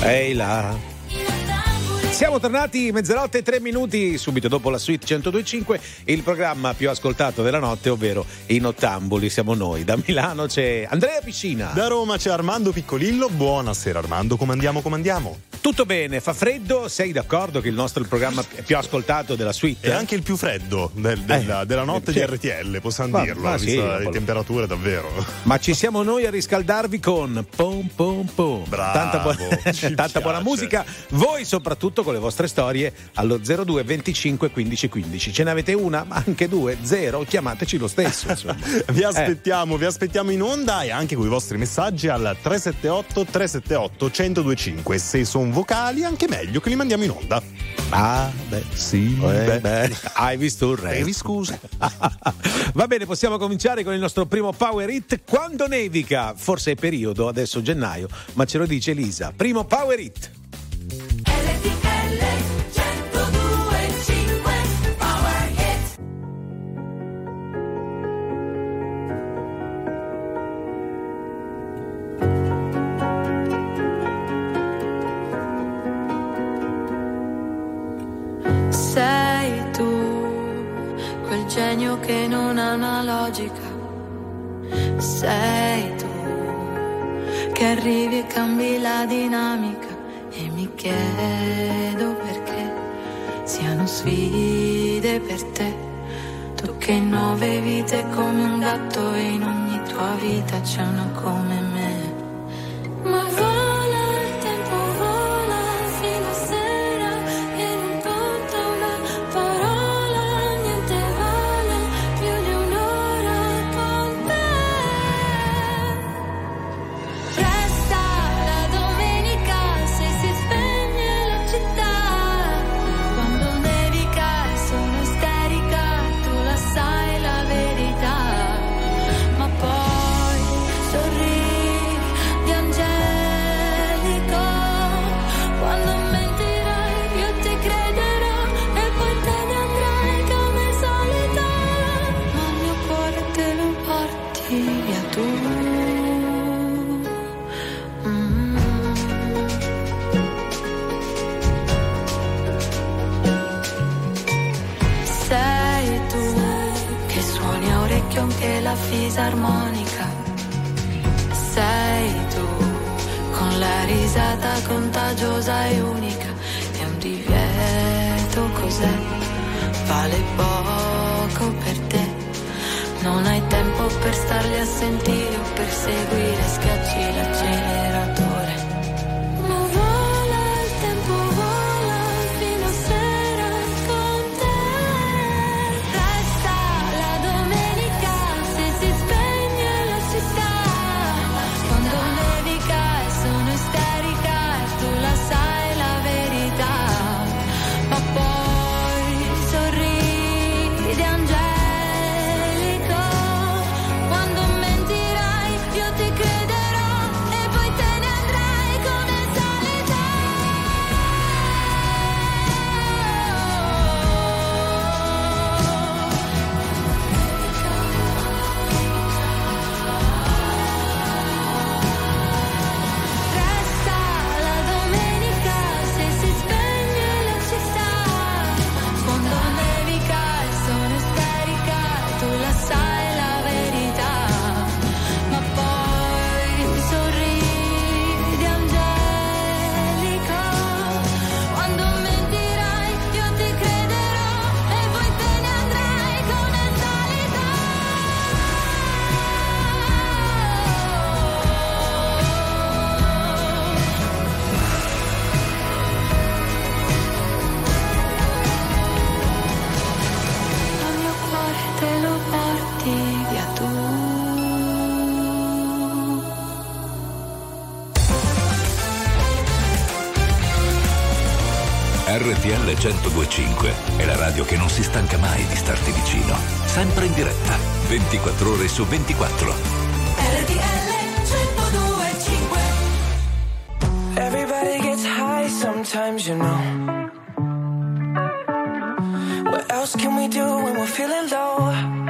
Ehi là. Siamo tornati 00:03, subito dopo la suite 102.5, il programma più ascoltato della notte, ovvero I Nottambuli. Siamo noi. Da Milano c'è Andrea Piscina. Da Roma c'è Armando Piccolillo. Buonasera Armando, come andiamo? Tutto bene, fa freddo? Sei d'accordo che il nostro è il programma più ascoltato della suite? È anche il più freddo della notte di RTL, possiamo dirlo, visto le temperature davvero. Ma ci siamo noi a riscaldarvi con Pom Pom Pom. Bravo, tanta buona musica. Voi soprattutto con le vostre storie allo 02 25 15 15. Ce ne avete una, ma anche due, zero, chiamateci lo stesso. vi aspettiamo in onda e anche con i vostri messaggi al 378 378 1025. Se sono vocali, anche meglio che li mandiamo in onda. Ah, beh, sì, hai visto un re? Scusa. Va bene, possiamo cominciare con il nostro primo Power Hit. Quando nevica, forse è periodo, adesso gennaio, ma ce lo dice Elisa. Primo Power Hit. Sei tu, quel genio che non ha una logica. Sei tu, che arrivi e cambi la dinamica. E mi chiedo perché siano sfide per te. Tu che in 9 vite come un gatto e in ogni tua vita c'è una come me. Ma vola il tempo, vola fino a sera e non conta una parola, niente vale più di un'ora con te. Resta la domenica se si spegne la città, quando nevica e sono isterica, tu la sai la verità, ma poi sorridi angelico, quando mentirai io ti crederò e poi te ne andrai come solita, ma il mio cuore te lo porti via tu. Sei tu che suoni a orecchio anche la fisarmonica. Sei tu con la risata contagiosa e unica. È un divieto, cos'è? Vale poco per te. Non hai tempo per starli a sentire o per seguire, schiacci l'acceleratore. Ma vola il tempo, vola fino a sera con te. Resta la domenica se si spegne la città, quando nevica e sono isterica e tu la sai la verità, ma poi sorridi angelico, quando mentirai io ti crederò e poi te ne andrai come solita. Resta la domenica se si spegne la città, quando nevica e sono isterica e tu la sai la verità, ma poi sorridi angelico, quando mentirai io ti crederò e poi te ne andrai come solita. Al mio cuore te lo porti via tu. RTL 102.5 è la radio che non si stanca mai di starti vicino. Sempre in diretta, 24 ore su 24. RTL 102.5. Everybody gets high sometimes, you know. What else can we do when we're feeling low?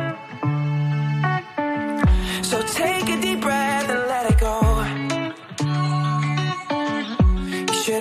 So take a deep breath and let it go. You should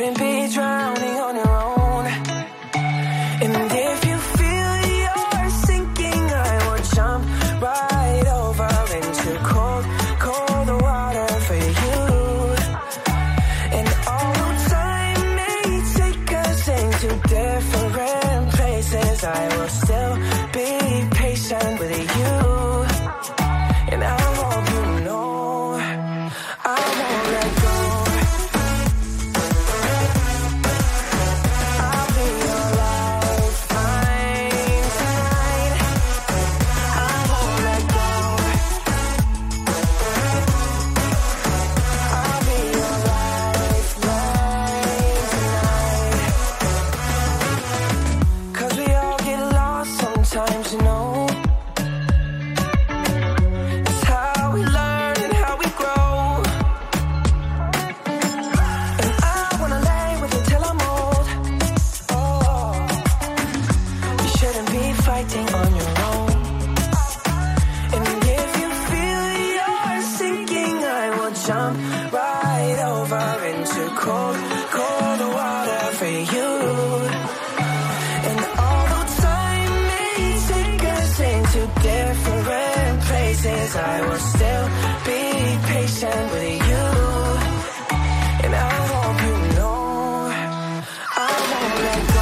jump right over into cold, cold water for you. And although time may take us into different places, I will still be patient with you. And I hope you know I won't let go.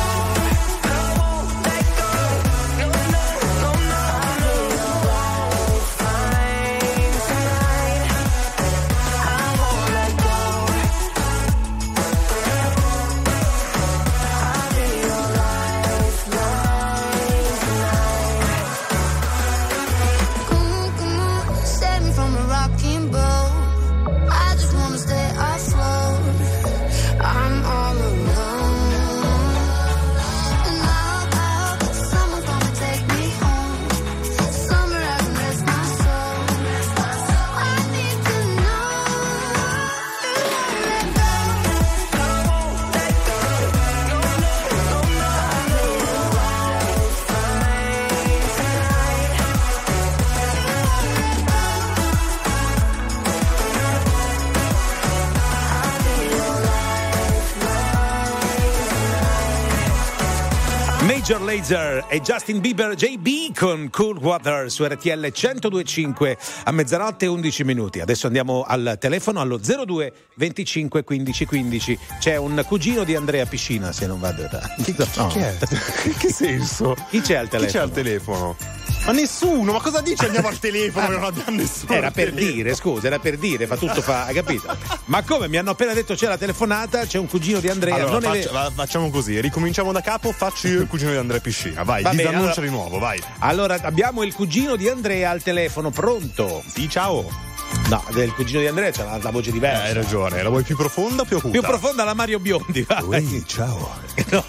Major Lazer e Justin Bieber, JB con Cool Water su RTL 102.5 a mezzanotte e 11 minuti. Adesso andiamo al telefono allo 02 25 15 15. C'è un cugino di Andrea Piscina, se non vado errato. Chi è? In che senso? Chi c'è al telefono? Chi c'è al telefono? Ma nessuno, ma cosa dice andiamo al telefono? Non abbiamo nessuno. Era per dire, scusa, era per dire, fa tutto hai capito? Ma come mi hanno appena detto c'è la telefonata, c'è un cugino di Andrea. Allora, non facciamo così, ricominciamo da capo, faccio io il cugino di Andrea Piscina. Vai, bene, disannuncia allora, di nuovo, vai. Allora, abbiamo il cugino di Andrea al telefono, pronto? Sì, ciao. No, del cugino di Andrea c'ha la voce diversa. Hai ragione, la vuoi più profonda o più acuta? Più profonda la Mario Biondi, vai. Ehi, ciao. No.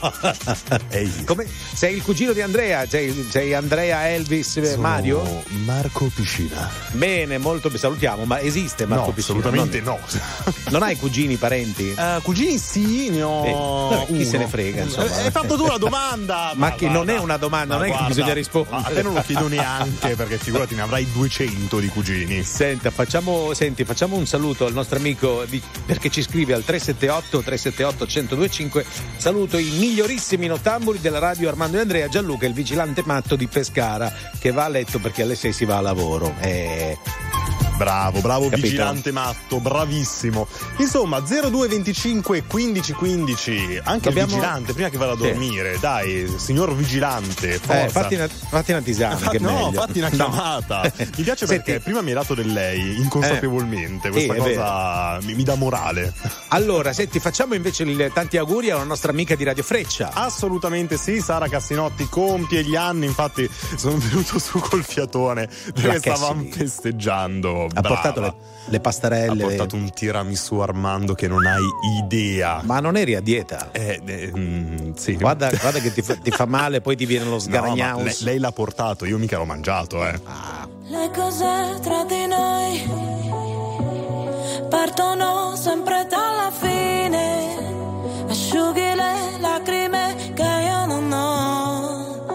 Ehi. Come? Sei il cugino di Andrea? Sei Andrea, Elvis, Sono Mario? Marco Piscina. Bene, molto salutiamo, ma esiste Marco no, Piscina? Assolutamente no. Non hai cugini, parenti? Cugini sì, ne ho chi se ne frega, insomma. Hai fatto tu la domanda. Ma che non è una domanda, non è che bisogna rispondere. A te non lo chiedo neanche, perché figurati, ne avrai 200 di cugini. Senti, facciamo un saluto al nostro amico perché ci scrive al 378-1025. Saluto i migliorissimi nottambuli della radio Armando e Andrea, Gianluca, il vigilante matto di Pescara, che va a letto perché alle 6 si va a lavoro. Bravo, Capito? Vigilante matto, bravissimo. Insomma, 0225 15 15, anche il vigilante, prima che vada a dormire, dai, signor vigilante, forza. Fatti una tisana, che no, meglio. fatti una chiamata. Mi piace perché prima mi hai dato del lei, inconsapevolmente, questa cosa mi dà morale. Allora, senti, facciamo invece tanti auguri alla nostra amica di Radio Freccia. Assolutamente sì, Sara Cassinotti compie gli anni, infatti sono venuto su col fiatone perché stavamo festeggiando. Ha portato le pastarelle. Ha portato un tiramisù, Armando, che non hai idea. Ma non eri a dieta? Sì. Guarda che ti fa male, poi ti viene lo sgaragnaus. No, lei l'ha portato, io mica l'ho mangiato, Le cose tra di noi partono sempre dalla fine. Asciughi le lacrime che io non ho.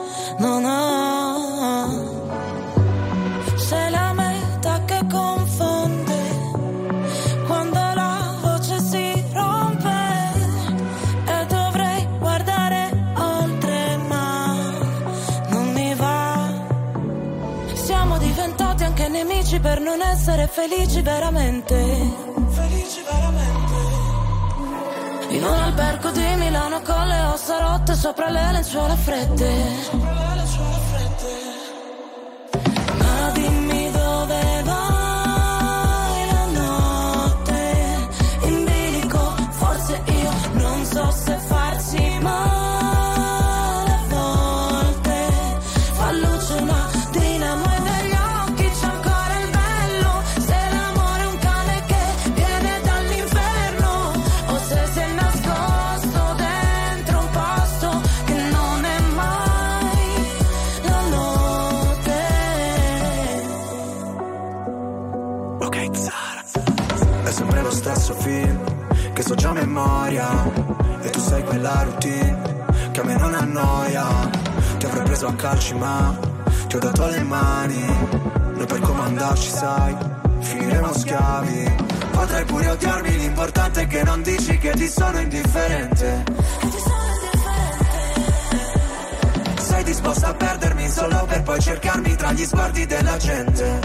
Sei la meta che confonde quando la voce si rompe e dovrei guardare oltre, ma non mi va. Siamo diventati anche nemici per non essere felici veramente. In un albergo di Milano con le ossa rotte sopra le lenzuola fredde. Ma dimmi dove vai la notte in bilico, forse io non so se farsi male a volte. Fa luce una dinamo e negli occhi c'è ancora il bello. Se l'amore è un cane che viene dall'inferno o se si è nascosto dentro un posto che non è mai la notte. Ok, Zara, è sempre lo stesso film che so già a memoria, e tu sai quella routine che a me non annoia. Ti avrei preso a calci ma ti ho dato le mani, noi per comandarci sai finiremo schiavi. potrai pure odiarmi, l'importante è che non dici che ti sono indifferente. Sei disposta a perdermi solo per poi cercarmi tra gli sguardi della gente.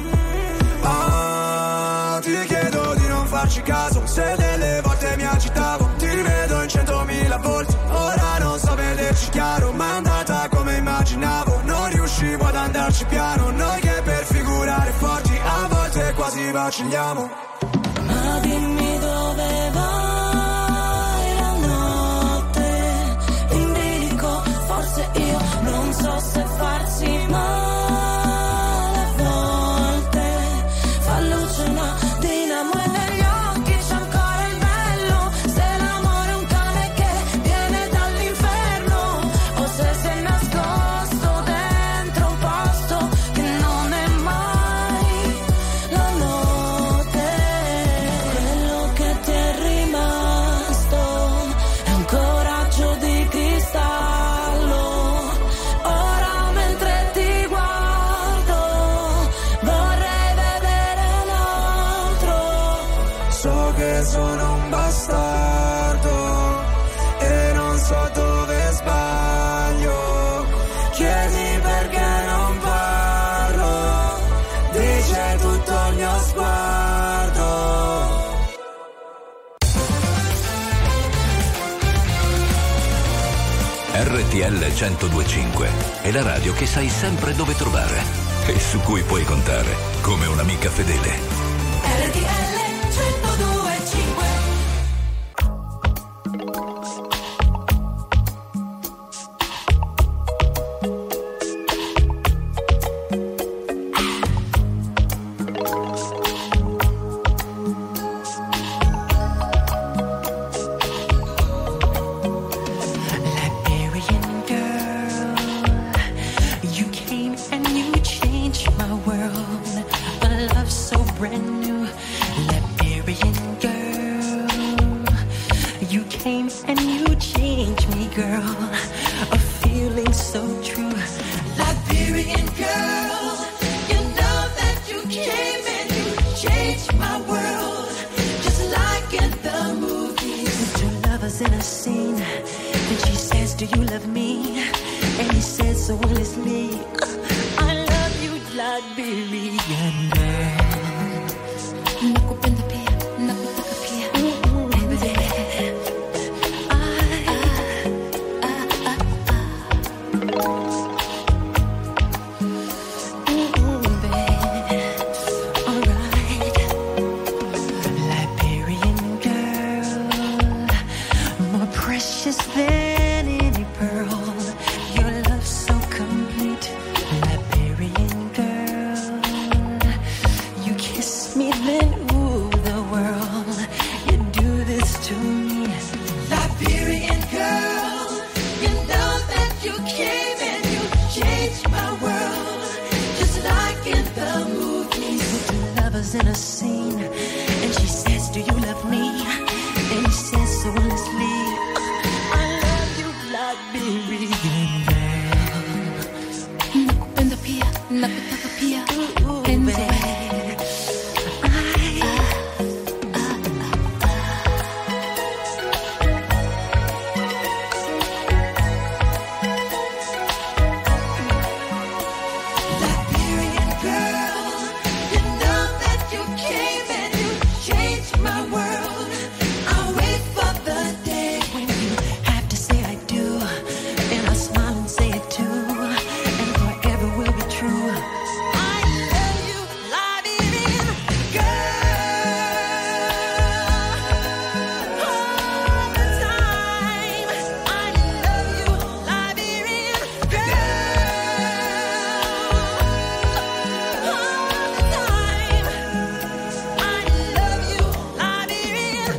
Ti chiedo di non farci caso, se delle volte mi agitavo, ti rivedo in 100.000 volte. Ora non so vederci chiaro, ma è andata come immaginavo. Non riuscivo ad andarci piano, noi che per figurare forti a volte quasi vacilliamo. Ma dimmi dove vai la notte, in bilico, forse io non so se farsi male a volte. Fa luce una dinamo e negli occhi c'è ancora il bello. Se l'amore è un cane che viene dall'inferno, o se sei nascosto dentro un posto che non è mai la notte. Quello che ti è rimasto è un coraggio di cristallo. Ora mentre ti guardo vorrei vedere l'altro. So che sono un bastardo e non so dove sbaglio. Chiedi perché non parlo, dice tutto il mio sguardo. RTL 102.5 è la radio che sai sempre dove trovare e su cui puoi contare come un'amica fedele. RTL 102.5. Liberian girl, you came and you changed my world. A love so brand new. Liberian girl, you came and you changed me, girl. A feeling so true. Liberian girl, you know that you came and you changed my world. Just like in the movies, two lovers in a scene. And she says, do you love me? And he says so honestly, I love you, Liberian girl. Nakupenda pia, nakutaka pia. Liberian girl, more precious than any pearl. Your love so complete. Liberian girl, you kiss me then ooh the world. You do this to me. Liberian girl, you know that you came and you changed my world. Just like in the movies, two lovers in a scene. And she says, do you love me? And he says so honestly, I love you, Liberian girl. Nakupenda pia, nakutaka pia. Penzi. Liberian girl, you know that you came and you changed my world. I'll wait for the day when you have to say I do, and I'll smile and say it too, and forever will be true. I love you, Liberian girl, all the time. I love you, Liberian girl, all the time. I love you, Liberian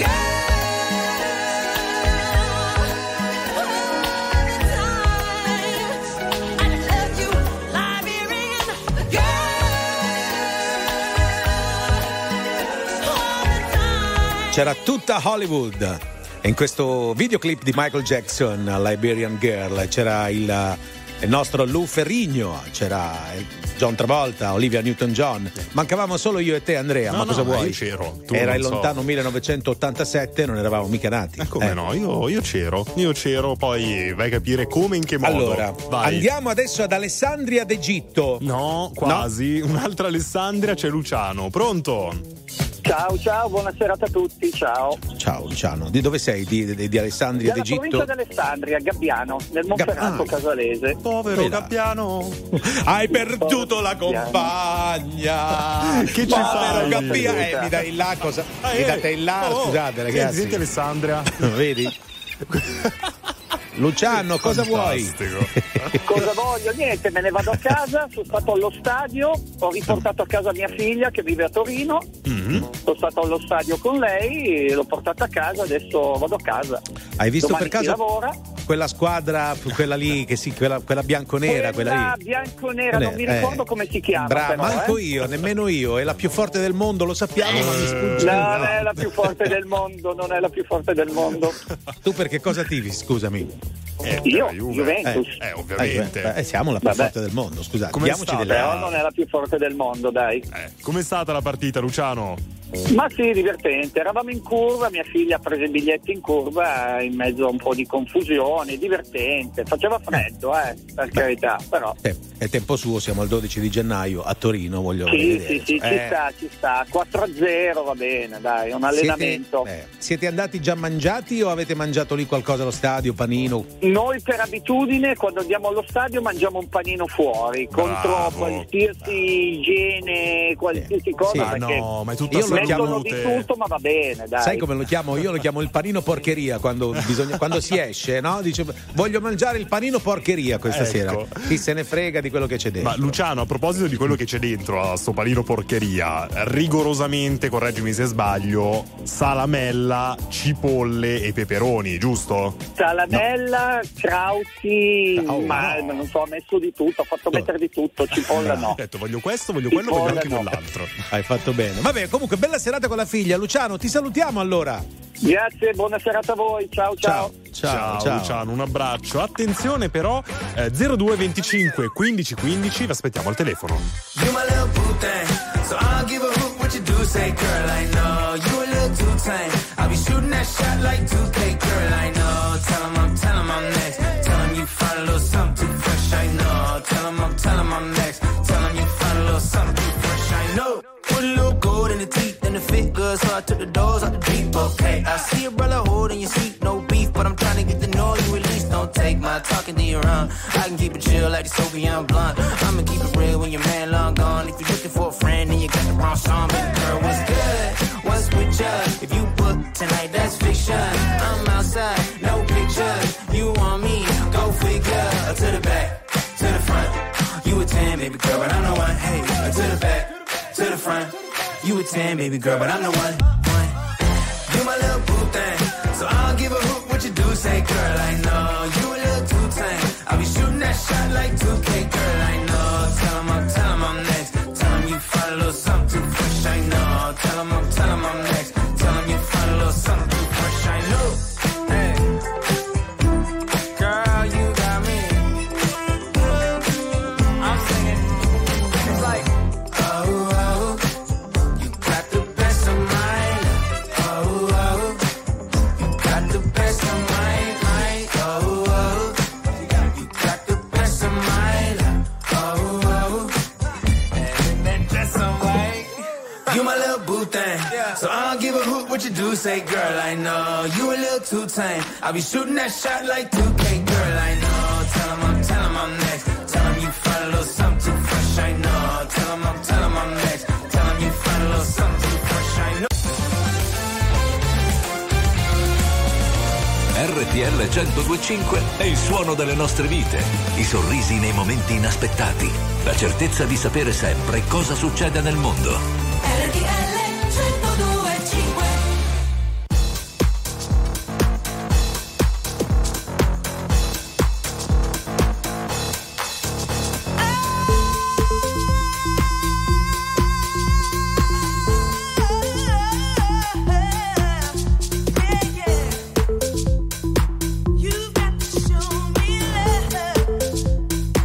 C'era tutta Hollywood e in questo videoclip di Michael Jackson, Liberian Girl, c'era il il nostro Lou Ferrigno, c'era John Travolta, Olivia Newton-John. Mancavamo solo io e te, Andrea. No, ma cosa no, vuoi? io c'ero. Tu Era non il so. lontano 1987, non eravamo mica nati. Come no? Io c'ero, poi vai a capire come, in che modo. Allora, vai. andiamo adesso ad Alessandria d'Egitto. No, quasi. Un'altra Alessandria, c'è Luciano. Pronto? Ciao, buona serata a tutti, ciao. Ciao Luciano, di dove sei? Di Alessandria Dalla d'Egitto? provincia di Alessandria, Gabbiano, nel Monferrato casalese. Povero Veda. Gabbiano. Hai perduto la compagna. Che ci Povero fai? Gabbiano. Mi dai là cosa? Mi date il là, scusate ragazzi. Senti Alessandria. Vedi? Luciano, cosa vuoi? Cosa voglio? Niente, me ne vado a casa, sono stato allo stadio, ho riportato a casa mia figlia che vive a Torino, sono stato allo stadio con lei, l'ho portata a casa, adesso vado a casa. Hai visto Domani per caso si lavora. quella squadra, quella lì, che sì, quella bianconera, quella lì? Bianconera, non mi ricordo come si chiama. Bravo, però, manco io, nemmeno io, è la più forte del mondo, lo sappiamo, ma mi sfugge. Non è la più forte del mondo, non è la più forte del mondo. Tu per che cosa tifi, scusami? Io, la Juve. Juventus. Ovviamente. Siamo la più Vabbè. forte del mondo, scusate. Com'è Diamoci stata? delle Però non è la più forte del mondo, dai. Com'è stata la partita, Luciano? Ma sì, divertente. Eravamo in curva, mia figlia ha preso i biglietti in curva, in mezzo a un po' di confusione, divertente. Faceva freddo, per carità, però. È tempo suo, siamo al 12 di gennaio a Torino, voglio vedere. Sì, ci sta. 4-0 va bene, dai, un allenamento. Siete andati già mangiati o avete mangiato lì qualcosa allo stadio, panino? Noi per abitudine quando andiamo allo stadio mangiamo un panino fuori, contro qualsiasi igiene, qualsiasi cosa, Sì. perché No, ma è tutta Io lo mettono salute. di tutto, ma va bene, dai. Sai come lo chiamo? Io lo chiamo il panino porcheria quando si esce, no? Dice voglio mangiare il panino porcheria questa Ecco. sera. Chi se ne frega di quello che c'è dentro. Ma Luciano, a proposito di quello che c'è dentro a sto panino porcheria, rigorosamente, correggimi se sbaglio, salamella, cipolle e peperoni, giusto? Salamella, crauti, ma non so, ho messo di tutto, ho fatto mettere di tutto, cipolla no. Ho detto voglio questo, voglio quello, voglio anche no. quell'altro. Hai fatto bene. Vabbè, comunque bella serata con la figlia. Luciano, ti salutiamo allora. Grazie, buona serata a voi, ciao. Ciao. Luciano, un abbraccio. Attenzione però, 0225 15 15, vi aspettiamo al telefono. You my little boo thing, so I'll give a hoot what you do. Say, girl, I know you a little too tame. I'll be shooting that shot like 2K, girl, I know. Tell 'em I'm next. Tell 'em you find a little something too fresh, I know. Tell 'em I'm next. Tell 'em you find a little something too fresh, I know. Put a little gold in the teeth and the fit good, so I took the doors out the deep. Okay, I see a brother holding your seat, no beef, but I'm trying to get to know you at least. Don't take my talking to your own. I can keep it chill like the Soviet blunt. I'ma keep it real when your man long gone. If you're looking for a friend and you got the wrong song, baby girl, what's good? What's with you? If you book tonight, that's fiction. I'm outside, no pictures. You want me? Go figure. To the back, to the front. You a 10, baby girl, but I'm the one. Hey, to the back, to the front. You a 10, baby girl, but I'm the one. You my little boo thing, so I'll give a hoot what you do. Say, girl, I know you a little too tame. I'll be shooting that shot like 2K, girl, I know. Tell 'em I'm next. Tell 'em you find a little something too fresh, I know. Tell 'em I'm next. Tell 'em you find a little something too fresh, I know. Hey, girl, you got me. I'm singing. It's like, oh, you got the best of mine. Oh, you got the best of mine. Oh, you got the best of mine. Oh, and then just some white. You my little boo thing, so I don't give a hoot what you do. Say, girl, I know you a little too tame. I'll be shooting that shot like 2K, girl, I know. Tell 'em I'm next. Tell 'em you find a little something too fresh, I know. Tell 'em I'm next. Tell 'em you find a little something too fresh, I know. RTL 102.5 è il suono delle nostre vite, i sorrisi nei momenti inaspettati, la certezza di sapere sempre cosa succede nel mondo. RTL 102.5. You've got to show me love.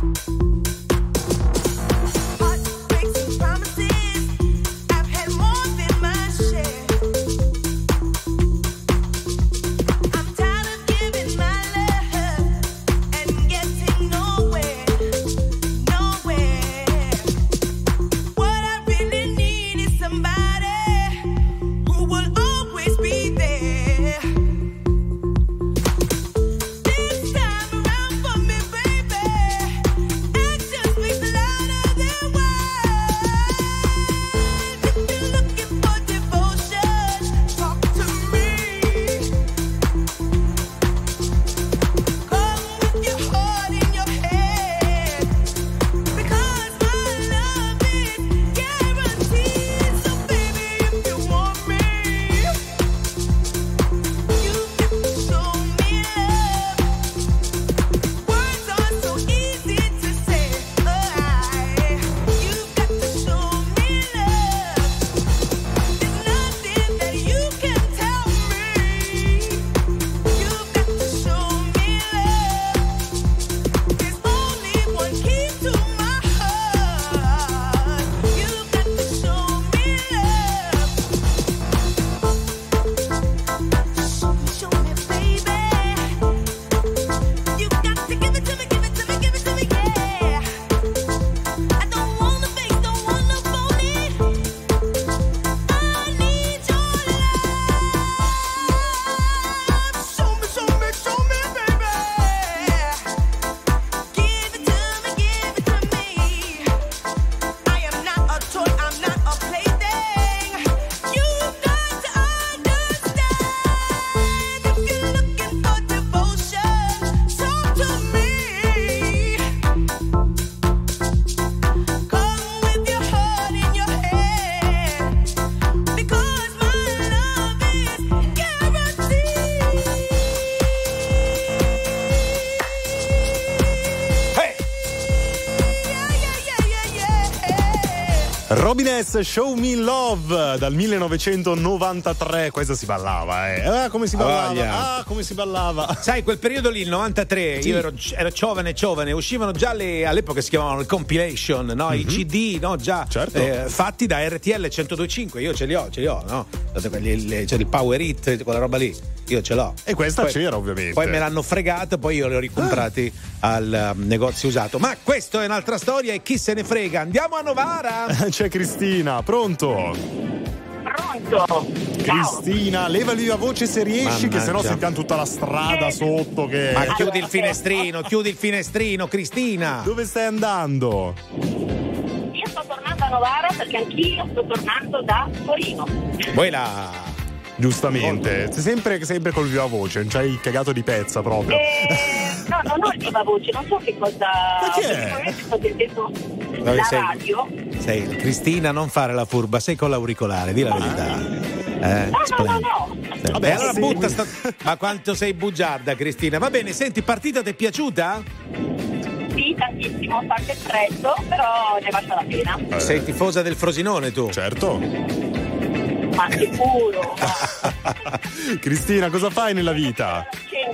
Robin S, Show Me Love dal 1993. Questa si ballava, come si ballava? Come si ballava? Sai, quel periodo lì, il 93, sì. Io ero giovane, uscivano già all'epoca si chiamavano le compilation, no? I CD, no? Già certo. Fatti da RTL 102.5. Io ce li ho, no? C'è il Power Hit, quella roba lì. Io ce l'ho. E questa poi, c'era ovviamente. Poi me l'hanno fregata, poi io li ho ricomprati al negozio usato. Ma questo è un'altra storia e chi se ne frega. Andiamo a Novara. C'è Cristina, pronto? Pronto. Cristina, leva lì la voce se riesci, che sennò sentiamo tutta la strada sotto che... Ma chiudi il finestrino, Cristina. Dove stai andando? Io sto tornando a Novara perché anch'io sto tornando da Torino. Voi là. Giustamente, sempre col viva voce, non c'hai cagato di pezza proprio. No, non ho il viva voce, non so che cosa. Ma che è? Sto sentendo la radio. Sei Cristina, non fare la furba, sei con l'auricolare, di la verità. No. Vabbè, allora butta Ma quanto sei bugiarda, Cristina. Va bene, senti, partita ti è piaciuta? Sì, tantissimo, parte presto, però ne vale la pena. Sei tifosa del Frosinone tu? Certo. Ma sicuro. Cristina, cosa fai nella vita?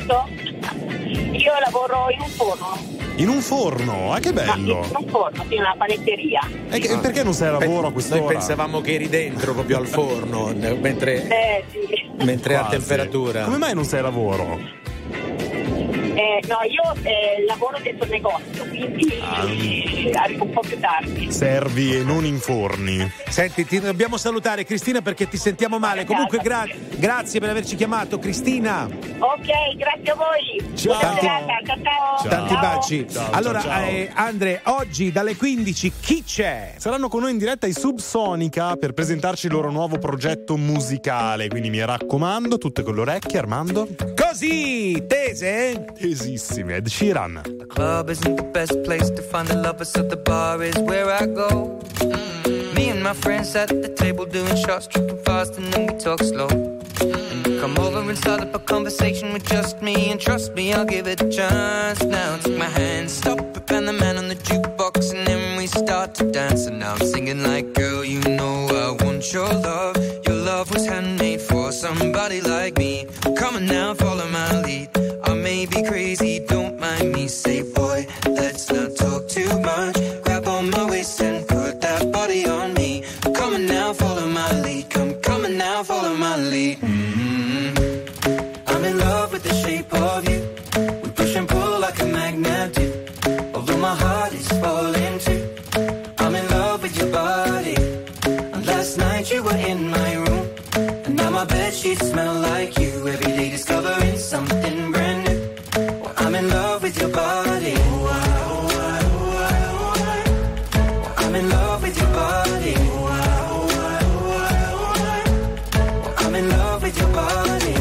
100%. Io lavoro in un forno. In un forno? Ah, che bello! In un forno, in una panetteria. E perché non sei a lavoro a quest'ora? Noi pensavamo che eri dentro proprio al forno, mentre Quasi. a temperatura. Come mai non sei a lavoro? No, io lavoro dentro il negozio, quindi arrivo un po' più tardi. Servi e non inforni. Senti, ti dobbiamo salutare, Cristina, perché ti sentiamo male. Comunque grazie per averci chiamato, Cristina. Ok, grazie a voi. Ciao. Buona serata, ciao. Tanti baci. Ciao, allora, ciao. Andre, oggi dalle 15 chi c'è? Saranno con noi in diretta i Subsonica per presentarci il loro nuovo progetto musicale, quindi mi raccomando, tutte con le orecchie, Armando. Così, tese? Tesissime, Ed Sheeran. The club isn't the best place to find the lovers, so the bar is where I go. Me and my friends at the table doing shots, tripping fast, and then we talk slow. And you come over and start up a conversation with just me, and trust me, I'll give it a chance. Now take my hand, stop it, and the man on the jukebox, and then we start to dance. And now I'm singing like, girl, you know I want your love. Your love was handmade for somebody like me. Come on now, follow my lead. I may be crazy, don't mind me. Say, boy, let's not talk too much. Grab on my waist and put that body on me. Come on now, follow my lead. Come on now, follow my lead. I'm in love with the shape of you. We push and pull like a magnet do. Although my heart is falling too. I'm in love with your body. And last night you were in my room. And now my bedsheets smell like you. Every day discovering something brand new. Well, I'm in love with your body. I'm in love with your body. I'm in love with your body.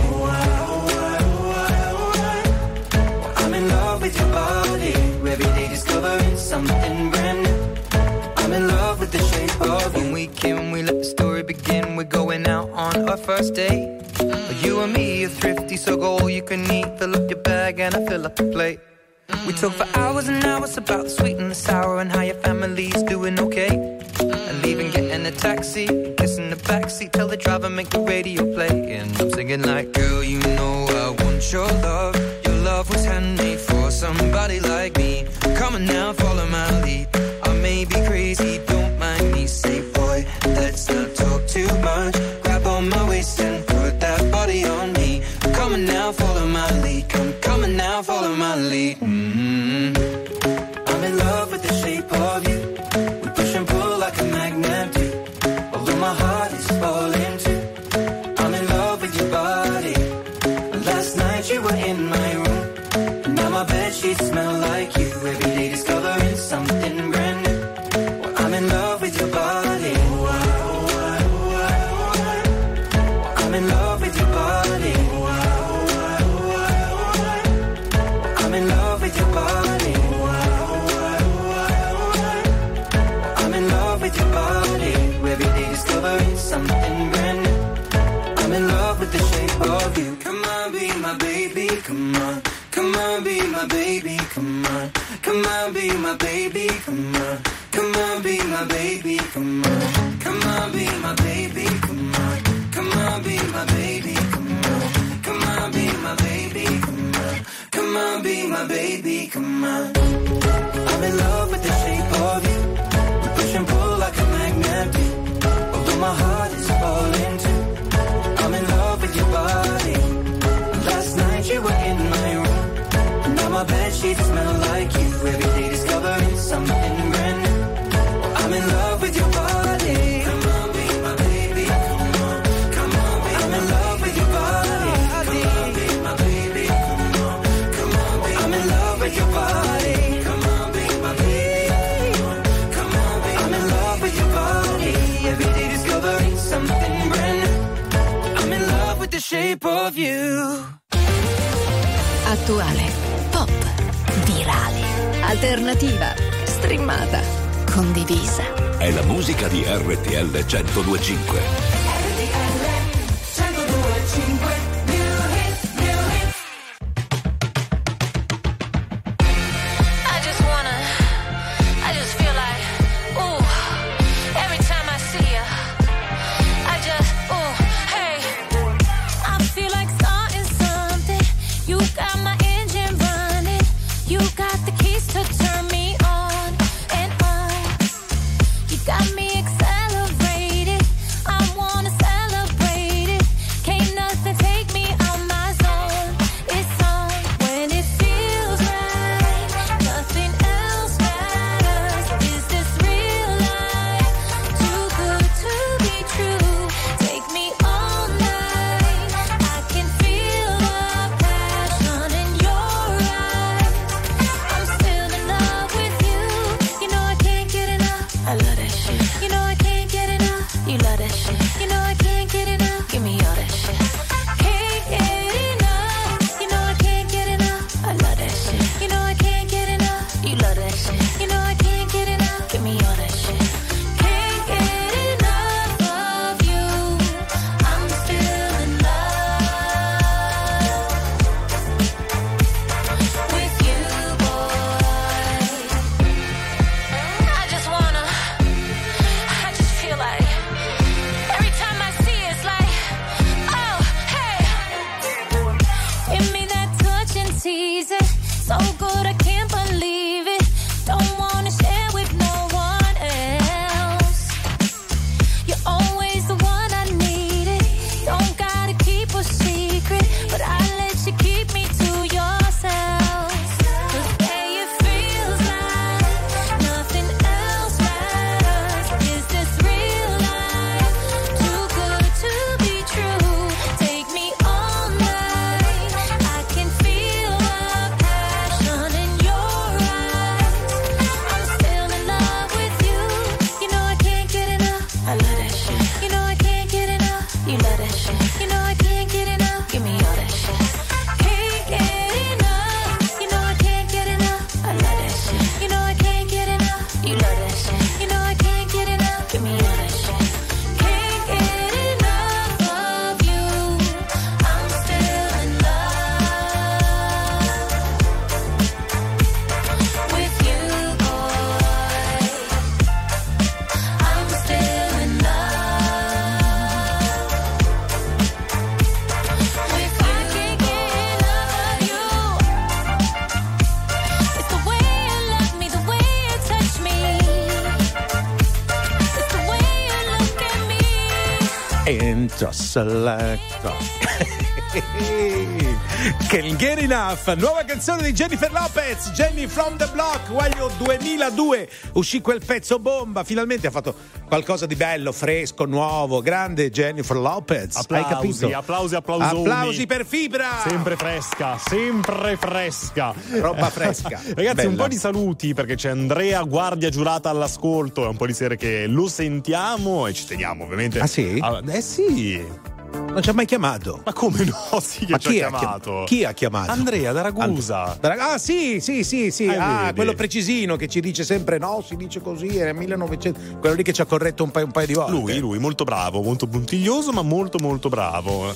I'm in love with your body. Every day discovering something brand new. I'm in love with the shape of you. When we came, we let the story begin. We're going out on our first date. You and me are thrifty, so go all you can eat. Fill up your bag and I fill up the plate. We talk for hours and hours about the sweet and the sour and how your family's doing okay. And leaving, getting a taxi, kissing the backseat, tell the driver make the radio play. And I'm singing like, girl, you know I want your love. Your love was handmade for somebody like me. Come on now, follow my lead. I may be crazy, don't mind me. Say, boy, let's not talk too much. Grab on my waist and put that body on me. Come on now, follow my lead. Come on now, follow my lead. I'm in love with the shape of you. We push and pull like a magnet do. Although my heart is falling too. I'm in love with your body. Last night you were in my room. And now my bedsheets smell like you. Every day discovering something brand new. Well, I'm in love with your body. I'm in love with your body. I'm in love with your body. I'm in love with your body. Every day discovering something brand new. I'm in love with the shape of you. Come on, be my baby, come on. Come on, be my baby, come on. Come on, be my baby, come on. Come on, be my baby, come on. Come on, be my baby, come on. Come on, be my baby, come on. Come on, be my baby, come on. Come on, be my baby, come on. I'm in love with the shape of you. We push and pull like a magnet do. Although my heart is falling too. I'm in love with your body. Last night you were in my room. Now my bedsheets smell like you. Every day discovering something brand new. I'm in love with your body. Come on, be my baby. Come on, come on, be I'm in love with your body. Come on, be my baby. Come on, come on, be I'm in love with your body. Come on, be my baby. Come on, be I'm in love with your body. Every day discovering something brand new. I'm in love with the shape of you. Attuale, pop, virale, alternativa, streamata, condivisa. È la musica di RTL 102.5. Got me accelerated. I wanna Selecto. Can't Get Enough, nuova canzone di Jennifer Lopez, Jenny from the Block. Guaglio 2002 uscì quel pezzo bomba, finalmente ha fatto qualcosa di bello, fresco, nuovo, grande Jennifer Lopez. Applausi, hai capito? Applausi per Fibra, sempre fresca, roba fresca. Ragazzi, bella. Un po' di saluti, perché c'è Andrea, guardia giurata all'ascolto, è un po' di sere che lo sentiamo e ci teniamo ovviamente. Ah sì? Sì. Non ci ha mai chiamato. Ma come no? Sì che ci ha chiamato. Chi ha chiamato? Andrea da Ragusa. Sì. Quello precisino che ci dice sempre no, si dice così, era 1900. Quello lì che ci ha corretto un paio di volte. Lui molto bravo, molto puntiglioso, ma molto bravo.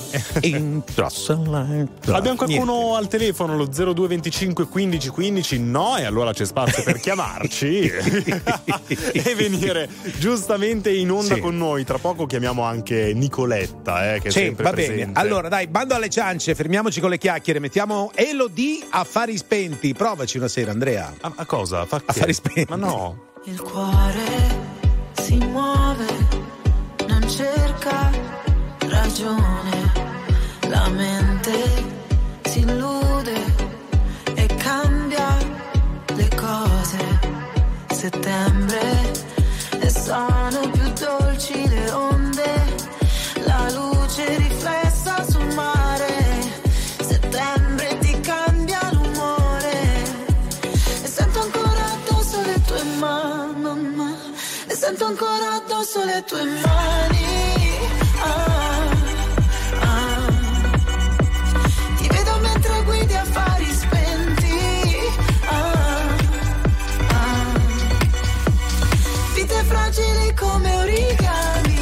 Abbiamo qualcuno al telefono, lo 0225 15 15? No, e allora c'è spazio per chiamarci e venire giustamente in onda con noi. Tra poco chiamiamo anche Nicoletta, che è sempre presente. Bene. Allora dai, bando alle ciance, fermiamoci con le chiacchiere, mettiamo Elodie, Affari spenti. Provaci una sera, Andrea. A cosa? Affari spenti. Ma no. Il cuore si muove, non cerca ragione, la mente si illude e cambia le cose. Settembre e sono più dolci le onde, la luce riflessa sul mare. Settembre ti cambia l'umore e sento ancora addosso le tue mani, e sento ancora addosso le tue mani. Ti vedo mentre guidi affari spenti. Vite fragili come origami.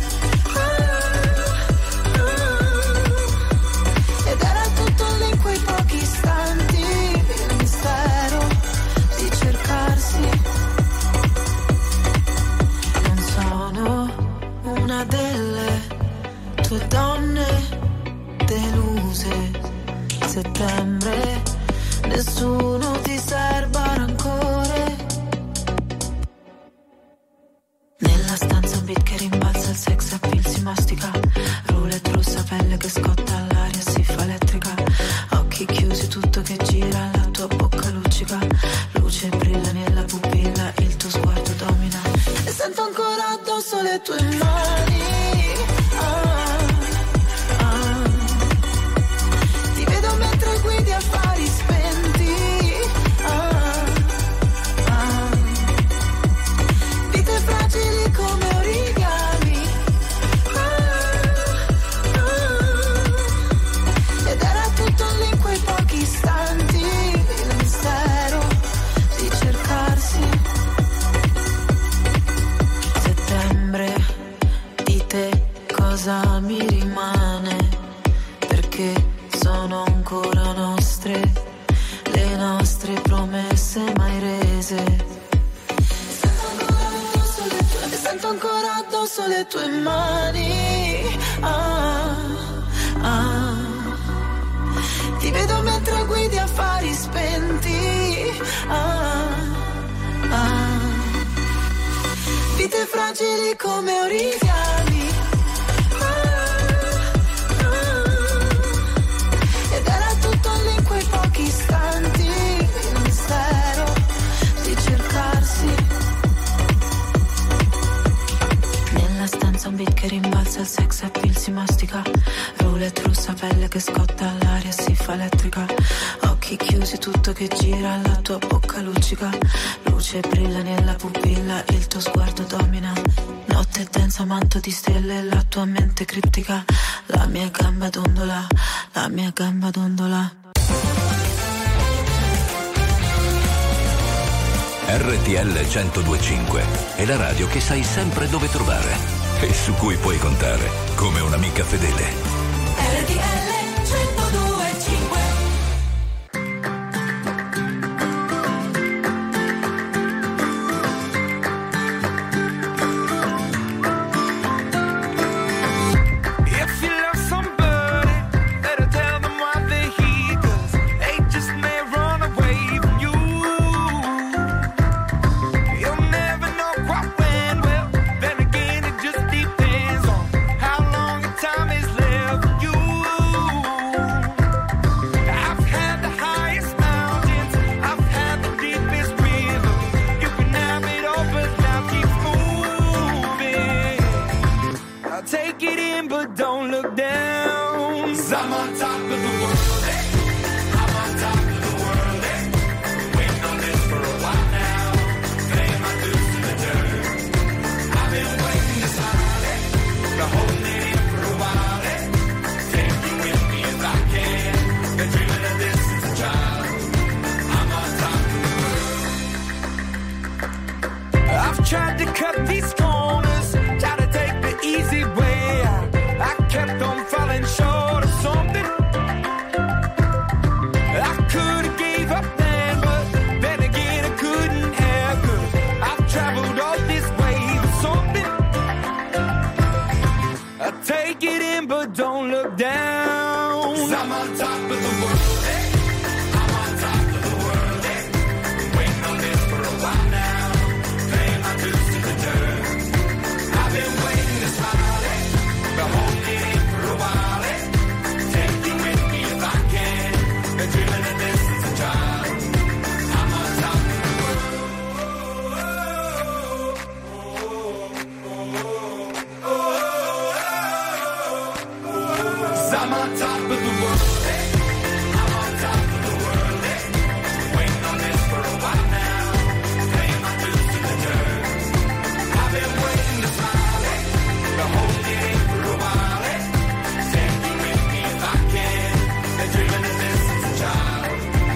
Ed era tutto lì in quei pochi istanti, il mistero di cercarsi. Non sono una delle tue donne deluse. Settembre, nessuno ti serba rancore. Nella stanza un beat che rimbalza, il sex appeal si mastica, roulette rossa, pelle che scotta all'aria, si fa elettrica. Occhi chiusi, tutto che gira, la tua bocca luccica, luce brilla nella pupilla, il tuo sguardo domina. E sento ancora addosso le tue mani. Ti vedo mentre guidi affari spenti. Vite fragili come origami. Ed era tutto lì in quei pochi istanti, il mistero di cercarsi. Settembre, di te cosa mi rimane? Perché sono ancora nostre le nostre promesse mai rese. Sento ancora addosso le tue mani. Ti vedo mentre guidi affari spenti. Vite fragili come origami. Ed era tutto lì in quei pochi istanti, il mistero di cercarsi. Nella stanza un beat che rimbalza, il sex appeal si mastica, roulette rossa, pelle che scotta all'aria, si fa elettrica. Occhi chiusi, tutto che gira, la tua bocca luccica, luce brilla nella pupilla, il tuo sguardo domina. Notte densa, manto di stelle, la tua mente criptica, la mia gamba dondola, la mia gamba dondola. RTL 1025 è la radio che sai sempre dove trovare e su cui puoi contare come un'amica fedele. RTL 1025. If you love somebody, better tell them why they're here, 'cause they just may run away from you. You'll never know quite when, well, then again it just depends on how long your time is left for you. I've had the highest mountains, I've had the deepest river. You can have it all, but life keeps moving. I'll take it in, but don't look down. 'Cause I'm on top of the world, eh? I'm on top of the world, eh? Waiting on this for a while now. Paying my dues to the dirt. I've been waiting this hard, eh? Been holding it in for a while, eh? kept on falling short of something. I could have gave up then, but then again I couldn't have. 'Cause I've traveled all this way for something. I take it in, but don't look down. 'Cause I'm on top of the world. Hey. I'm on top of the world. Hey. Waiting on this for a while now. Paying my dues to the dirt. I've been waiting to smile. Hey. But hold it in for a while. Hey. Take you with me if I can. Been dreaming of this since a child. I'm on top of the world. 'Cause I'm on top of the world. Hey. I'm on top of the world. Hey. Waiting on this for a while now. Paying my dues to the dirt. I've been waiting to smile. Hey. But hold it in for a while. Hey. Take you with me if I can. Been dreaming of this since a child.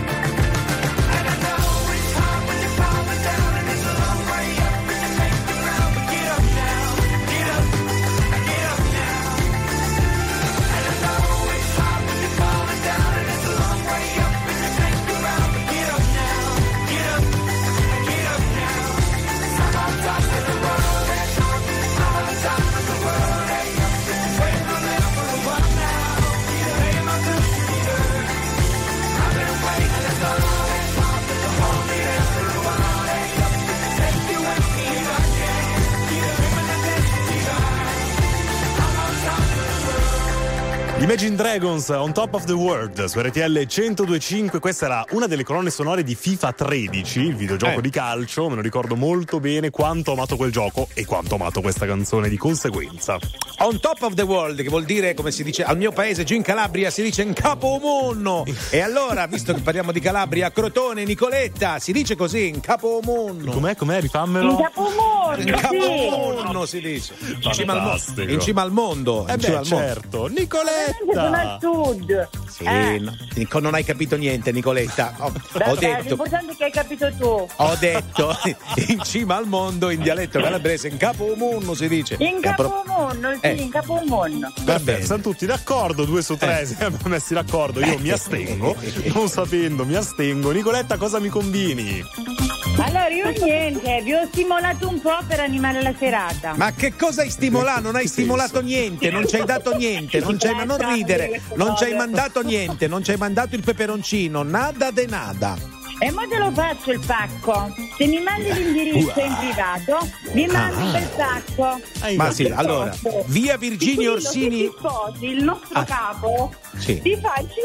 And I know it's hard when you're falling down, and it's a long way up when you make the ground. But get up now. Get up. Get up now. And I know it's hard when you're falling down, and it's a long way up when you make the ground. But get up now. Get up. Get up now. 'Cause I'm on top of the world. Hey. I'm on top of the world. Hey. Waiting on this for a while now. Paying my dues to the dirt. I've been waiting to go. Hold it in for a while. Hey. Take you with me if I can. Dreaming of this since a child. I'm on top of the world. Imagine Dragons, On Top of the World, su RTL 102.5. Questa era una delle colonne sonore di FIFA 13, il videogioco di calcio. Me lo ricordo molto bene quanto ho amato quel gioco e quanto ho amato questa canzone di conseguenza. On top of the world, che vuol dire, come si dice al mio paese, giù in Calabria si dice in capo omonno. E allora, visto che parliamo di Calabria, Crotone, Nicoletta, si dice così, in capo omonno. Com'è? Rifammelo. In capomondo, In capo omonno si dice. In cima al Fantastico. in cima al mondo. in cima al mondo. Certo. sono Nicoletta. al sud. Sì, non hai capito niente, Nicoletta. Ho detto. L'importante è che hai capito tu. Ho detto in cima al mondo in dialetto calabrese, in capo omonno si dice. In capomondo, sì, in capomondo. Va bene. Siamo tutti d'accordo, 2 su 3 siamo messi d'accordo. Io mi astengo, non sapendo mi astengo. Nicoletta, cosa mi combini? Allora, io niente, vi ho stimolato un po' per animare la serata. Ma che cosa hai stimolato? Non hai stimolato niente, non ci hai dato niente, non ci hai, ma non ridere, non ci hai mandato niente, non ci hai mandato il peperoncino, nada de nada. E mo te lo faccio il pacco. Se mi mandi l'indirizzo in privato, mi mandi un bel sacco. Ma sì, allora, via Virginia Orsini. Se ti sposi, il nostro capo sì. ti fa il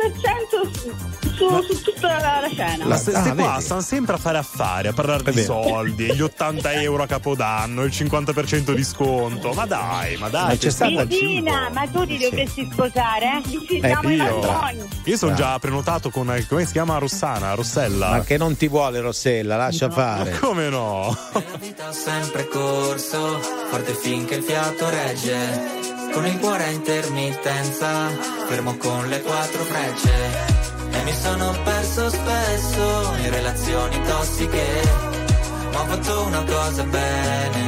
50% su tutta la cena. Queste qua stanno sempre a fare affari, a parlare di soldi, gli 80 euro a Capodanno, il 50% di sconto. Ma dai, c'è stata Cristina, ma tu ti dovresti sposare, Ci siamo in matrimoni. Io sono già prenotato con, come si chiama, Rossella. Ma che non ti vuole Rossella, lascia fare. Ma come no? Nella vita ho sempre corso, forte finché il fiato regge. Con il cuore a intermittenza, fermo con le 4 frecce. E mi sono perso spesso in relazioni tossiche, ma ho fatto una cosa bene: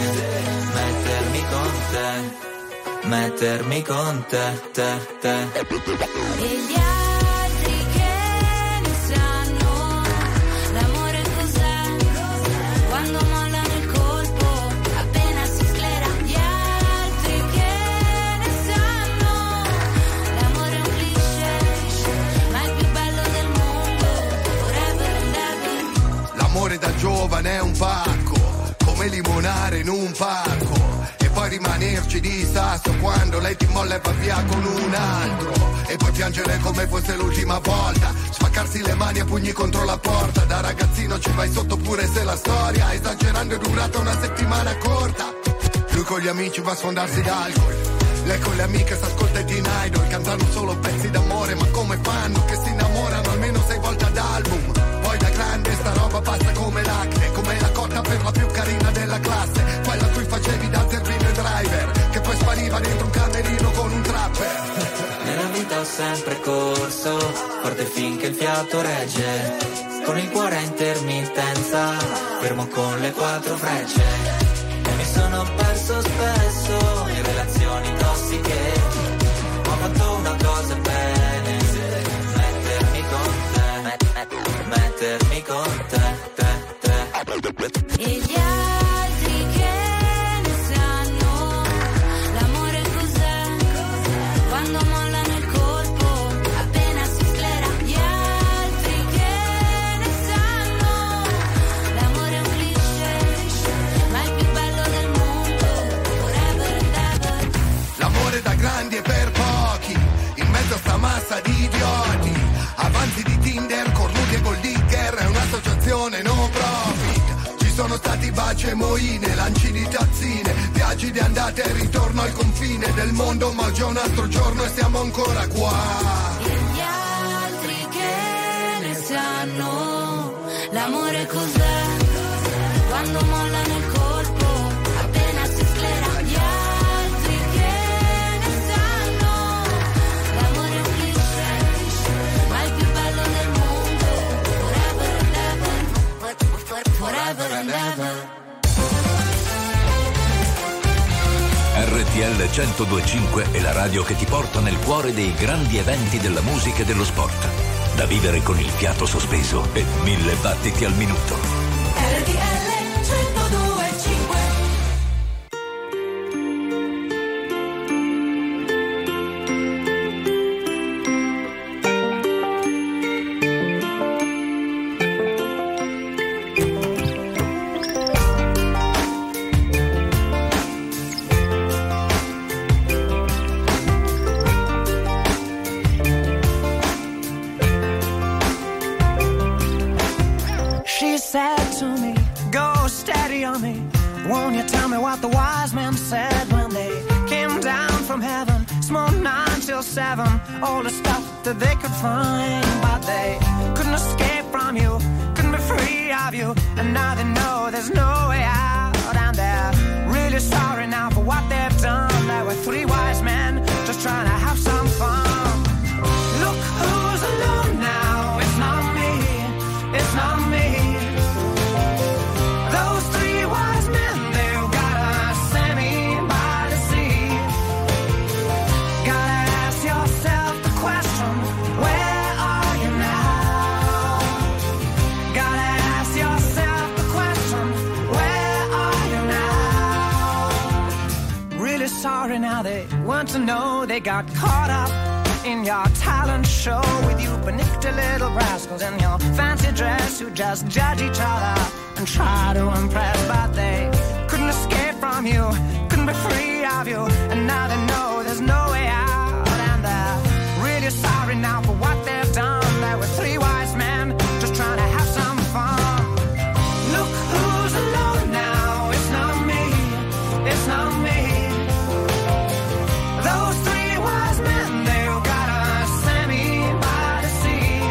mettermi con te. E gli altri che ne sanno l'amore cos'è, quando mollano il colpo appena si sclera. Gli altri che ne sanno l'amore è un cliché, ma è il più bello del mondo, forever and ever. L'amore da giovane è un pacco, come limonare in un parco, e poi rimanerci di sasso quando lei ti molla e va via con un altro, e poi piangere come fosse l'ultima volta, spaccarsi le mani a pugni contro la porta. Da ragazzino ci vai sotto pure se la storia, esagerando, è durata una settimana corta. Lui con gli amici va a sfondarsi d'alcol, lei con le amiche s'ascolta i Teen Idol, cantano solo pezzi d'amore, ma come fanno che si innamorano almeno 6 volte ad album. Poi da grande sta roba passa come l'acne, come la cotta per la più carina della classe, quella a cui facevi da terzino e driver, che poi spariva dentro un camerino con un trapper. Nella vita ho sempre corso, forte finché il fiato regge, con il cuore a intermittenza, fermo con le 4 frecce. E mi sono perso spesso in relazioni tossiche, pace, moine, lanci di tazzine, viaggi di andata e ritorno al confine del mondo, ma già un altro giorno e siamo ancora qua. E gli altri che ne sanno, l'amore cos'è? Quando mollano il colpo, appena si sclera. Gli altri che ne sanno, l'amore è un cliché, ma il più bello del mondo. Forever and ever, forever and ever. RTL 102.5 è la radio che ti porta nel cuore dei grandi eventi della musica e dello sport. Da vivere con il fiato sospeso e 1000 battiti al minuto. RTL 102.5. Won't you tell me what the wise men said when they came down from heaven? Small 9 till 7, all the stuff that they could find, but they couldn't escape from you, couldn't be free of you, and now they know there's no way out, and they're really sorry now for what they've done. There were 3 wise men just trying to have some fun. Look who's alone now, it's not me, it's not me. Sorry now they weren't to know they got caught up in your talent show with you panicked little rascals in your fancy dress who just judge each other and try to impress, but they couldn't escape from you, couldn't be free of you, and now they know there's no way out, and they're really sorry now for what they've done. There were 3 wise men just trying to have some fun. Look who's alone now, it's not me, it's not me. Those 3 wise men, they've got a Sammy by the sea.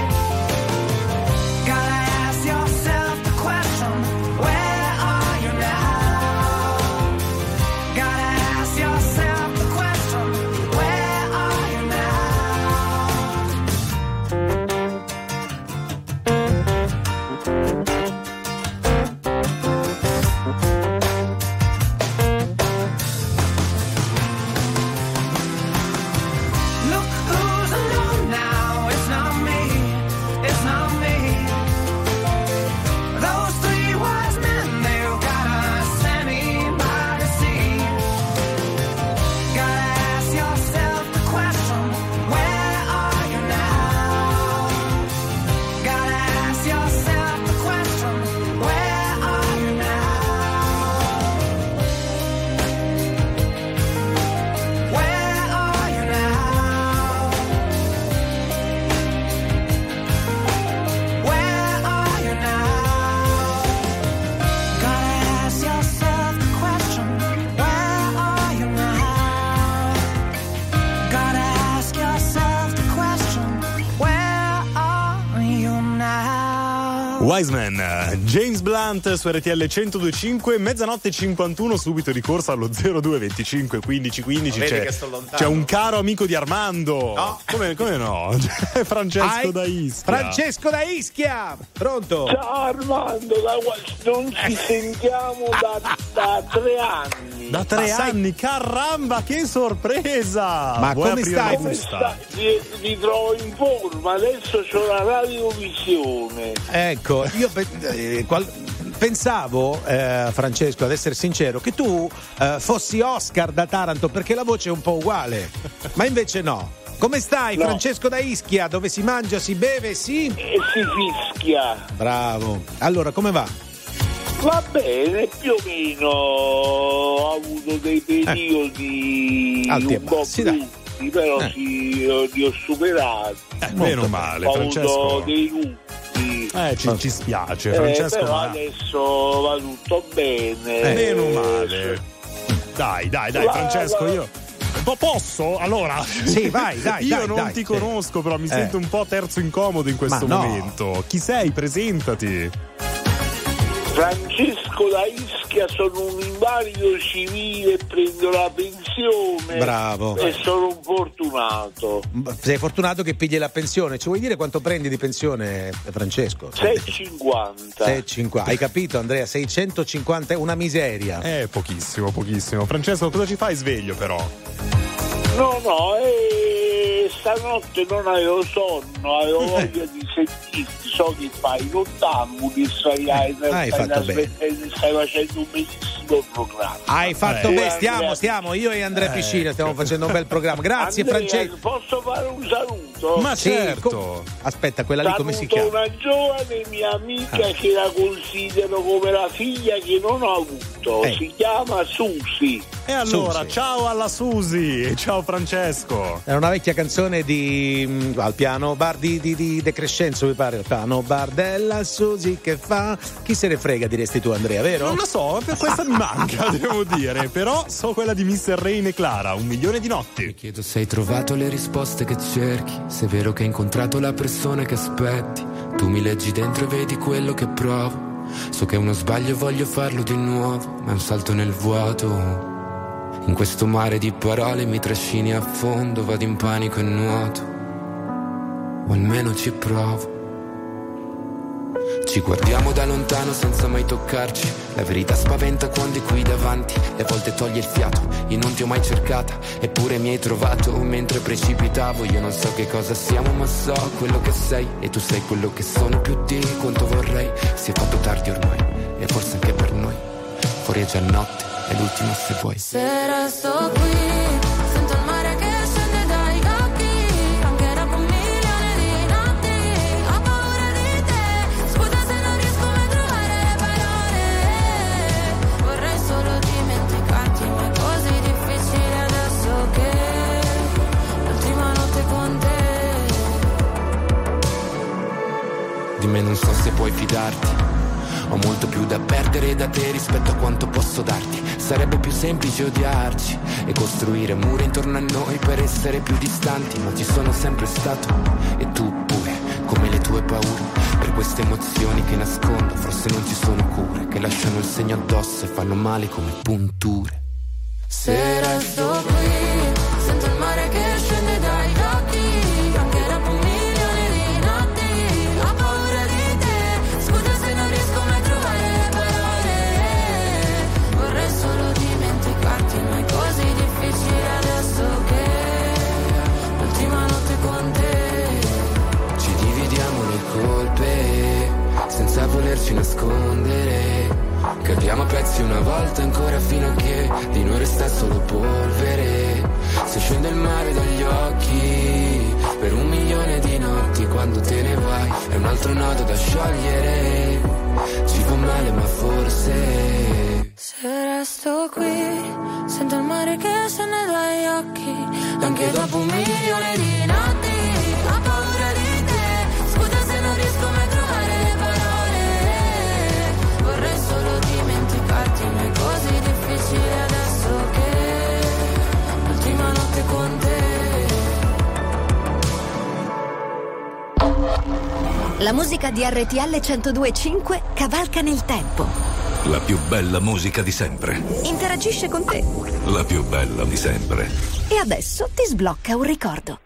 Gotta ask yourself the question, where are you now? Gotta ask yourself the question, where are you Wiseman, James Blunt su RTL 102.5, mezzanotte 51, subito ricorso allo 0225 15 15. C'è un caro amico di Armando. No. Come no? Francesco da Ischia. Francesco da Ischia, pronto? Ciao Armando, non ci sentiamo da 3 anni. Da 3 anni, caramba, che sorpresa! Ma vuoi come aprire stai? la busta? Mi trovo in forma, adesso c'ho la radiovisione. Ecco, io pensavo, Francesco, ad essere sincero, che tu fossi Oscar da Taranto, perché la voce è un po' uguale, ma invece no. Come stai, No. Francesco da Ischia, dove si mangia, si beve, sì? E si fischia. Bravo. Allora, come va? Va bene, più o meno ho avuto dei periodi Alti e un po' bassi, dai. brutti, però li ho superati. Meno male, Ho Francesco. avuto dei lutti. Ci spiace, Francesco. Però adesso va tutto bene. Meno male. Dai, Francesco, io. Posso? Allora, sì, vai, io non ti conosco, però mi sento un po' terzo incomodo in questo momento. Chi sei? Presentati. Francesco da Ischia, sono un invalido civile, prendo la pensione. Bravo. E sono un fortunato. Sei fortunato che pigli la pensione. Ci vuoi dire quanto prendi di pensione, Francesco? 6,50. Hai capito, Andrea? 650 è una miseria. Pochissimo. Francesco, cosa ci fai sveglio però? No, stanotte non avevo sonno, avevo voglia di sentirti. So che fai nottambuli, stai facendo un bellissimo programma. Hai fatto bene, stiamo io e Andrea Piscina stiamo facendo un bel programma. Grazie, Andrea, Francesco. Posso fare un saluto? Ma certo. Aspetta, quella lì come si chiama? Una giovane mia amica che la considero come la figlia che non ho avuto. Si chiama Susi. E allora, ciao alla Susi e ciao Francesco. Era una vecchia canzone di al piano bar di De Crescenzo, mi pare. Al piano bar della Susi che fa. Chi se ne frega, diresti tu, Andrea, vero? Non lo so, per questa mi manca, devo dire. Però so quella di Mr. Rain e Clara, 1 milione di notti. Mi chiedo se hai trovato le risposte che cerchi, se è vero che hai incontrato la persona che aspetti. Tu mi leggi dentro e vedi quello che provo. So che è uno sbaglio e voglio farlo di nuovo, ma è un salto nel vuoto. In questo mare di parole mi trascini a fondo, vado in panico e nuoto, o almeno ci provo. Ci guardiamo da lontano senza mai toccarci. La verità spaventa quando è qui davanti e a volte toglie il fiato. Io non ti ho mai cercata, eppure mi hai trovato mentre precipitavo. Io non so che cosa siamo, ma so quello che sei, e tu sei quello che sono più di quanto vorrei. Si è fatto tardi ormai, e forse anche per noi. Fuori è già notte, è l'ultimo se vuoi. Se resto qui, sento il mare che scende dai occhi, anche dopo 1 milione di notti. Ho paura di te, scusa se non riesco mai a trovare le parole. Vorrei solo dimenticarti, ma è così difficile adesso che l'ultima notte con te. Di me non so se puoi fidarti. Ho molto più da perdere da te rispetto a quanto posso darti. Sarebbe più semplice odiarci e costruire mura intorno a noi per essere più distanti, ma ci sono sempre stato, e tu pure, come le tue paure. Per queste emozioni che nascondo forse non ci sono cure, che lasciano il segno addosso e fanno male come punture. Se resto qui, sento il mare che scende dai occhi, anche dopo 1 milione di notti. Ho paura di te, scusa se non riesco mai a trovare le parole. Vorrei solo dimenticarti, ma è così difficile adesso che l'ultima notte con te. Ci dividiamo le colpe senza volerci nascondere. Cadiamo a pezzi una volta ancora fino a che di noi resta solo polvere. Se scende il mare dagli occhi per 1 milione di notti, quando te ne vai è un altro nodo da sciogliere. Ci fa male ma forse se resto qui, sento il mare che scende dagli occhi, anche dopo 1 milione di notti. Ho paura di te, scusa se non riesco mai a trovare le parole. Vorrei solo dimenticarti, ma è così difficile adesso che l'ultima notte con te. La musica di RTL 102.5 cavalca nel tempo. La più bella musica di sempre. Interagisce con te. La più bella di sempre. E adesso ti sblocca un ricordo.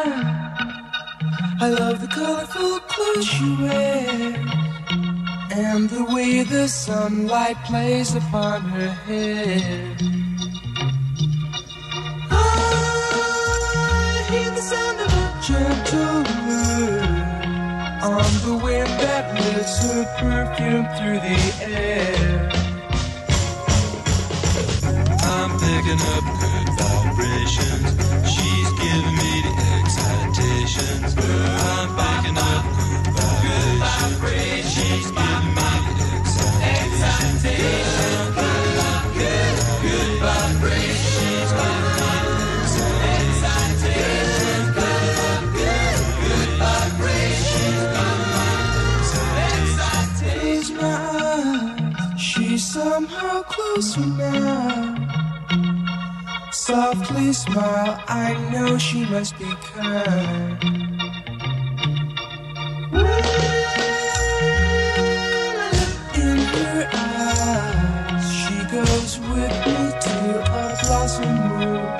I love the colorful clothes you wear and the way the sunlight plays upon her hair. I hear the sound of a gentle wind on the wind that lifts her perfume through the air. I'm picking up good vibrations. She's giving me the excitations. I'm picking up good vibrations. She's giving me the excitations. I'm picking up good vibrations. She's giving me the excitations. Good vibrations. softly smile. I know she must be kind. In her eyes, she goes with me to a blossom room.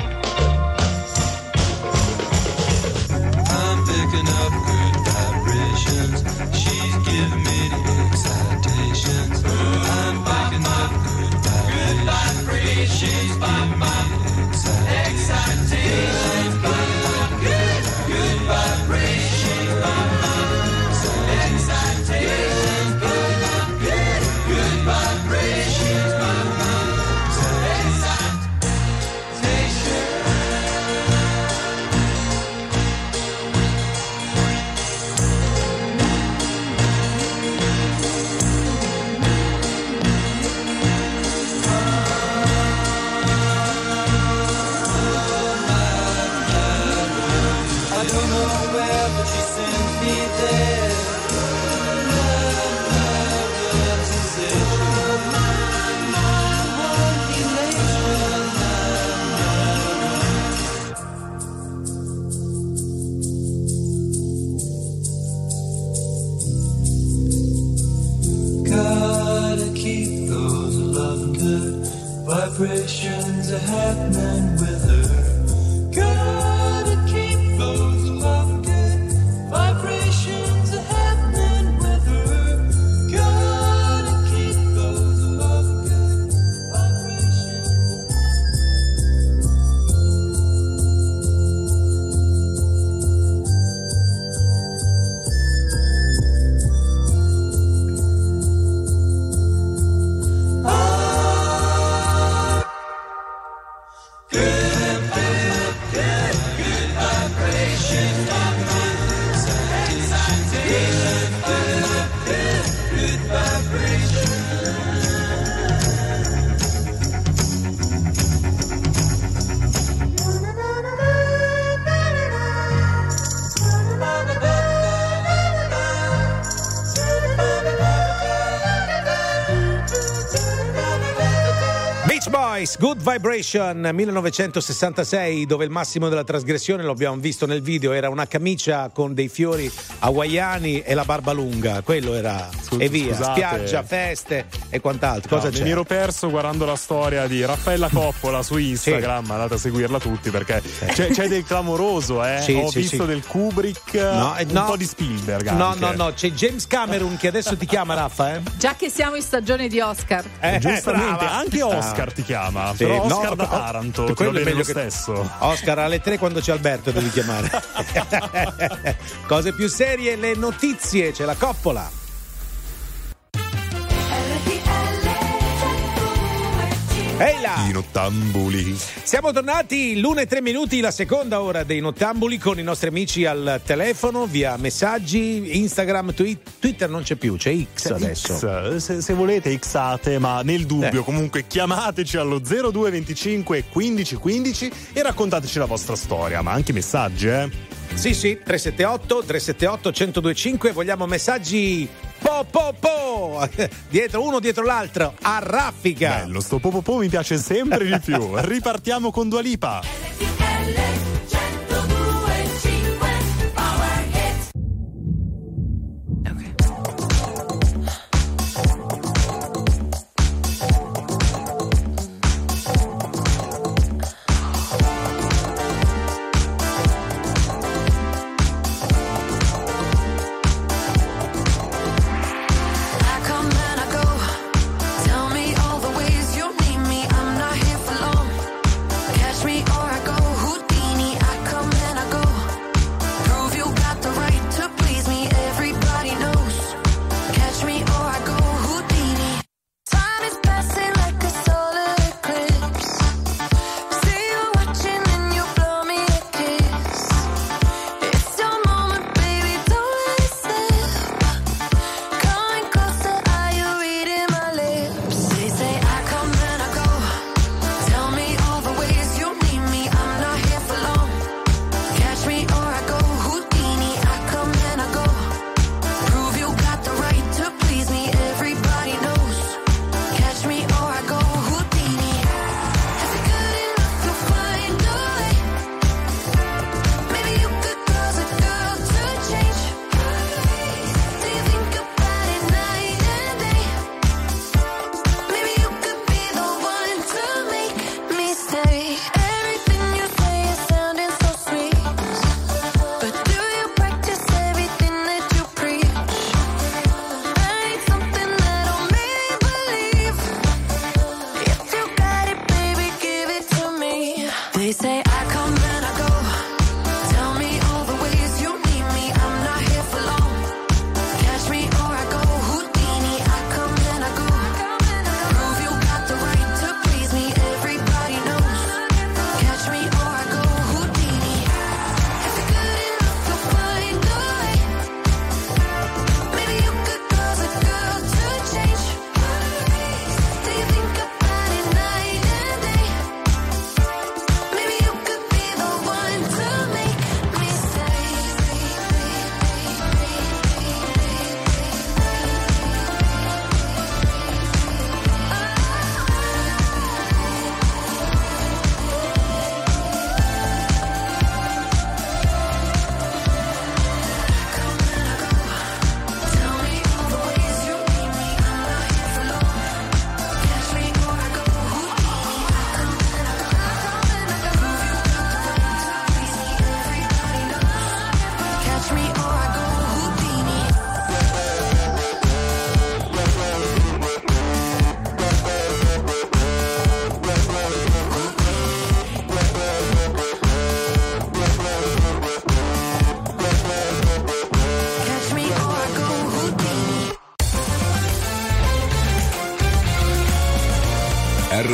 I'm picking up good vibrations. She's giving me the excitations. I'm picking up good vibrations. She's giving me the excitations. Good vibrations. Excitations. Good vibrations. I don't know where, but she sent me there. Gotta keep those loving good vibrations are happening with her. Gotta keep those loving good vibrations are happening with her. Gotta keep those loving good vibrations. Beach Boys, Good Vibration, 1966, dove il massimo della trasgressione, lo abbiamo visto nel video, era una camicia con dei fiori hawaiani e la barba lunga, quello era, e via, scusate, spiaggia, feste e quant'altro. Cosa c'è? Mi ero perso guardando la storia di Raffaella Coppola su Instagram, sì. Andate a seguirla tutti perché c'è del clamoroso, Sì, ho sì, visto sì. del Kubrick, un po' di Spielberg anche. No, c'è James Cameron che adesso ti chiama, Raffa, Già che siamo in stagione di Oscar. Giustamente, brava. anche Oscar ti chiama, Sì, però no, Oscar da Taranto, ti va quello è bene meglio lo che stesso. Oscar alle 3 quando c'è Alberto devi chiamare. Cose più serie, le notizie, c'è la Coppola. Ehi là! I nottambuli. Siamo tornati l'1:03, la seconda ora dei nottambuli con i nostri amici al telefono, via messaggi, Instagram, Twitter non c'è più, c'è X adesso. Se volete xate, ma nel dubbio comunque chiamateci allo 0225 15 15 e raccontateci la vostra storia, ma anche messaggi, Sì, 378 1025, vogliamo messaggi dietro uno dietro l'altro a raffica. Bello, sto po mi piace sempre di più. Ripartiamo con Dua Lipa. Tell me all the ways you need me. I'm not here for long. Catch me or I go.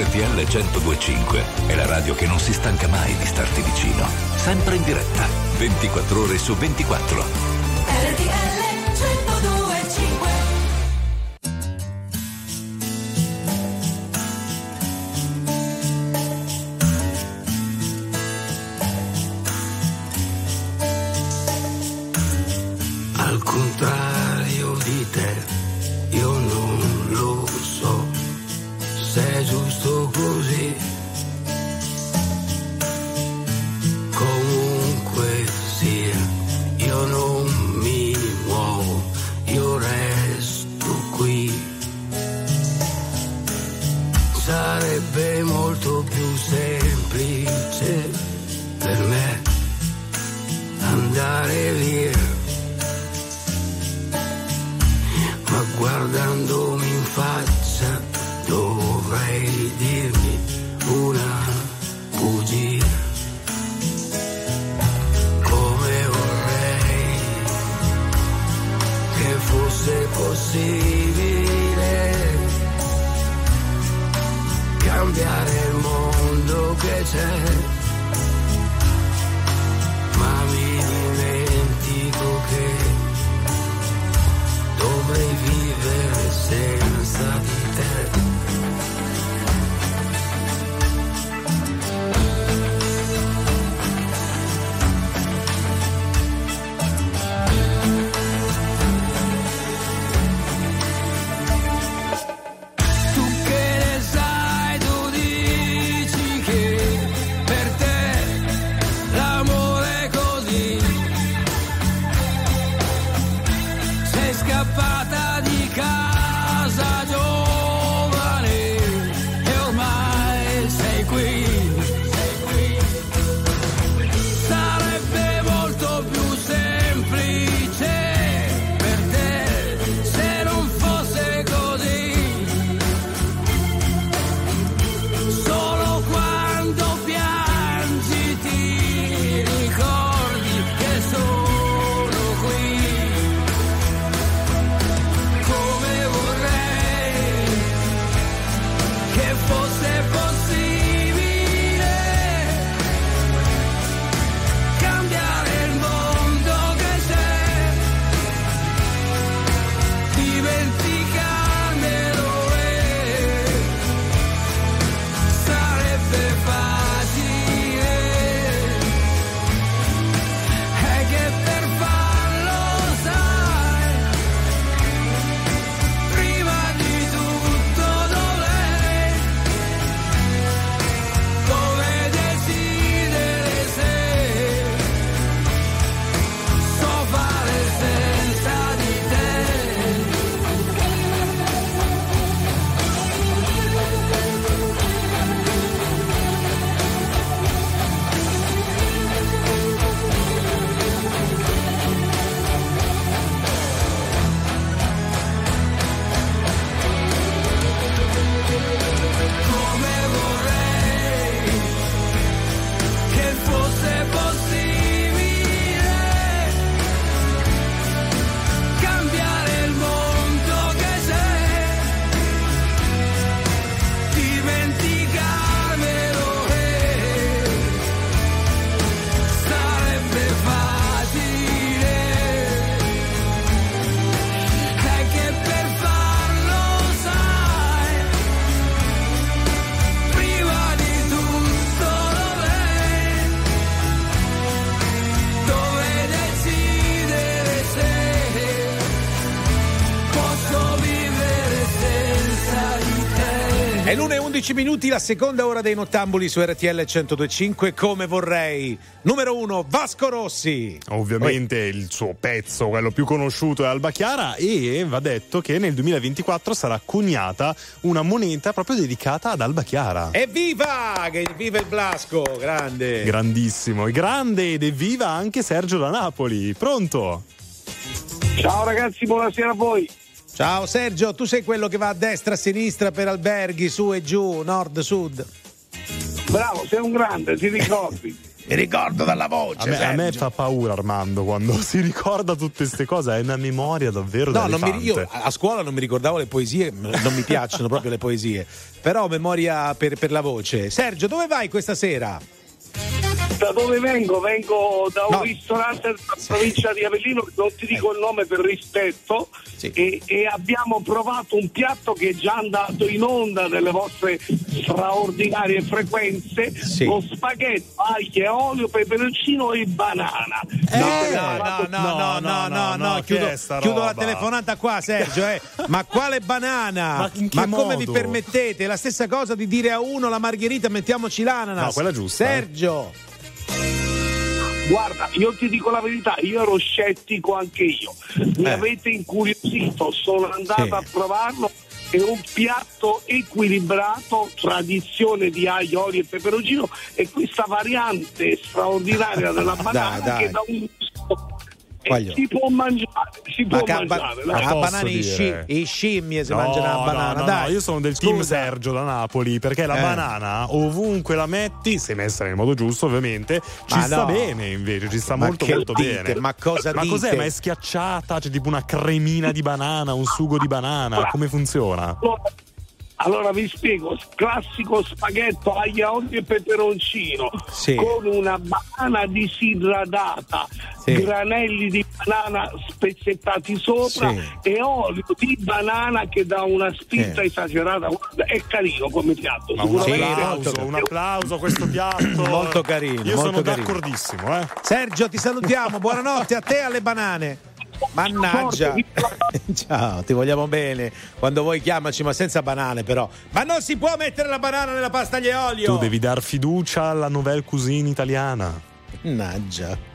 RTL 102.5 è la radio che non si stanca mai di starti vicino. Sempre in diretta, 24 ore su 24. RTL 102.5. Al contrario di te, io non lo so se è giusto così. Comunque sia, io non mi muovo, io resto qui. Sarebbe molto più semplice per me andare via. Ma guardandomi in faccia dovrei dirmi una bugia. Come vorrei che fosse possibile cambiare il mondo che c'è, ma mi dimentico che dovrei vivere senza di te. Tu che ne sai, tu dici che per te l'amore è così. Sei scappata di casa giovane e ormai sei qui. Sarebbe molto più semplice per te se non fosse così. Solo quando piangi ti ricordi che sono qui. Come vorrei che fosse possibile cambiare il mondo che c'è, dimenticarmelo sarebbe facile. È che per farlo sai, prima di tutto dove decidere se so fare senza di te. Come vorrei che fosse possibile cambiare il mondo che c'è, dimenticarmelo sarebbe facile. È che per farlo sai, prima di tutto dove decidere se posso vivere senza di te. È l'1:11, la seconda ora dei Nottambuli su RTL 102.5. Come vorrei. Numero 1, Vasco Rossi. Ovviamente il suo pezzo, quello più conosciuto, è Alba Chiara, e va detto che nel 2024 sarà coniata una moneta proprio dedicata ad Alba Chiara. Evviva! Che viva il Blasco, grande. Grandissimo, e grande ed evviva anche Sergio da Napoli. Pronto? Ciao ragazzi, buonasera a voi. Ciao Sergio, tu sei quello che va a destra, a sinistra per alberghi, su e giù, nord, sud. Bravo, sei un grande, ti ricordi. mi ricordo dalla voce. A me fa paura Armando quando si ricorda tutte queste cose, è una memoria davvero da elefante. Io a scuola non mi ricordavo le poesie, non mi piacciono proprio le poesie, però memoria per la voce. Sergio, dove vai questa sera? Da dove vengo? Vengo da un ristorante della provincia di Avellino, non ti dico il nome per rispetto, e abbiamo provato un piatto che è già andato in onda delle vostre straordinarie frequenze, con spaghetti, aglio, olio, peperoncino e banana. No, chiudo la telefonata qua, Sergio. Ma quale banana? Ma come vi permettete? La stessa cosa di dire a uno la margherita, mettiamoci l'ananas. No, quella giusta. Sergio. Guarda, io ti dico la verità, io ero scettico anche io. Mi avete incuriosito, sono andato a provarlo. È un piatto equilibrato, tradizione di aglio, olio e peperoncino, e questa variante straordinaria della banana che dà un gusto. Si può mangiare, a banana i scimmie si mangiano la banana. Dai, io sono del team Sergio da Napoli, perché la banana ovunque la metti, se messa nel modo giusto ovviamente, ci sta bene, invece ci sta molto bene. Ma cosa dite? Cos'è? Ma è schiacciata? C'è tipo una cremina di banana, un sugo di banana, come funziona? Allora vi spiego, classico spaghetto aglio, olio e peperoncino con una banana disidratata, granelli di banana spezzettati sopra e olio di banana che dà una spinta esagerata. È carino come piatto. Ma un applauso a questo piatto. Molto carino. Io sono d'accordissimo. Sergio, ti salutiamo, buonanotte a te e alle banane. Mannaggia. Ciao, ti vogliamo bene. Quando vuoi chiamaci, ma senza banane però. Ma non si può mettere la banana nella pasta aglio e olio. Tu devi dar fiducia alla nouvelle cuisine italiana. Mannaggia.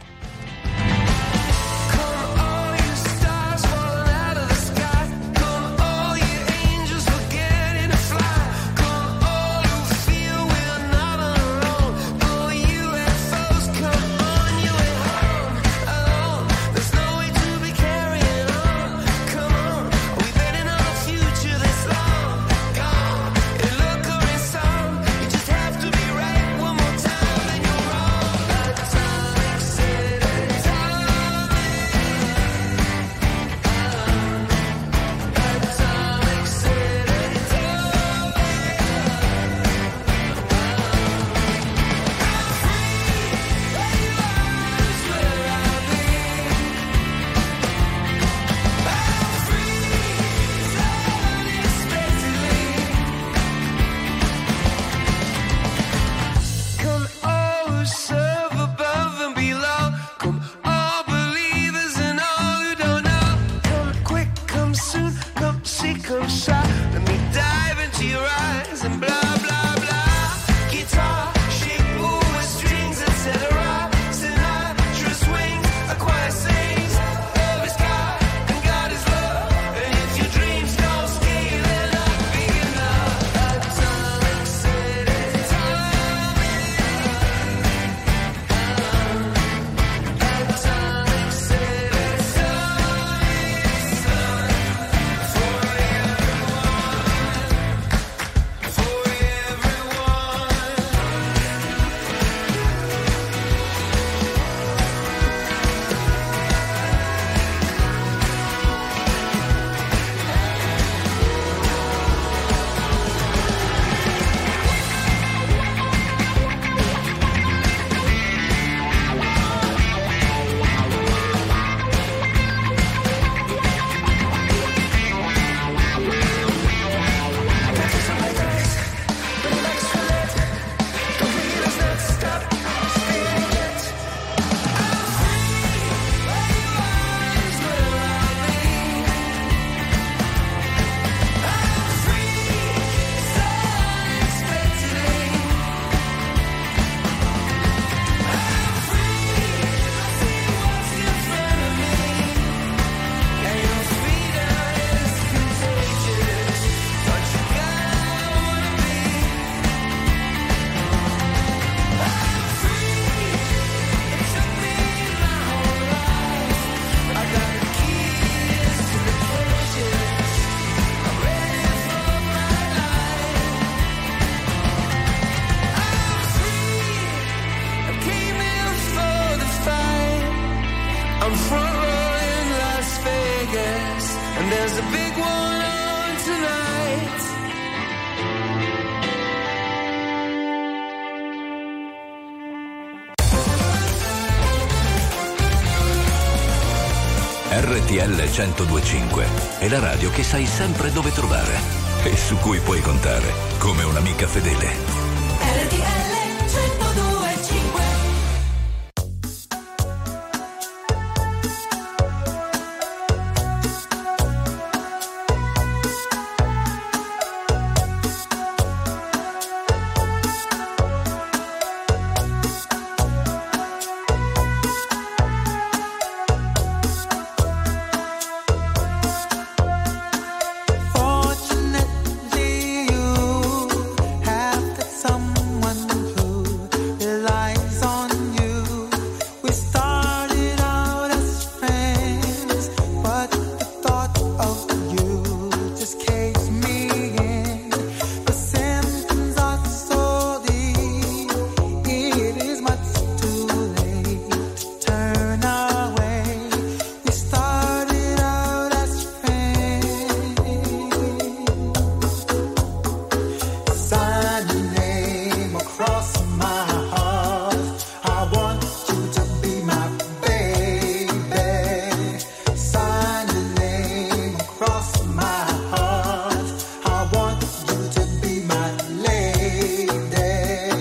I'm front row in Las Vegas, and there's a big one on tonight. RTL 102.5 è la radio che sai sempre dove trovare e su cui puoi contare come un'amica fedele. RTL 102.5. Fortunately, you have got someone who relies on you. We started out as friends, but the thought of you just caves me in. The symptoms are so deep, it is much too late to turn away. We started out as friends. Sign your name across my heart. I want you to be my baby. Sign your name across my heart. I want you to be my lady.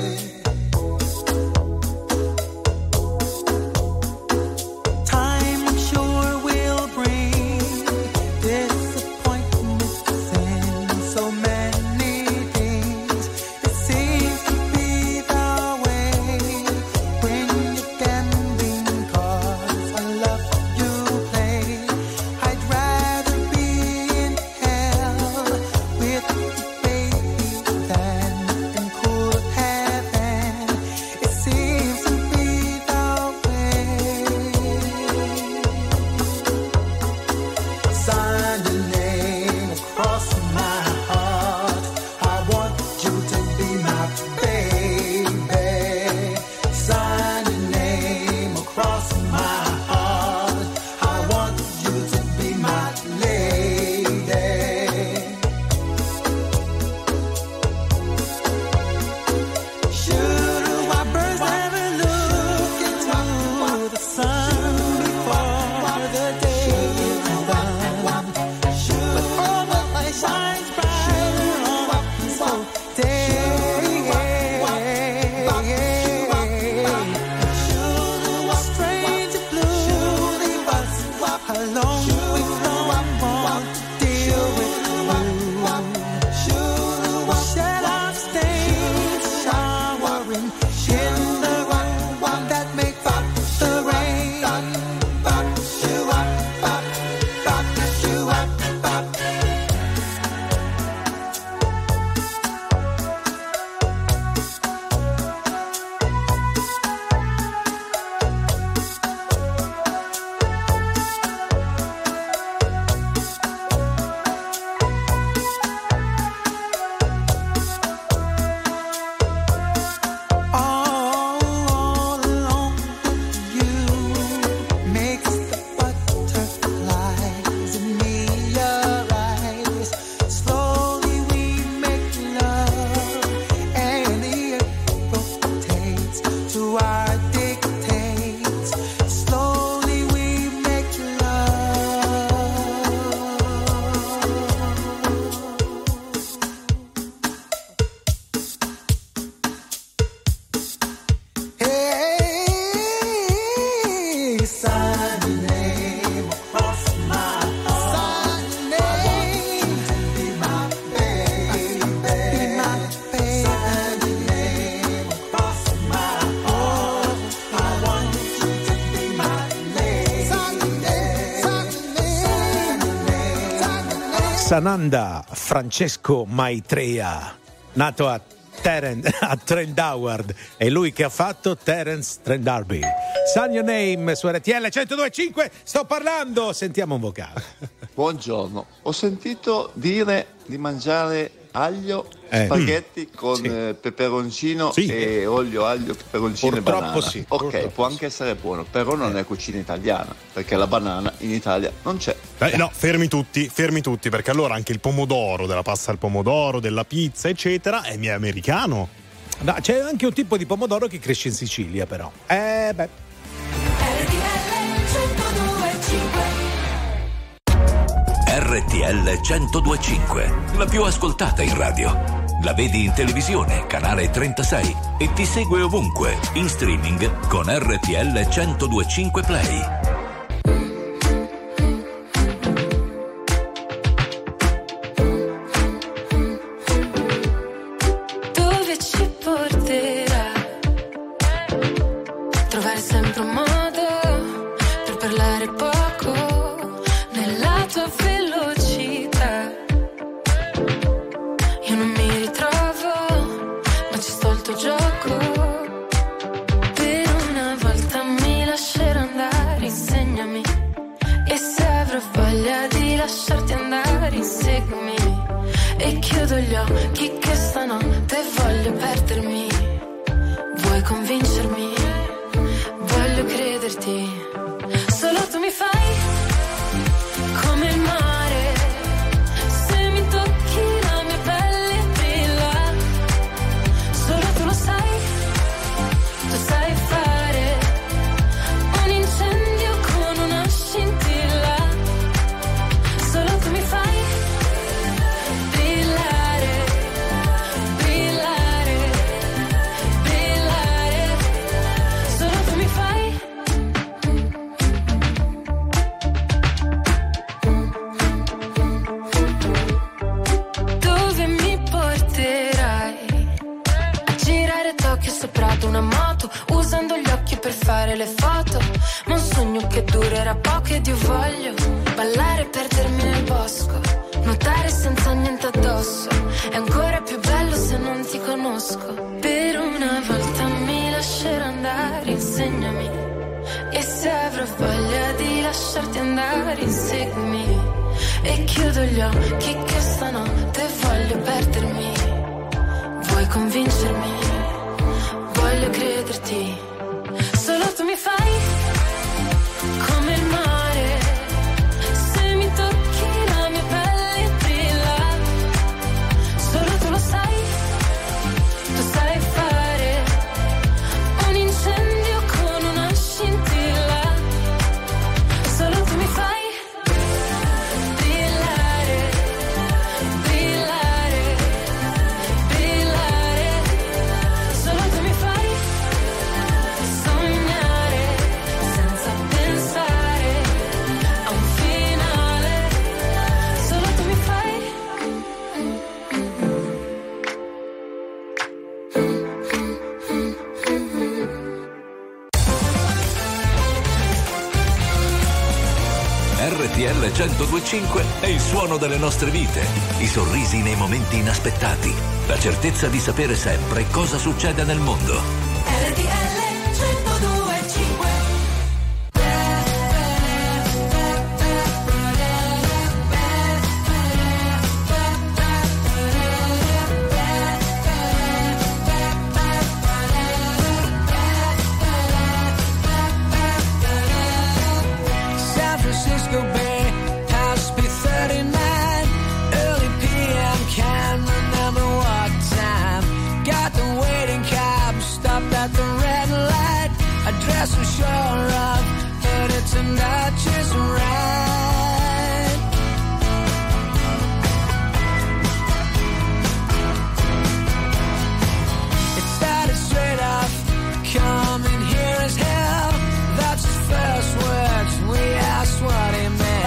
Time, I'm sure, will bring disappointments and so many things. It seems to be the way when you're gambling cards. I love you play. I'd rather be in hell with you, baby, than in cool heaven. It seems to be the way. Sign your name across my heart. I want you to be my baby. Sign your name across my heart. I want you to be my lady. Should our birds ever look into the sun before the day is done? Should all the light shines brighter on so day? Should a stranger blue leave us alone? We don't want to deal with you. Shed our stains, showering in the rain that make up the rain. All alone with you makes the butterflies in me arise. Slowly we make love, and the earth rotates to our dictates. Slowly we make love. Hey, sign your name across my heart. Sign your name to be my baby. Sign your name across my heart. I want you to be my lady. Sign your name. Sananda Francesco Maitreya, nato a Trent Howard, è lui che ha fatto Terence Trent D'Arby. Sign Your Name su RTL 102.5. Sto parlando, sentiamo un vocale. Buongiorno, ho sentito dire di mangiare aglio Spaghetti con peperoncino e olio, aglio, peperoncino e banana. Ok, può anche essere buono, però non è cucina italiana, perché la banana in Italia non c'è. No, fermi tutti, perché allora anche il pomodoro, della pasta al pomodoro, della pizza, eccetera, è americano. No, c'è anche un tipo di pomodoro che cresce in Sicilia, però. RTL 102.5, la più ascoltata in radio. La vedi in televisione, canale 36, e ti segue ovunque, in streaming con RTL 102.5 Play. Dove ci porterà? Trovare sempre un modo per parlare poco nella tua velocità. Io non mi ritrovo, ma ci sto il tuo gioco. Per una volta mi lascerò andare, insegnami. E se avrò voglia di lasciarti andare, inseguimi. E chiudo gli occhi che stanotte voglio perdermi. Vuoi convincermi? Voglio crederti. Solo tu mi fai come il mare. Se mi tocchi la mia pelle brilla. Solo tu lo sai. Tu sai fare un incendio con una scintilla. Solo tu mi fai brillare, brillare, brillare. Solo tu mi fai. Dove mi porterai? A girare Tokyo sopra ad una moto, usando gli occhi per fare le foto. Ma un sogno che durerà poco ed io voglio ballare e perdermi nel bosco, nuotare senza niente addosso. È ancora più bello se non ti conosco. Per una volta mi lascerò andare, insegnami. E se avrò voglia di lasciarti andare, inseguimi. E chiudo gli occhi che stanotte voglio perdermi. Vuoi convincermi? Voglio crederti. Solo tu mi fai come il mare. Se mi tocchi la mia pelle brilla. Solo tu lo sai. Tu sai fare un incendio con una scintilla. Solo tu mi fai brillare, brillare, brillare. Solo tu mi fai sognare senza pensare a un finale. Solo tu mi fai. RTL 102.5 è il suono delle nostre vite, i sorrisi nei momenti inaspettati, la certezza di sapere sempre cosa succede nel mondo. RTL 102.5. San Francisco Bay, House B39, early PM, can't remember what time. Got the waiting cab, stopped at the red light. Address was sure of, but it turned out just right. It started straight off, coming here as hell. That's his first words, we asked what he meant.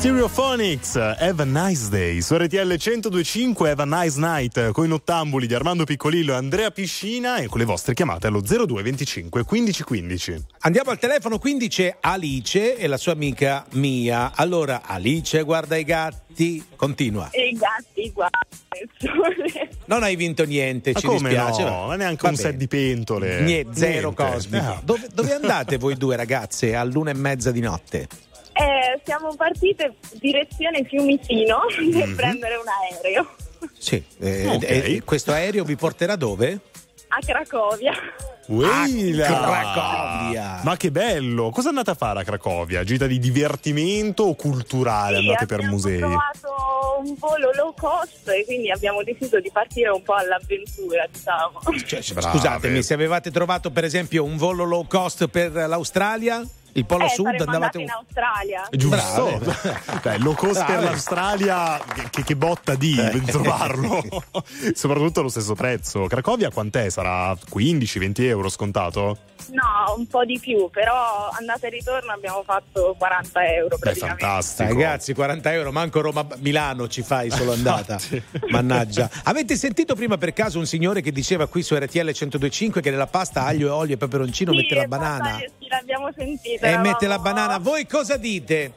Stereophonics, Have a Nice Day su RTL 102.5. Have a Nice Night con i Nottambuli di Armando Piccolillo e Andrea Piscina, e con le vostre chiamate allo 02 25 15 15. Andiamo al telefono, quindi c'è Alice e la sua amica Mia. Allora, Alice guarda i gatti, continua. E i gatti guardano il sole. Non hai vinto niente, Ma ci come dispiace. no? Ma neanche un set di pentole. Zero Niente. cosmico. Dove andate voi due ragazze all'1:30 di notte? Siamo partite direzione Fiumicino per prendere un aereo Sì, Ok. questo aereo vi porterà dove? a Cracovia. Uila! Cracovia! Ma che bello! Cosa andate a fare a Cracovia? Gita di divertimento o culturale? Andate per musei? Abbiamo trovato un volo low cost e quindi abbiamo deciso di partire un po' all'avventura, diciamo. Brave. Scusatemi, se avevate trovato per esempio un volo low cost per l'Australia, il Polo Sud, saremmo andavate andati in Australia. Giusto. Dai, low cost per l'Australia, che botta di trovarlo. Soprattutto allo stesso prezzo. Cracovia quant'è? Sarà 15-20 euro scontato? No, un po' di più, però andata e ritorno abbiamo fatto 40 euro praticamente. Fantastico. Ragazzi, 40 euro, manco Roma-Milano ci fai solo andata. Mannaggia. Avete sentito prima per caso un signore che diceva qui su RTL 102.5 che nella pasta aglio e olio e peperoncino mette la banana? Sì, l'abbiamo sentita. E mette la banana. Voi cosa dite?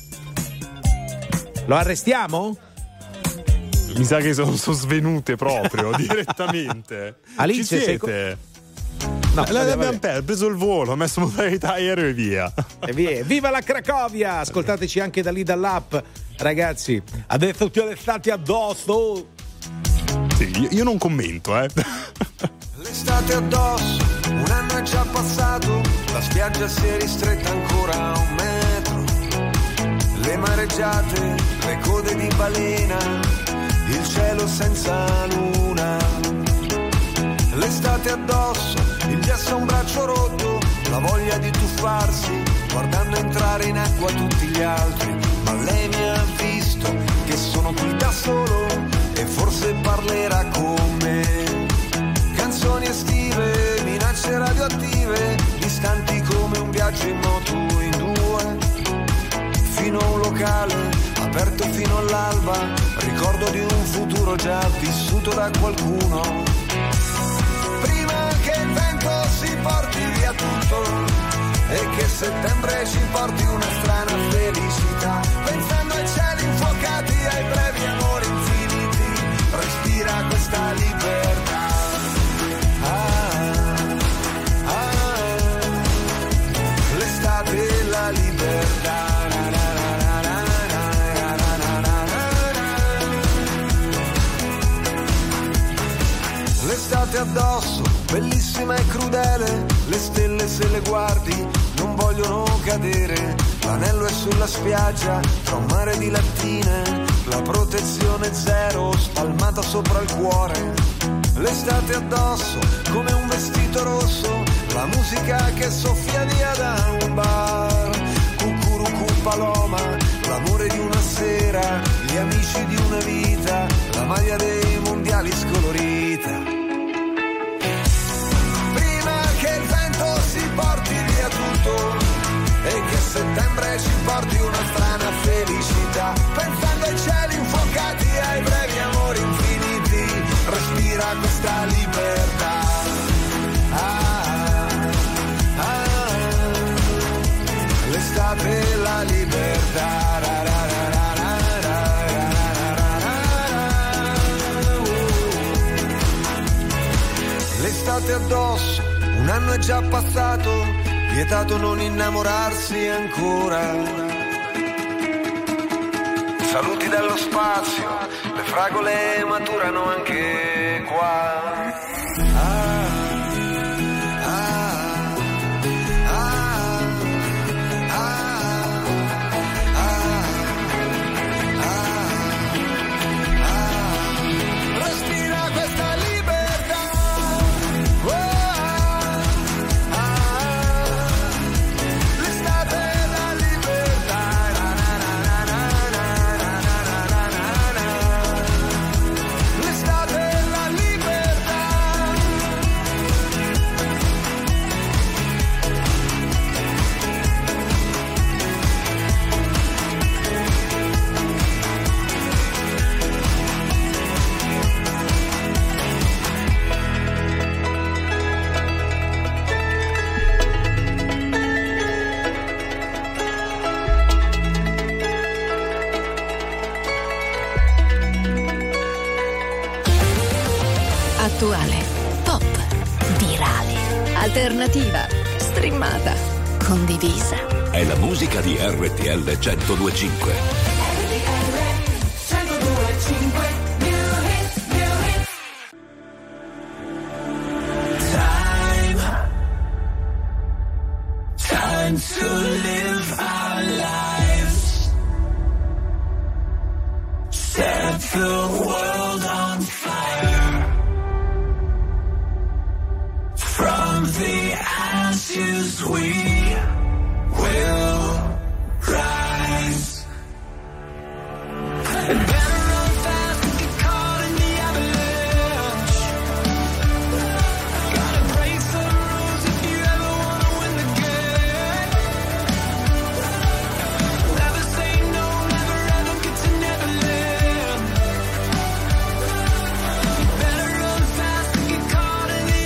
Lo arrestiamo? Mi sa che sono svenute proprio direttamente. Alice, ci siete? No, abbiamo preso il volo, ho messo modalità aereo e via. E via. Viva la Cracovia! Ascoltateci anche da lì dall'app, ragazzi. Adesso ti ho restati addosso. Sì, io non commento, L'estate addosso, un anno è già passato, la spiaggia si è ristretta ancora a 1 metro. Le mareggiate, le code di balena, il cielo senza luna. L'estate addosso, il gesso a un braccio rotto, la voglia di tuffarsi, guardando entrare in acqua tutti gli altri. Ma lei mi ha visto che sono qui da solo e forse parlerà con me. Canzoni estive, minacce radioattive, distanti come un viaggio in moto in 2. Fino a un locale, aperto fino all'alba, ricordo di un futuro già vissuto da qualcuno. Prima che il vento si porti via tutto e che settembre ci porti una strana felicità, pensando ai cieli infuocati, ai brevi amori infiniti, respira questa libertà. L'estate e la libertà. L'estate addosso, bellissima e crudele, le stelle se le guardi non vogliono cadere, l'anello è sulla spiaggia tra un mare di lattine, la protezione zero spalmata sopra il cuore. L'estate addosso come un vestito rosso, la musica che soffia via da un bar, cucurucu paloma, l'amore di una sera, gli amici di una vita, la maglia dei mondiali scolorita. Che il vento si porti via tutto e che settembre ci porti una strana felicità, pensando ai cieli infuocati, ai brevi amori infiniti, respira questa libertà. L'estate e la libertà. L'estate addosso, un anno è già passato, vietato non innamorarsi ancora. Saluti dallo spazio, le fragole maturano anche qua. Respira questa libertà. attuale, pop, virale, alternativa, streamata, condivisa. È la musica di RTL 102.5. Time to live our lives. Set the world on fire. From the ashes we will rise. And better run fast than get caught in the avalanche. Gotta break some rules if you ever wanna win the game. Never say no, never ever get to Neverland. You better run fast than get caught in the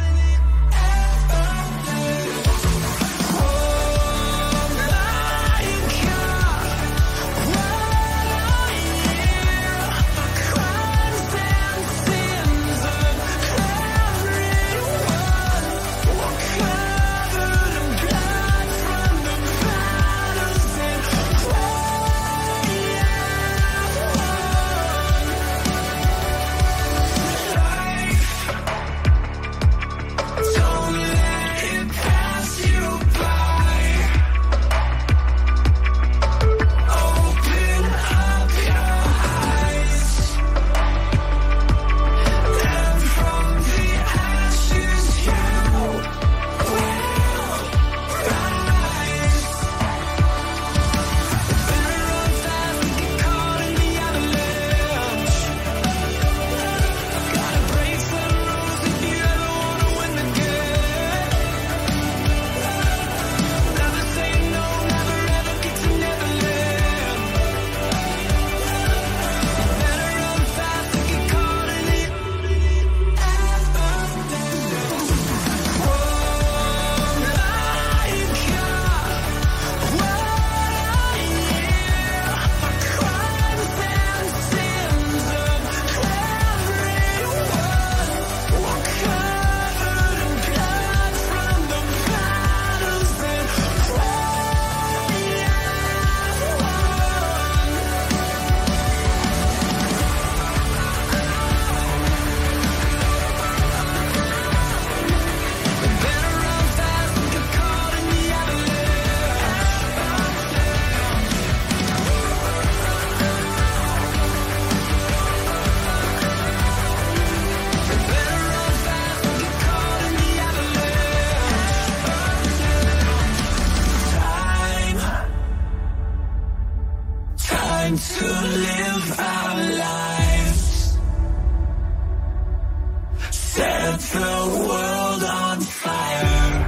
time to live our lives. Set the world on fire.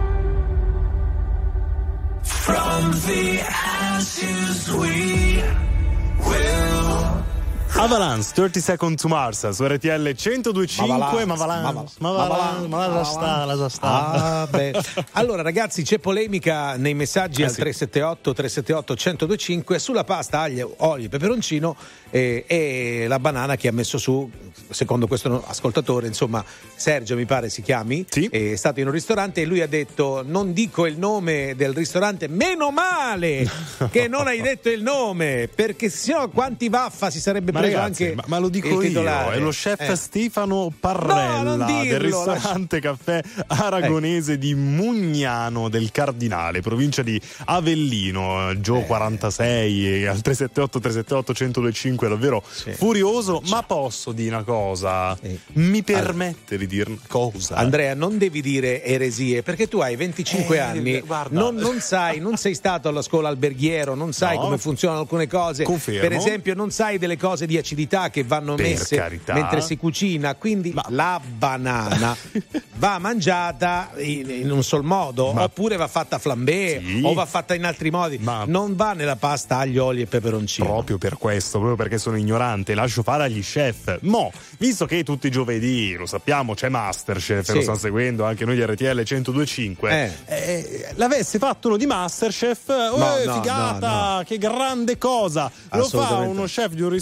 From the ashes we will. Avalanche, 30 Seconds to Mars su RTL 102.5. Ma la sta. Allora ragazzi, c'è polemica nei messaggi al 378 1025 sulla pasta aglio, olio e peperoncino e la banana che ha messo su, secondo questo ascoltatore, insomma Sergio mi pare si chiami, è stato in un ristorante e lui ha detto: non dico il nome del ristorante, meno male che non hai detto il nome, perché sennò quanti vaffa si sarebbe preso. Ragazzi, anche ma lo dico io, è lo chef Stefano Parrella del ristorante caffè aragonese di Mugnano del Cardinale, provincia di Avellino, Gio 46 al 378 1025, davvero furioso. Ma posso dire una cosa? Mi permette di dire una cosa? Andrea, non devi dire eresie, perché tu hai 25 anni, non sei stato alla scuola alberghiero, non sai come funzionano alcune cose. Confermo. Per esempio non sai delle cose di acidità che vanno messe mentre si cucina, quindi la banana va mangiata in un sol modo, oppure va fatta flambé o va fatta in altri modi, non va nella pasta aglio, olio e peperoncino. Proprio per questo, proprio perché sono ignorante, lascio fare agli chef. Visto che tutti i giovedì, lo sappiamo, c'è Masterchef, lo stanno seguendo anche noi di RTL 102.5, l'avesse fatto uno di Masterchef, figata, che grande cosa, lo fa uno chef di un ristorante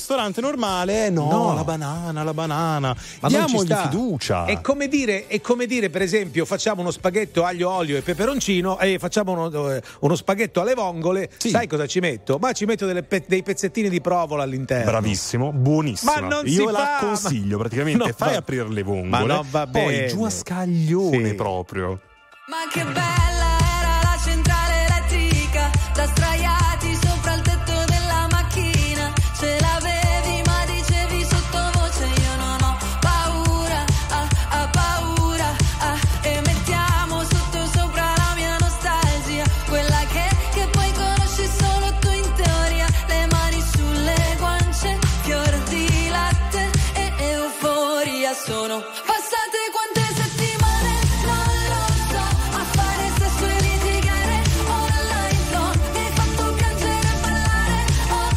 normale, no, la banana. Ma diamogli fiducia. È come dire, per esempio, facciamo uno spaghetto aglio, olio e peperoncino e facciamo uno spaghetto alle vongole. Sì. Sai cosa ci metto? Ma ci metto dei pezzettini di provola all'interno. Bravissimo, buonissimo. Ma non io si la fa, consiglio praticamente. no, fai va- aprire le vongole, ma non va poi bene. giù a scaglione Sì. proprio. Ma che bella era la centrale elettrica, da sdraiati sopra il tetto della macchina. Ce l'avevi ma dicevi sottovoce io non ho paura, paura, e mettiamo sotto sopra la mia nostalgia, quella che poi conosci solo tu in teoria. Le mani sulle guance, fior di latte e euforia. Sono passate quante settimane, non lo so, a fare sesso e litigare online, no, mi hai fatto piangere e ballare, oh,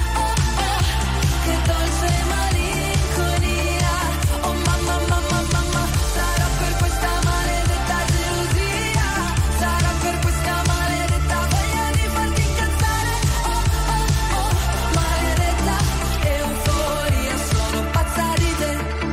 che dolce malinconia, oh mamma, sarà per questa maledetta gelosia, sarà per questa maledetta voglia di farti incazzare, oh, maledetta euforia, sono pazza di te,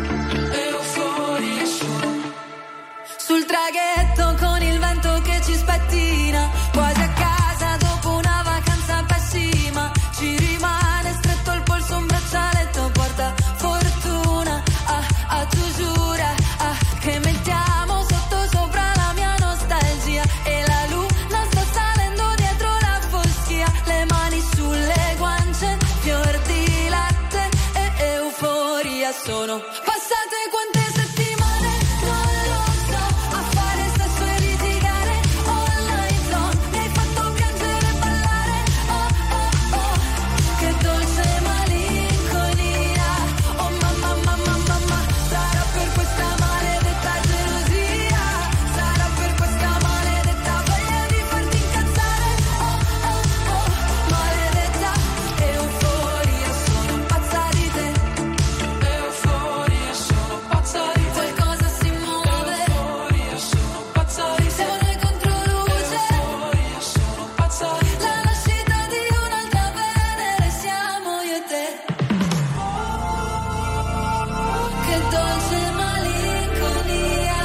euforia sono. Sul traghetto con il vento che ci spettina, quasi a casa dopo una vacanza pessima, ci rimane stretto il polso un braccialetto porta fortuna, tu giura, che mettiamo sotto sopra la mia nostalgia, e la luna sta salendo dietro la foschia, le mani sulle guance, fior di latte e euforia. Sono passate quante settimane, non lo so, a fare sesso e litigare online, no, mi hai fatto piangere e ballare, oh, che dolce malinconia, oh mamma, sarà per questa maledetta gelosia, sarà per questa maledetta voglia di farti incazzare, oh, maledetta euforia, sono pazza di te, euforia, sono pazza di te, qualcosa si muove, euforia, sono pazza di te, siamo noi contro luce, euforia, sono pazza di te, la nascita di un'altra Venere siamo io e te, che dolce malinconia,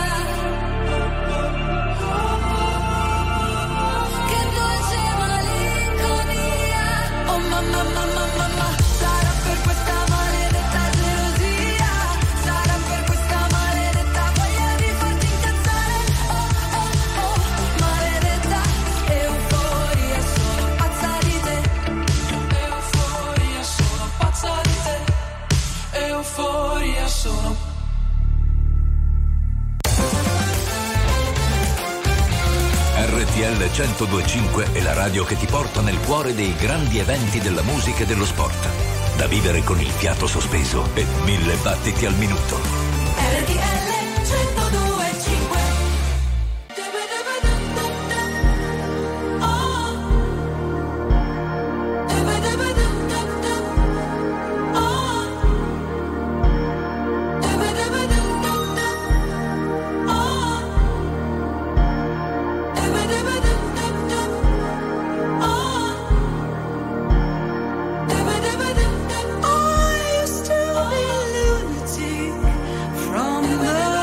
che dolce malinconia, oh mamma, sarà per questa maledetta gelosia, sarà per questa maledetta voglia di farti incazzare, oh, maledetta euforia, sono pazza di te, euforia, sono pazza di te, euforia, sono. RTL 102.5 è la radio che ti porta nel cuore dei grandi eventi della musica e dello sport. Da vivere con il fiato sospeso e 1000 battiti al minuto. RTL 102.5. I used to be a lunatic from the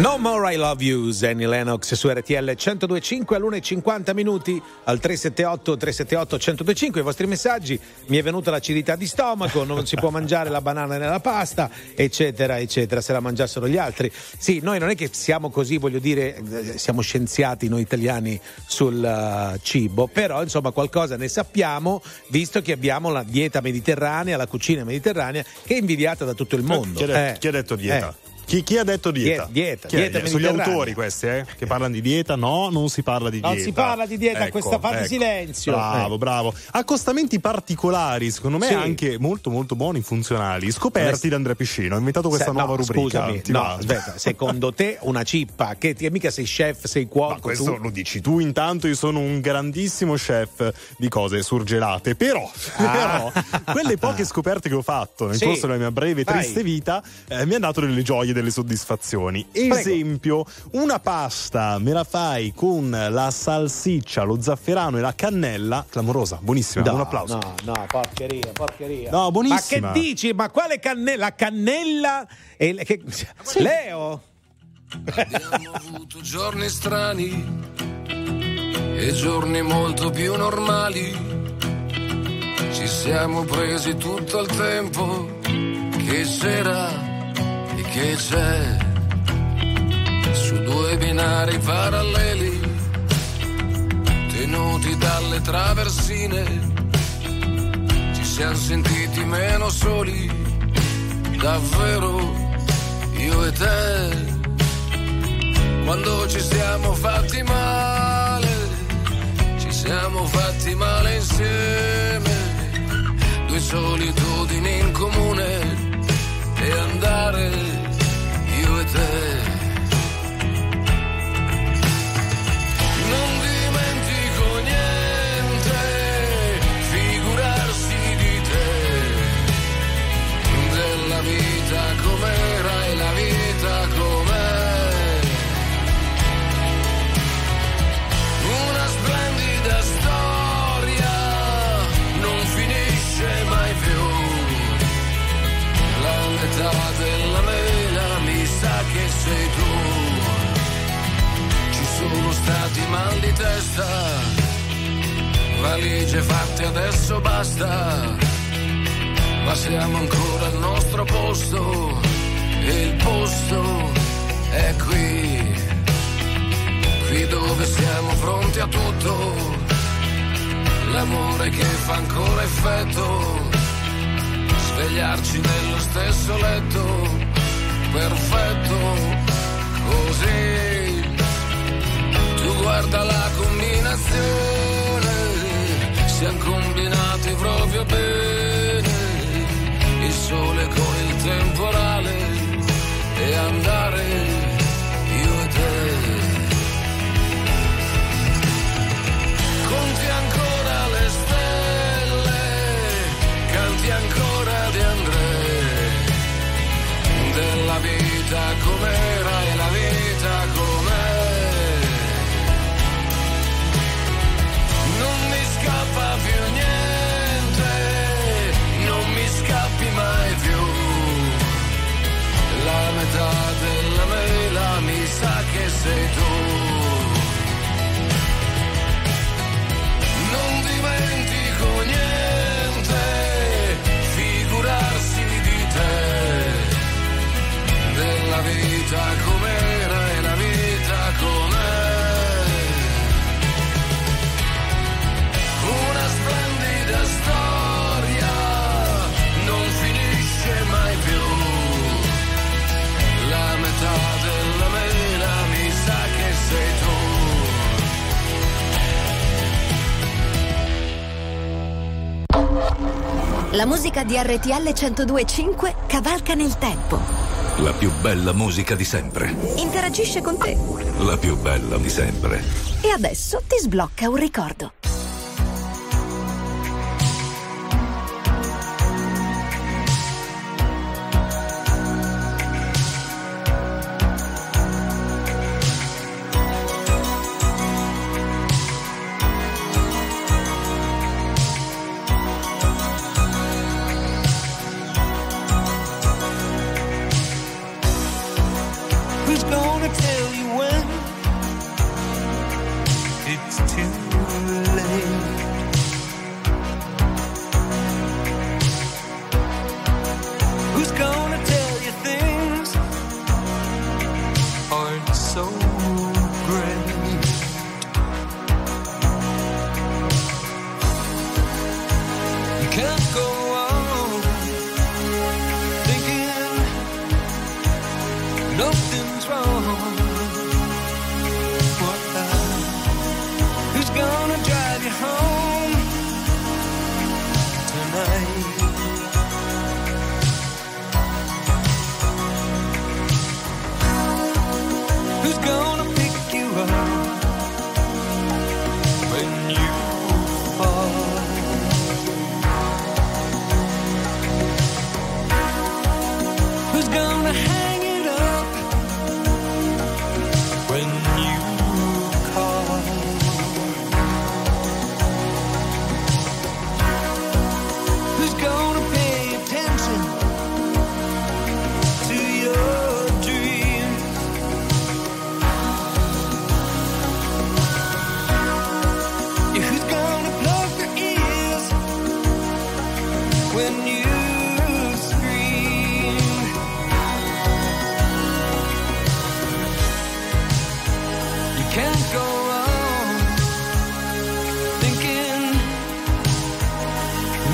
No More I Love You, Annie Lennox su RTL 102.5 all'1:50 al 378-378-1025. I vostri messaggi: mi è venuta l'acidità di stomaco, non si può mangiare la banana nella pasta, eccetera eccetera, se la mangiassero gli altri. Sì, noi non è che siamo così, voglio dire, siamo scienziati noi italiani sul cibo, però insomma qualcosa ne sappiamo, visto che abbiamo la dieta mediterranea, la cucina mediterranea, che è invidiata da tutto il mondo. Chi ha detto dieta? Chi ha detto dieta? Dieta Sono gli autori questi, che parlano di dieta? No, non si parla di dieta. Non si parla di dieta, questa fate silenzio. Bravo. Accostamenti particolari, secondo me anche molto molto buoni, funzionali, scoperti da Andrea Piscino. Ho inventato questa nuova rubrica. Scusami, aspetta, secondo te una cippa, che mica sei chef, sei cuoco? Ma questo tu? Lo dici tu, intanto io sono un grandissimo chef di cose surgelate, però quelle poche scoperte che ho fatto nel corso della mia breve triste vita mi hanno dato delle gioie, delle soddisfazioni. Esempio, una pasta me la fai con la salsiccia, lo zafferano e la cannella, clamorosa, buonissima, un applauso. No, porcheria. No, buonissima. Ma che dici? Ma quale cannella? La cannella? Leo? Abbiamo avuto giorni strani e giorni molto più normali. Ci siamo presi tutto il tempo che c'era e che c'è, su due binari paralleli, tenuti dalle traversine. Ci siamo sentiti meno soli, davvero, io e te. Quando ci siamo fatti male insieme, due solitudini in comune, e andare io e te. Non dimentico niente, figurarsi di te, della vita com'era e la vita com'è. Una splendida storia, non finisce mai più. La metà della mela mi sa che sei tu. Ci sono stati mal di testa, valigie fatte adesso basta, ma siamo ancora al nostro posto e il posto è qui dove siamo pronti a tutto, l'amore che fa ancora effetto, svegliarci nello stesso letto, perfetto, così. Tu guarda la combinazione, siamo combinati proprio bene, il sole con il temporale e andare io e te. Conti ancora le stelle, canti ancora di Andrea, della vita com'era e la vita com'è. Non mi scappa più niente, non mi scappi mai più. La metà della mela mi sa che sei tu. Non dimentico niente, figurarsi di te, della vita com'era e la vita com'è. Una splendida storia, non finisce mai più. La metà della mela mi sa che sei tu. La musica di RTL 102.5 cavalca nel tempo. La più bella musica di sempre. Interagisce con te. La più bella di sempre. E adesso ti sblocca un ricordo. Who's gonna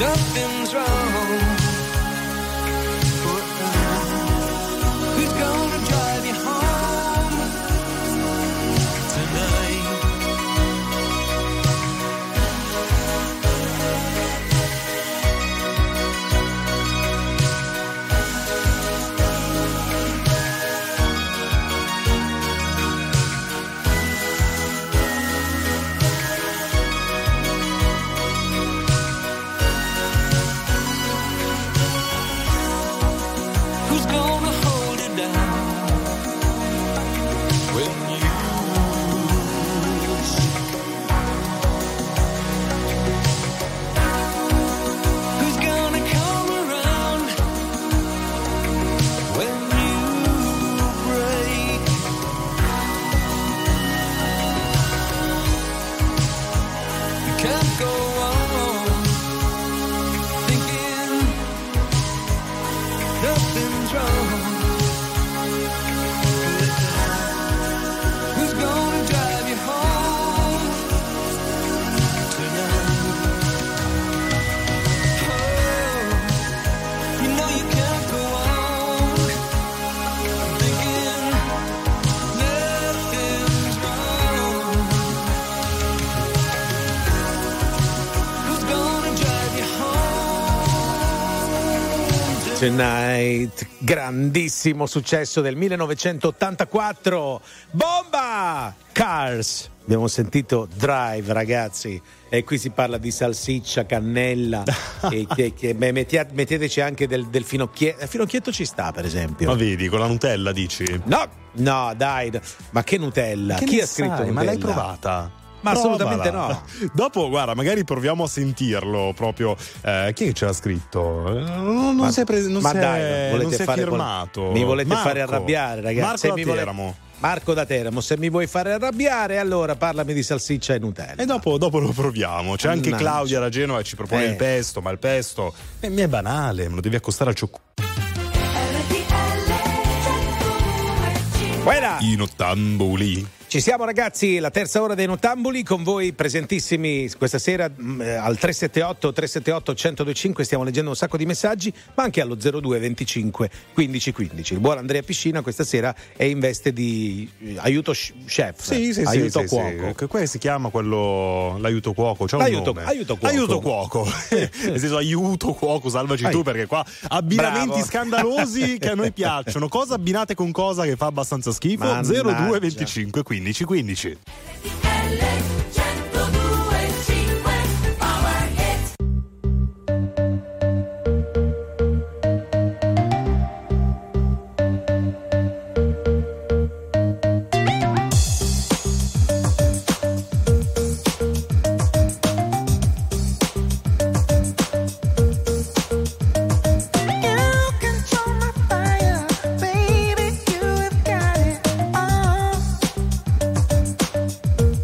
nothing's wrong. Who's gonna drive you home tonight? Who's gonna hold it down when you lose? Who's gonna come around when you break? You can't go on thinking nothing's wrong. Who's gonna drive you home tonight? Oh, you know you can't go on thinking nothing's wrong. Who's gonna drive you home Tonight, grandissimo successo del 1984. Bomba! Cars. Abbiamo sentito Drive, ragazzi. E qui si parla di salsiccia, cannella. Metteteci anche del finocchietto. Il finocchietto ci sta, per esempio. Ma vedi, con la Nutella dici? No, dai. Ma che Nutella? Che Chi ne ha scritto sai? Nutella? Ma l'hai provata? Ma assolutamente Provala. no. Dopo, guarda, magari proviamo a sentirlo proprio. Chi è che ce l'ha scritto? Non si è firmato. Mi volete Marco. fare arrabbiare, ragazzi? Marco da Teramo. Marco da Teramo, se mi vuoi fare arrabbiare, allora parlami di salsiccia e Nutella. E dopo lo proviamo. C'è anche Claudia da Genova che ci propone il pesto, ma il pesto mi è banale, me lo devi accostare al cioccolato. I nottambuli. Ci siamo, ragazzi, la terza ora dei Nottambuli con voi presentissimi questa sera al 378-378-1025. Stiamo leggendo un sacco di messaggi, ma anche allo 02 25 15 15. Il buon Andrea Piscina questa sera è in veste di aiuto chef, aiuto cuoco. Sì. Qua si chiama quello l'aiuto cuoco, c'è un nome. Aiuto cuoco. Nel senso, aiuto cuoco, salvaci tu, perché qua abbinamenti scandalosi che a noi piacciono. Cosa abbinate con cosa che fa abbastanza schifo? 02 25 15 15. Baby, you have got it all.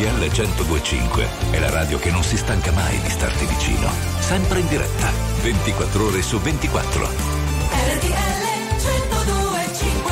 RTL 102.5 è la radio che non si stanca mai di starti vicino. Sempre in diretta, 24 ore su 24. RTL 102.5.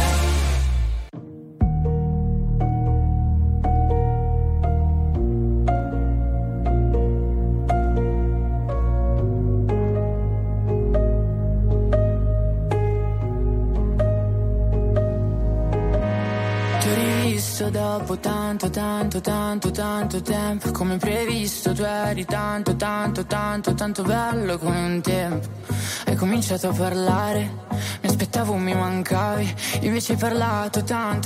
Dopo tanto tempo, come previsto tu eri tanto bello come un tempo. Hai cominciato a parlare, mi aspettavo mi mancavi, invece hai parlato tanto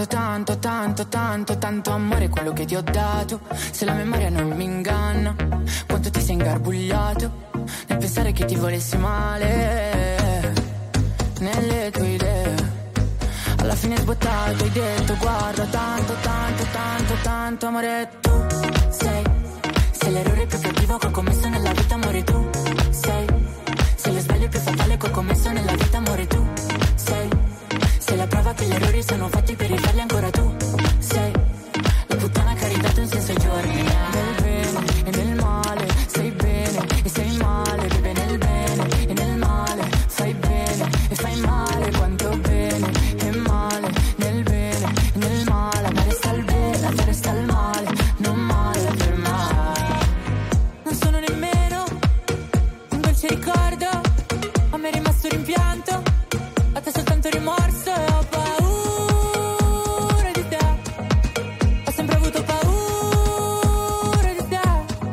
amore quello che ti ho dato. Se la memoria non mi inganna, quanto ti sei ingarbugliato nel pensare che ti volessi male nelle tue idee. Alla fine sbottato hai detto guarda tanto amore tu sei l'errore più cattivo che ho commesso nella vita amore tu sei lo sbaglio più fatale che ho commesso nella vita amore tu sei la prova che gli errori sono fatti per rifarli ancora tu sei la puttana che ha ridato un senso ai giorni nel bene e nel male sei bene e sei male beve nel bene e nel male fai bene e fai male quanto bene e male nel bene e nel male ma resta il bene ma resta il male non male per mai non sono nemmeno un dolce ricordo a me è rimasto rimpianto a te soltanto rimorso e ho paura di te ho sempre avuto paura di te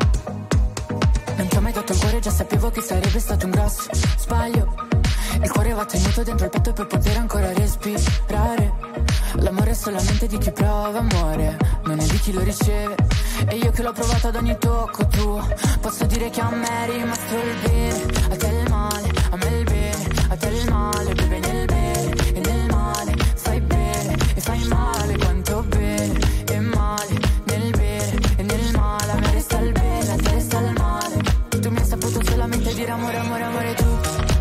non ti ho mai dato il cuore già sapevo che sarebbe stato un grosso sbaglio il cuore va tenuto dentro il petto per poter ancora respirare. L'amore è solamente di chi prova amore, non è di chi lo riceve. E io che l'ho provato ad ogni tocco tuo, posso dire che a me è rimasto il bene, a te il male, a me il bene, a te il male, beve nel bene e nel male, fai bene e fai male, quanto bene e male, nel bene e nel male, a me resta il bene, a te resta il male. Tu mi hai saputo solamente dire amore, amore, amore tu.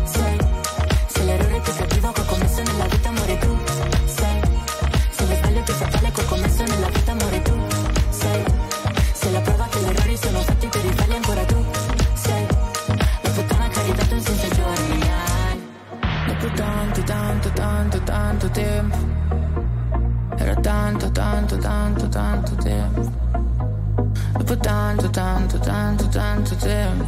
L'errore più cattivo che ho commesso nella vita amore tu sei lo sbaglio più fatale che ho commesso nella vita amore tu sei la prova che gli errori sono fatti per rifarli ancora tu sei la puttana che ha ridato un senso ai giorni dopo tanto tempo era tanto tempo dopo tanto tempo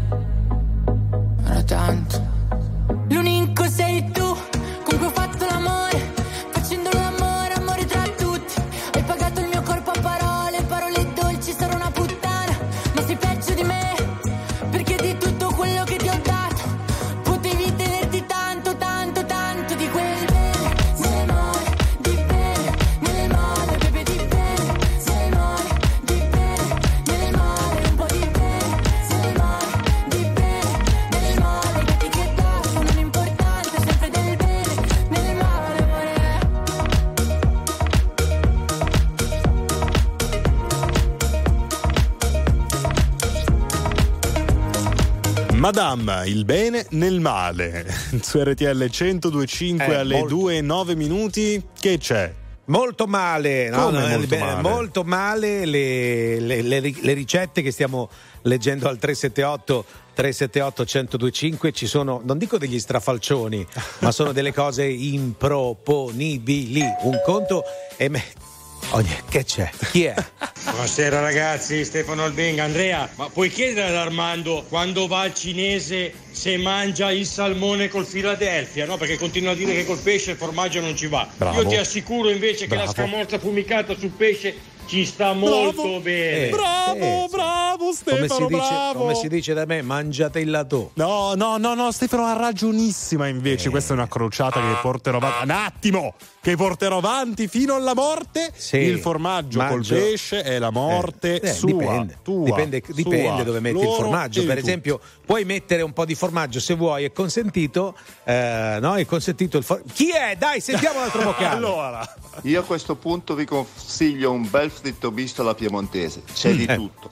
era tanto. L'unico sei tu con cui ho fatto l'amore, facendo l'amore, amore tra tutti. Hai pagato il mio corpo a parole dolci, sarò una puttana, ma sei peggio di me, perché di tutto quello che ti ho dato potevi tenerti tanto di quel bene, nel male, di bene, nel male, bebe di bene, nel male, di bene, nel male, un po' di bene, nel male, di bene, nel male, che ti non importante, sempre del bene, nel male, amore. Madame, il bene nel male. Su RTL 102.5 alle 2:09. Che c'è? Molto male, no? Molto male le ricette che stiamo leggendo al 378 1025. Ci sono, non dico degli strafalcioni, ma sono delle cose improponibili. Un conto e che c'è? Chi è? Buonasera ragazzi, Stefano Albenga. Andrea, ma puoi chiedere ad Armando quando va al cinese se mangia il salmone col Philadelphia, no? Perché continua a dire che col pesce il formaggio non ci va. Bravo. Io ti assicuro invece che la scamorza affumicata sul pesce ci sta molto bene. Bravo Stefano, come si dice da me, mangiate il lato. No, Stefano ha ragionissima invece. Questa è una crociata che porterò avanti. Un attimo, che porterò avanti fino alla morte. Sì, il formaggio col pesce è la morte sua. Dipende dove metti il formaggio. Per esempio, puoi mettere un po' di formaggio se vuoi, è consentito. No, è consentito Chi è? Dai, sentiamo l'altro vocale. Allora, io a questo punto vi consiglio un bel fritto misto alla piemontese. C'è di tutto: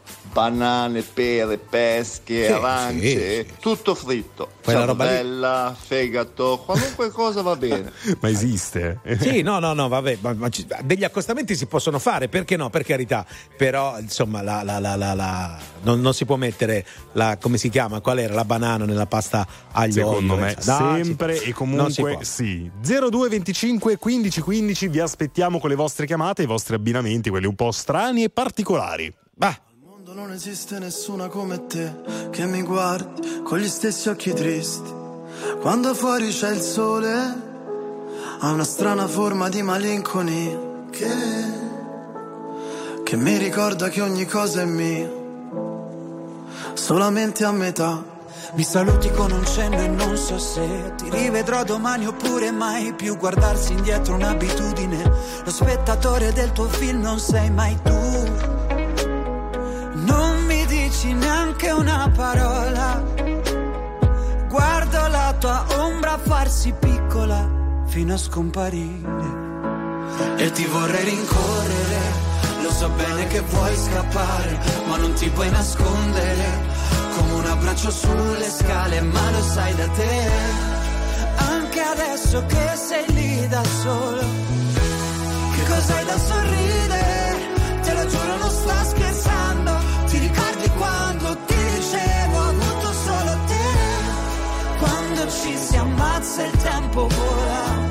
banane, pere, pesche, Sì, arance, sì. tutto fritto. Quella roba lì. Ciambella, fegato, qualunque cosa va bene. Ma esiste? Sì, no, vabbè, degli accostamenti si possono fare, perché no? Per carità, però insomma non si può mettere come si chiama? Qual era? La banana nella pasta aglio olio. Secondo me sempre e comunque sì. 0225 15 15, vi aspettiamo con le vostre chiamate, i vostri abbinamenti, quelli un po' strani e particolari. Non esiste nessuna come te che mi guardi con gli stessi occhi tristi. Quando fuori c'è il sole, ha una strana forma di malinconia che mi ricorda che ogni cosa è mia, solamente a metà. Mi saluti con un cenno e non so se ti rivedrò domani oppure mai più. Guardarsi indietro un'abitudine, lo spettatore del tuo film non sei mai tu. Non mi dici neanche una parola, guardo la tua ombra farsi piccola fino a scomparire. E ti vorrei rincorrere, lo so bene che vuoi scappare, ma non ti puoi nascondere, come un abbraccio sulle scale, ma lo sai da te. Anche adesso che sei lì da solo, che cos'hai da sorridere? Te lo giuro non sto scherzando. Ti ricordi quando ti dicevo ho avuto solo te? Quando ci si ammazza il tempo vola,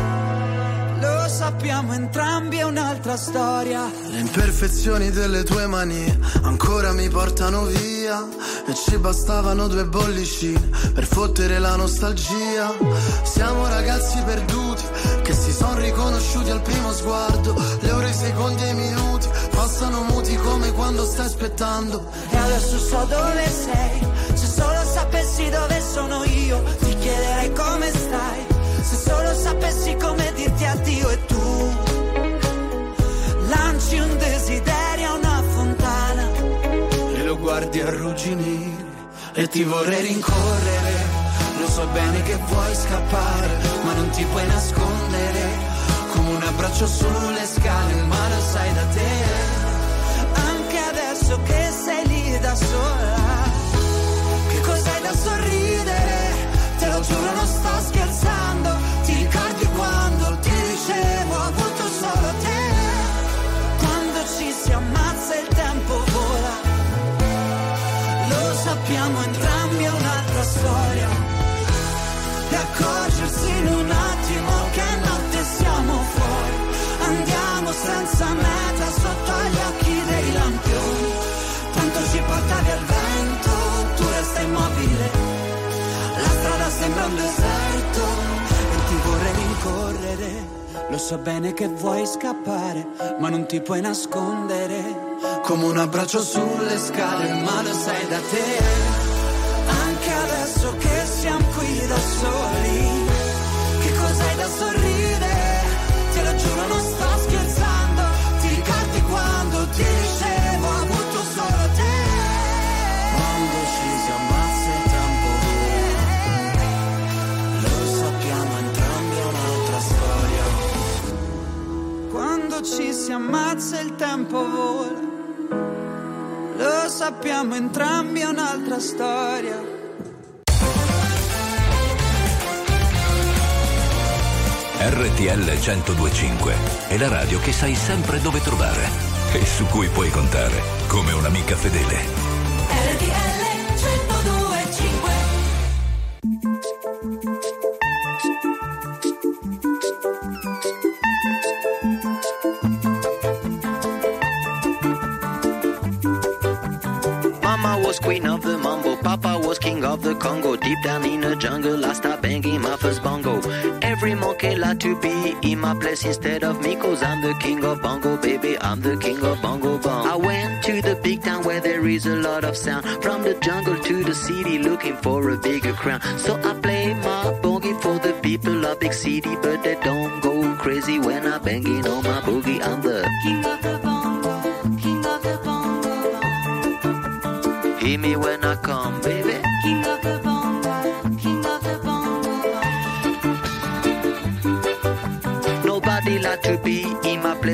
lo sappiamo entrambi, è un'altra storia. Le imperfezioni delle tue manie ancora mi portano via, e ci bastavano 2 bollicine per fottere la nostalgia. Siamo ragazzi perduti che si son riconosciuti al primo sguardo. Le ore, i secondi e i minuti passano muti come quando stai aspettando. E adesso so dove sei, se solo sapessi dove sono io ti chiederei come stai. Se solo sapessi come dirti addio e tu lanci un desiderio a una fontana e lo guardi arrugginire. E ti vorrei rincorrere, lo so bene che vuoi scappare, ma non ti puoi nascondere, come un abbraccio sulle scale, ma lo sai da te. Anche adesso che sei lì da sola, che cos'hai da sorridere? Te lo giuro non sto scherzando. Ti ricordi quando ti dicevo ho avuto solo te? Quando ci si ammazza il tempo vola, lo sappiamo entrambi, è un'altra storia. E accorgersi in un attimo che notte siamo fuori, andiamo senza meta sotto agli occhi dei lampioni. Tanto ci porta via il vento, tu resta immobile, la strada sembra un deserto. E ti vorrei rincorrere, lo so bene che vuoi scappare, ma non ti puoi nascondere, come un abbraccio sulle scale, ma lo sai da te. anche adesso che siamo qui da soli. Che cos'hai da sorridere? Te lo giuro non sto scherzando. Ti ricordi quando ti dicevo ho avuto solo te? Quando ci si ammazza il tempo vola, lo sappiamo entrambi, è un'altra storia. Quando ci si ammazza il tempo vola, lo sappiamo entrambi, è un'altra storia. RTL 102.5 è la radio che sai sempre dove trovare e su cui puoi contare come un'amica fedele. RTL 102.5. Mama was queen of the mambo, Papa was king of the Congo. Deep down in the jungle, I start banging my first bongo. Every monkey like to be in my place instead of me, 'cause I'm the king of bongo, baby, I'm the king of bongo bong. I went to the big town where there is a lot of sound, from the jungle to the city looking for a bigger crown. So I play my boogie for the people of big city, but they don't go crazy when I'm banging on my boogie. I'm the king of the bongo, king of the bongo bong. Hear me when I come, baby. King of the bongo, king of the bongo bong. Nobody like to be in my place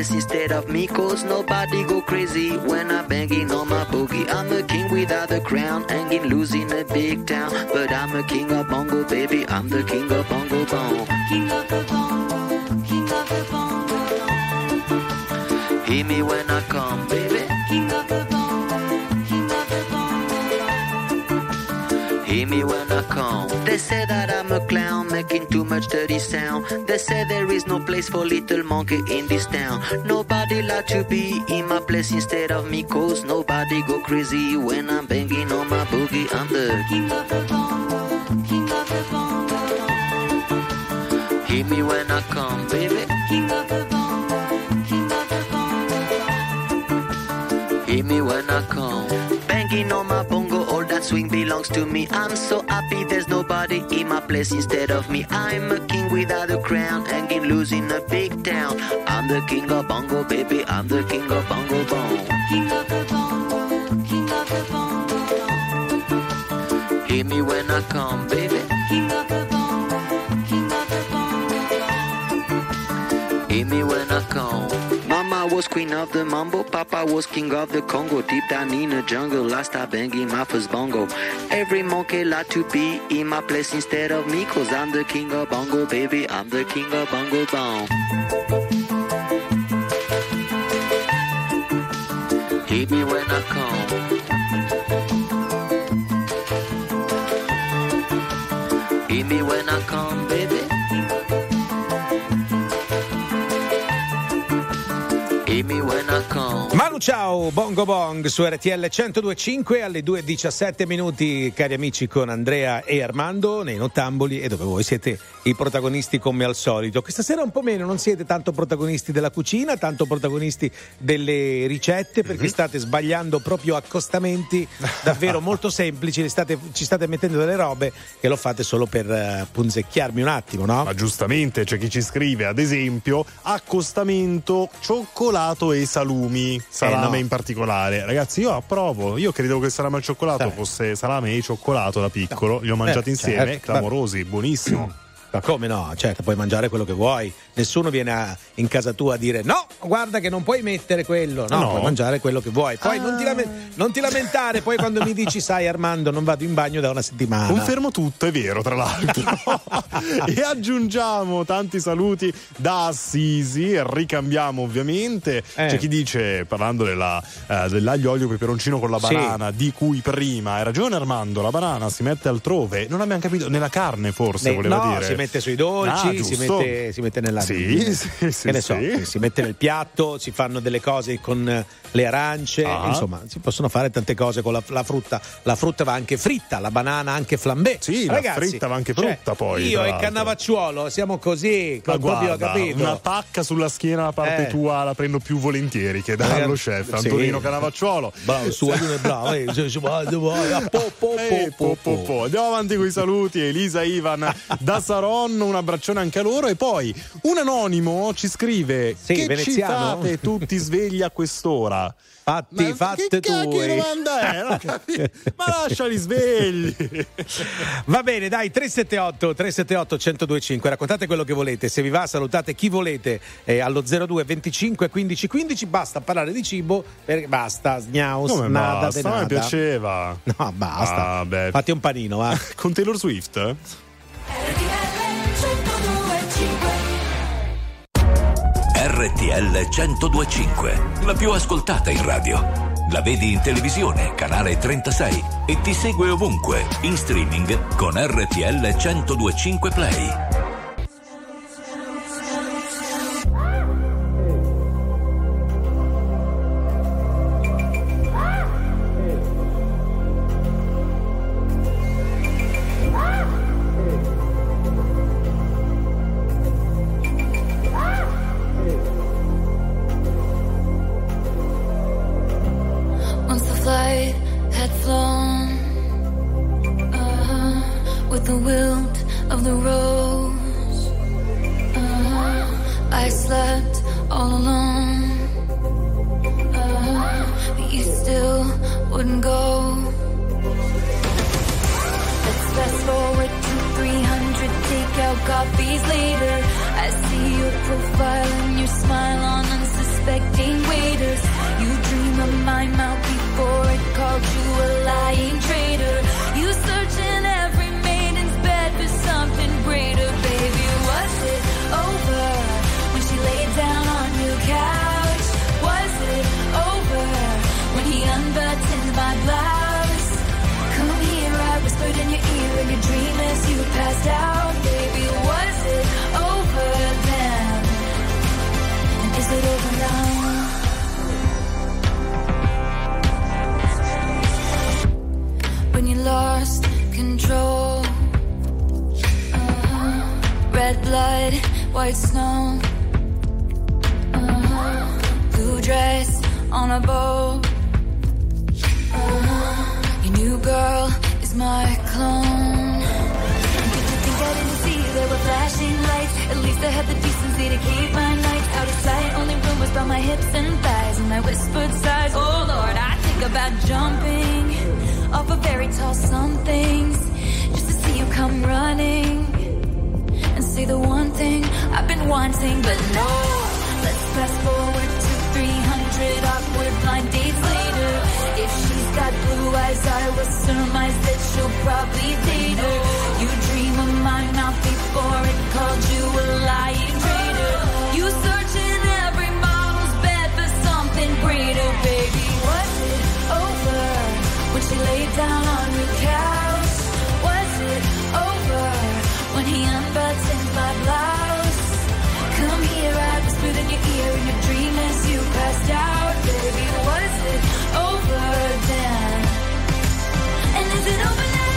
place instead of me, cause nobody go crazy when I'm banging on my boogie. I'm a king without a crown, hanging loose in a big town, but I'm a king of bongo, baby, I'm the king of bongo bong. King of the bongo, king of the bongo. Hear me when I come, baby. King of the bongo, king of the bongo. Hear me when I come. They say that I'm a clown, making too much dirty sound. They say there is no place for little monkey in this town. Nobody like to be in my place instead of me, cause nobody go crazy when I'm banging on my boogie. I'm the king of the bongo, king of the bongo. Hear me when I come, baby. King of the bongo, king of the bongo. Hear me when I come. Banging on my bongo, all that swing belongs to me. I'm so happy there's nobody in my place instead of me. I'm a king without a crown, hanging loose in a big town. I'm the king of bongo, baby, I'm the king of bongo bong. King of the bongo, king of the bongo. Hear me when I come, baby. King of the bongo, king of the bongo. Hear me when I come. Mama was queen of the mambo, Papa was king of the Congo. Deep down in the jungle, I start banging my first bongo. Every monkey like to be in my place instead of me, cause I'm the king of bongo, baby, I'm the king of bongo bong. Hear me when I come. Hear me when I come, baby. Hear me when I come. Manu ciao, Bongo Bong su RTL 102.5 alle 2:17 minuti, cari amici, con Andrea e Armando nei Nottamboli, e dove voi siete i protagonisti come al solito. Questa sera un po' meno, non siete tanto protagonisti della cucina, tanto protagonisti delle ricette, perché state sbagliando proprio accostamenti davvero molto semplici, ci state mettendo delle robe che lo fate solo per punzecchiarmi un attimo, no? Ma giustamente c'è chi ci scrive, ad esempio, accostamento cioccolato e salumi, salame no. in particolare. Ragazzi, io approvo, io credevo che il salame al cioccolato fosse salame e cioccolato da piccolo, li ho mangiati insieme, certo. clamorosi, buonissimo. Ma come no? Certo, puoi mangiare quello che vuoi. Nessuno viene in casa tua a dire no, guarda che non puoi mettere quello. No, puoi mangiare quello che vuoi. Poi non ti lamentare poi quando mi dici, sai Armando, non vado in bagno da una settimana. Confermo tutto, è vero, tra l'altro. E aggiungiamo tanti saluti da Assisi, ricambiamo ovviamente. C'è chi dice, parlando dell'aglio olio peperoncino con la banana, di cui prima, hai ragione Armando, la banana si mette altrove, non abbiamo capito, nella carne forse voleva dire. Si mette sui dolci, si mette nella si mette nel piatto, si fanno delle cose con le arance, insomma si possono fare tante cose con la frutta. La frutta va anche fritta, la banana anche flambé. Sì, ragazzi, la fritta va anche frutta, poi io e Cannavacciuolo siamo così, proprio capito. Una pacca sulla schiena da parte tua la prendo più volentieri che dallo chef Antonino Cannavacciuolo. Bravo, bravo. Andiamo avanti con i saluti. Elisa, Ivan da Saronno, un abbraccione anche a loro. E poi un anonimo ci scrive: che veneziano? ci fate tutti svegli a quest'ora? Fatte che tue. Domanda è? Ma lasciali svegli. Va bene, dai, 378 1025, raccontate quello che volete, se vi va salutate chi volete allo 02 25 15 15, basta parlare di cibo, basta, sgnaus, come nada basta? de nada. Mi piaceva. No, basta. Fatti un panino, va. Con Taylor Swift? RTL 102.5, la più ascoltata in radio. La vedi in televisione, canale 36, e ti segue ovunque, in streaming con RTL 102.5 Play. With the wilt of the rose, I slept all alone, but you still wouldn't go. Let's fast forward to 300 takeout coffees later. I see your profile and your smile on unsuspecting unsuspecting waiters. You dream of my mouth before it called you a lying traitor. You search in every maiden's bed for something greater. Baby, was it over when she laid down on your couch? Was it over when he unbuttoned my blouse? Come here, I whispered in your ear in your dream as you passed out. Baby, was it over then? And is it over now? When you lost control, red blood, white snow, blue dress on a bow. Your new girl is my clone. Did you think I didn't see there were flashing lights? At least I had the decency to keep my nights out of sight. Only rumors about my hips and thighs and my whispered sighs. Oh Lord, I think about jumping off a very tall somethings just to see you come running and say the one thing I've been wanting. But no, let's fast forward to 300 awkward blind dates later. If she's got blue eyes, I will surmise that she'll probably date her. You dream of my mouth before it called you a lying traitor. You search in every model's bed for something greater. Baby, was it over when she laid down on your couch? Was it over when he unbuttoned my blouse? Come here, I whispered in your ear in your dream as you passed out. Baby, was it over then? And is it over now?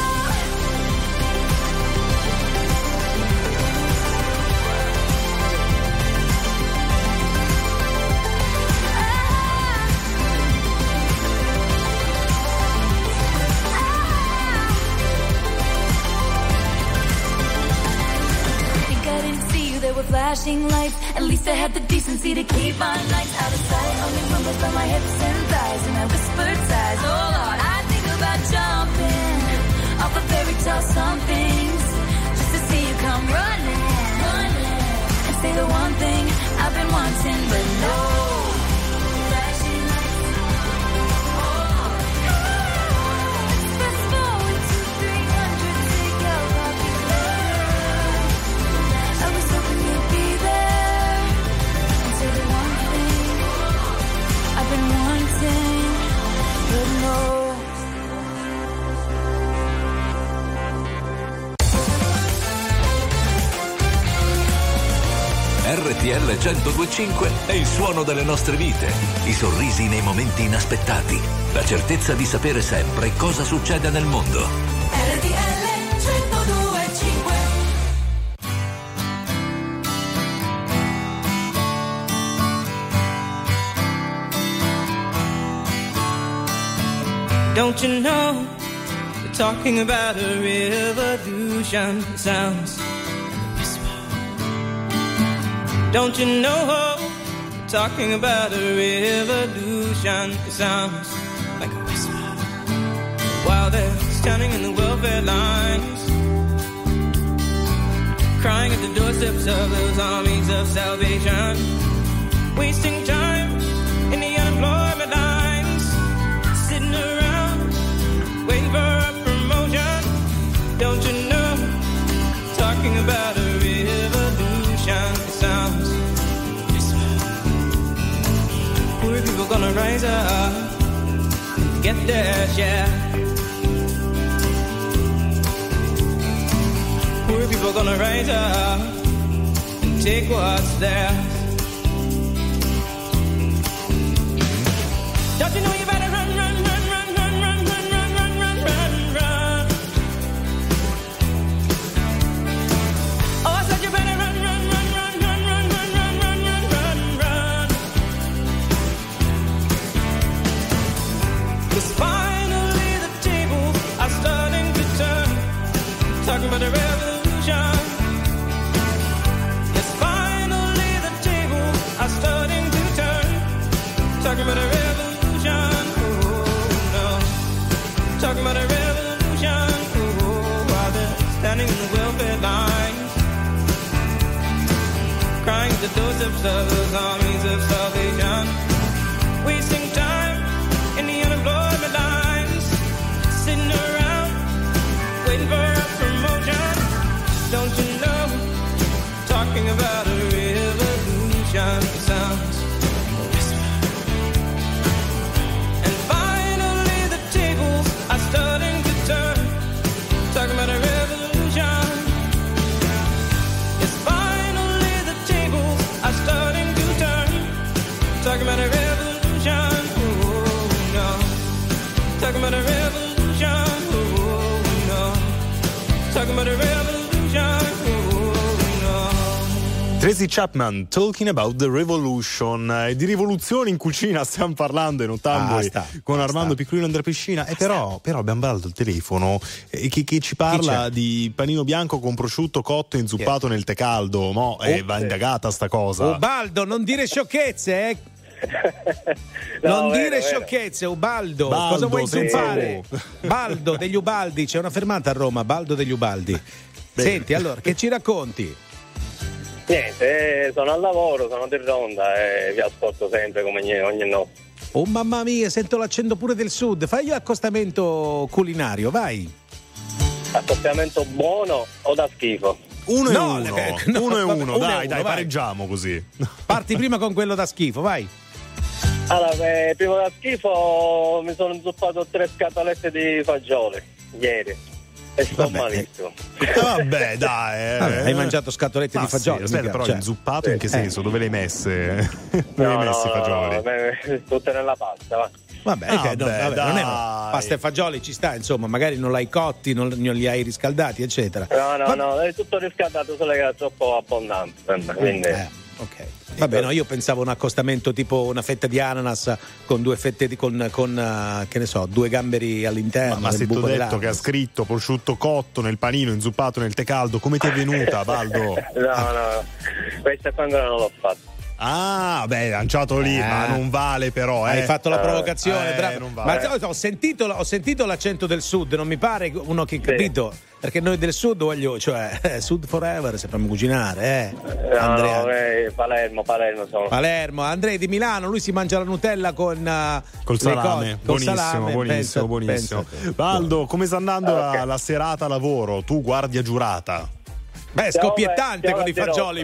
There were flashing lights. At least I had the decency to keep my nights out of sight. Only rumors about my hips and thighs and my whispered sighs. Oh Lord, I think about jumping off a fairy tale somethings just to see you come running and say the one thing I've been wanting. But no, flashing lights. Fast forward to 300 to go I was hoping you'd be there and say the one thing I've been wanting, but no. RTL 102.5 è il suono delle nostre vite, i sorrisi nei momenti inaspettati, la certezza di sapere sempre cosa succede nel mondo. RTL 102.5. Don't you know, they're talking about a revolution. It sounds like a whisper. Don't you know, they're talking about a revolution. It sounds like a whisper. While they're standing in the welfare lines, crying at the doorsteps of those armies of salvation, wasting time in the unemployment lines, sitting around waiting for a promotion. Don't you know, talking about a revolution. It sounds poor people gonna rise up, get their share. Poor people gonna rise up and take what's theirs. Don't you know you better run, run, run, run, run, run, run, run, run, run, run, run. Oh, I said you better run, run, run, run, run, run, run, run, run, run, run, run. 'Cause finally the tables are starting to turn, talking about a revolution. Yes, finally the tables are starting to turn, talking about a revolution. Talking about a revolution, while they're standing in the welfare lines, crying at the doorsteps of those armies of salvation. Talking about a revolution, oh no. Talking about a revolution, oh no. Tracy Chapman, Talking About the Revolution. E di rivoluzione in cucina stiamo parlando in Ottamboli con Armando Piccolino e Andrea Piscina. E però abbiamo parlato al telefono che ci parla di panino bianco con prosciutto cotto e inzuppato nel tè caldo. Va indagata sta cosa. Ubaldo, non dire sciocchezze, eh. Non dire sciocchezze, Ubaldo. Cosa vuoi inzuppare? Baldo degli Ubaldi, c'è una fermata a Roma, Baldo degli Ubaldi. Senti, allora, che ci racconti? Niente, sono al lavoro, sono di ronda e vi ascolto sempre come ogni notte. Oh mamma mia, sento l'accento pure del sud. Fai l'accostamento culinario, vai. Accostamento buono o da schifo? Uno e uno, dai, pareggiamo così. Parti prima con quello da schifo, vai. Allora, prima da schifo mi sono inzuppato 3 scatolette di fagioli ieri. E sto malissimo. Vabbè, dai. Hai mangiato scatolette di fagioli? Aspetta, però inzuppato in che senso? Dove le hai messe? Dove hai messi i fagioli? Tutte nella pasta, va. Vabbè, non è pasta e fagioli, ci sta, insomma, magari non l'hai cotti, non li hai riscaldati, eccetera. No, è tutto riscaldato, solo che era troppo abbondante. Quindi... ok. Vabbè, no, io pensavo un accostamento tipo una fetta di ananas con 2 fette con che ne so, 2 gamberi all'interno. Ma se ti ho detto che ha scritto prosciutto cotto nel panino inzuppato nel tè caldo, come ti è venuta, Baldo? No, questa qua ancora non l'ho fatta. Ah, beh, lanciato lì, ma non vale però. Hai fatto la provocazione, bravo. Non vale. Ma ho sentito l'accento del sud, non mi pare uno che capito. Perché noi del sud sud forever sappiamo cucinare, Andrea. Palermo sono. Palermo, Andrea di Milano, lui si mangia la Nutella col salame. Buonissimo. Penso. Baldo, come sta andando la serata lavoro? Tu guardia giurata. Beh, scoppiettante con i fagioli.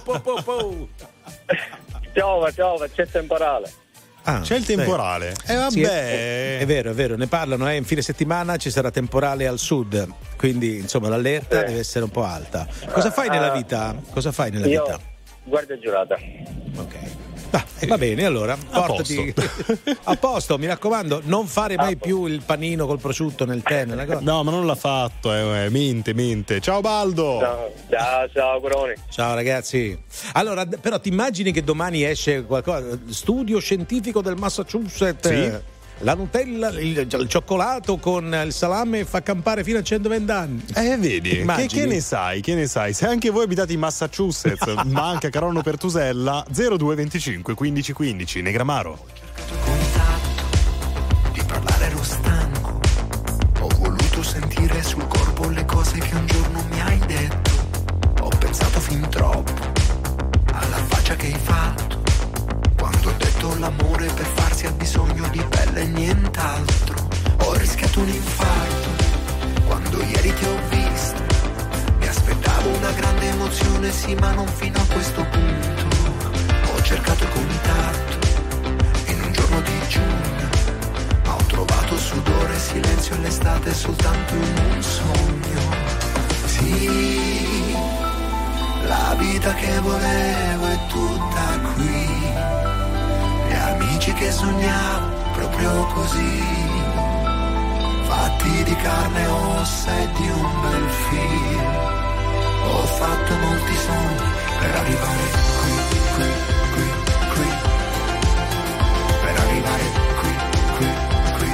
Piove, c'è temporale. C'è il temporale. Vabbè. Sì, è vero, ne parlano, in fine settimana ci sarà temporale al sud, quindi insomma l'allerta deve essere un po' alta. Cosa fai nella vita? Io guardia giurata. Ok. Va bene, allora portati a posto, mi raccomando, non fare mai più il panino col prosciutto nel tè, nella cosa. No, ma non l'ha fatto, mente. Ciao Baldo. Ciao Curoni. Ciao ragazzi. Allora, però ti immagini che domani esce qualcosa, studio scientifico del Massachusetts? Sì. La Nutella, il cioccolato con il salame fa campare fino a 120 anni. Vedi, che ne sai? Se anche voi abitate in Massachusetts, ma anche a Caronno Pertusella, 0225 1515, Negramaro. Di parlare ero stanco, ho voluto sentire sul corpo le cose che un giorno mi hai detto. Ho pensato fin troppo alla faccia che hai fatto quando ho detto l'amore per farsi ha bisogno di pelle e nient'altro. Ho rischiato un infarto quando ieri ti ho visto. Mi aspettavo una grande emozione, sì, ma non fino a questo punto. Ho cercato il contatto in un giorno di giugno, ma ho trovato sudore, silenzio e l'estate soltanto in un sogno. Sì, la vita che volevo è tutta qui. Amici che sognavo proprio così, fatti di carne e ossa e di un bel film. Ho fatto molti sogni per arrivare qui, per arrivare qui.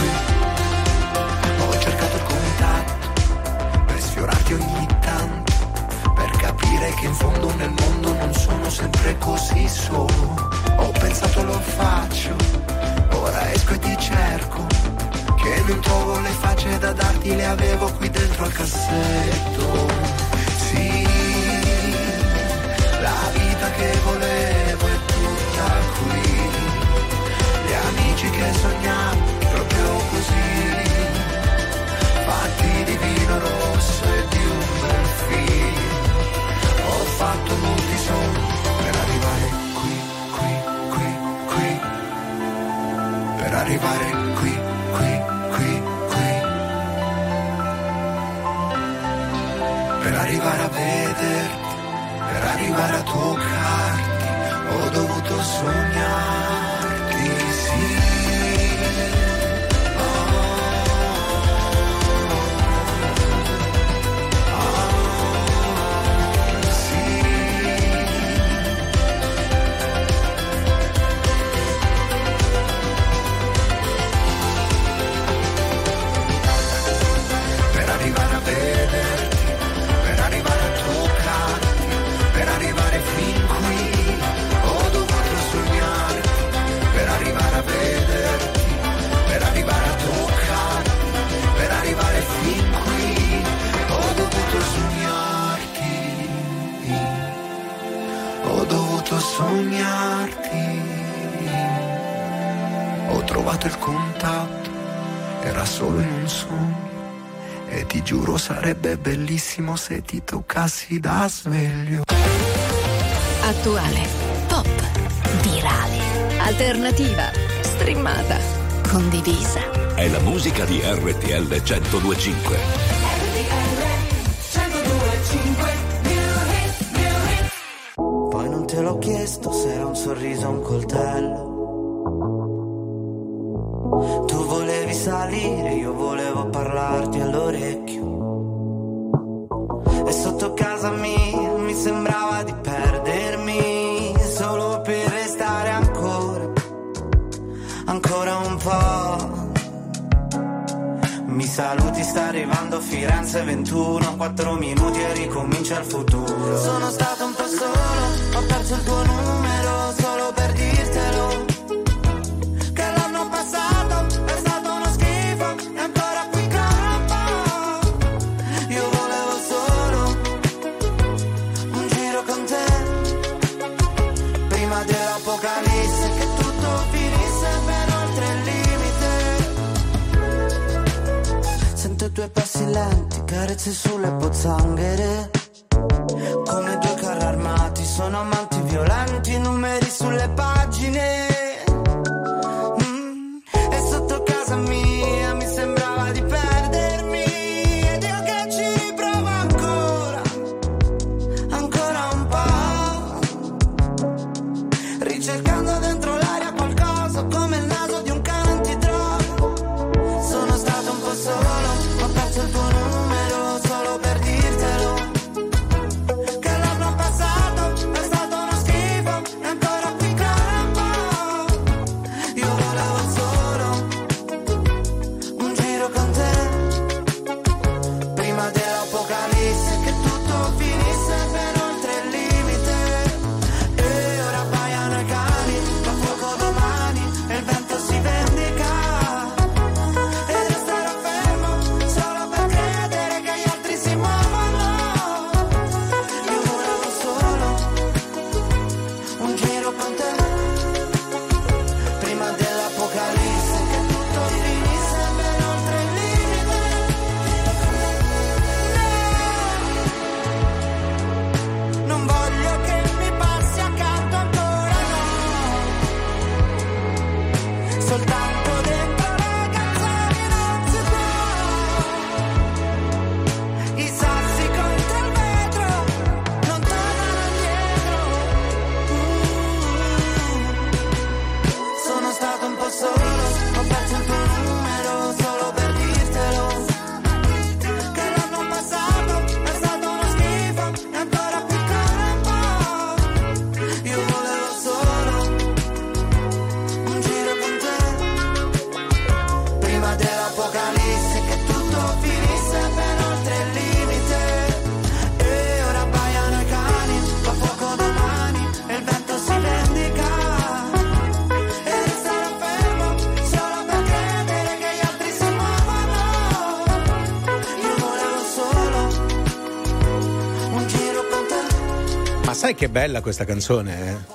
Ho cercato il contatto per sfiorarti ogni tanto, per capire che in fondo nel mondo non sono sempre così solo. Ho pensato lo faccio, ora esco e ti cerco, che non trovo le facce da darti, le avevo qui dentro al cassetto. Sì, la vita che volevo è tutta qui, gli amici che sognavo proprio così, fatti di vino rosso e di un bel film. Ho fatto molti sogni per arrivare per arrivare qui. Per arrivare a vederti, per arrivare a toccarti, ho dovuto sognarti, sì. Oh. il contatto era solo in un sogno. E ti giuro sarebbe bellissimo se ti toccassi da sveglio. Attuale, pop, virale, alternativa, streamata, condivisa. È la musica di RTL 102.5. Poi non te l'ho chiesto se era un sorriso o un coltello. Tu volevi salire, io volevo parlarti all'orecchio. E sotto casa mia mi sembrava di perdermi, solo per restare ancora un po'. Mi saluti, sta arrivando Firenze 21, 4 minuti e ricomincia il futuro. Sono stato un po' solo, ho perso il tuo numero solo per dirtelo. Che l'anno passato è stato uno schifo e ancora qui campo. Io volevo solo un giro con te, prima dell'apocalisse, che tutto finisse ben oltre il limite. Sento i tuoi passi lenti, carezze sulle pozzanghere, come due carri armati, sono amanti violenti, numeri sulle pagine. E sotto casa mia mi sembrava di perdermi, ed io che ci riprovo ancora un po', ricercando dentro l'aria qualcosa come il naso di un cane antidroga. Sono stato un po' solo, ho perso il tuo numero solo per dirtelo. Che l'anno passato è stato uno schifo e ancora qui campo. Io volevo solo un giro con te, prima dell'apocalisse, che tutto finisse ben oltre il limite. E ora baiano i cani, fa fuoco domani e il vento si vendica. E resterò fermo solo per credere che gli altri si muovono. Io volevo solo un giro con te, prima dell'apocalisse, che tutto finisse ben oltre il limite. Non voglio che mi passi accanto ancora, no. Soltanto dentro le canzoni non si può. I sassi contro il vetro non tornano indietro. Sono stato un po' solo, ho perso il tuo numero solo per dirtelo. Che l'anno passato è stato uno schifo e ancora qui campo. Io volevo solo un giro con te, prima dell'apocalisse, che tutto finisse ben oltre il limite. E ora baiano i cani, fa fuoco domani e il vento si vendica. E resterò fermo solo per credere che gli altri si muovono. Io volevo solo un giro con te, Ma sai che bella questa canzone, eh?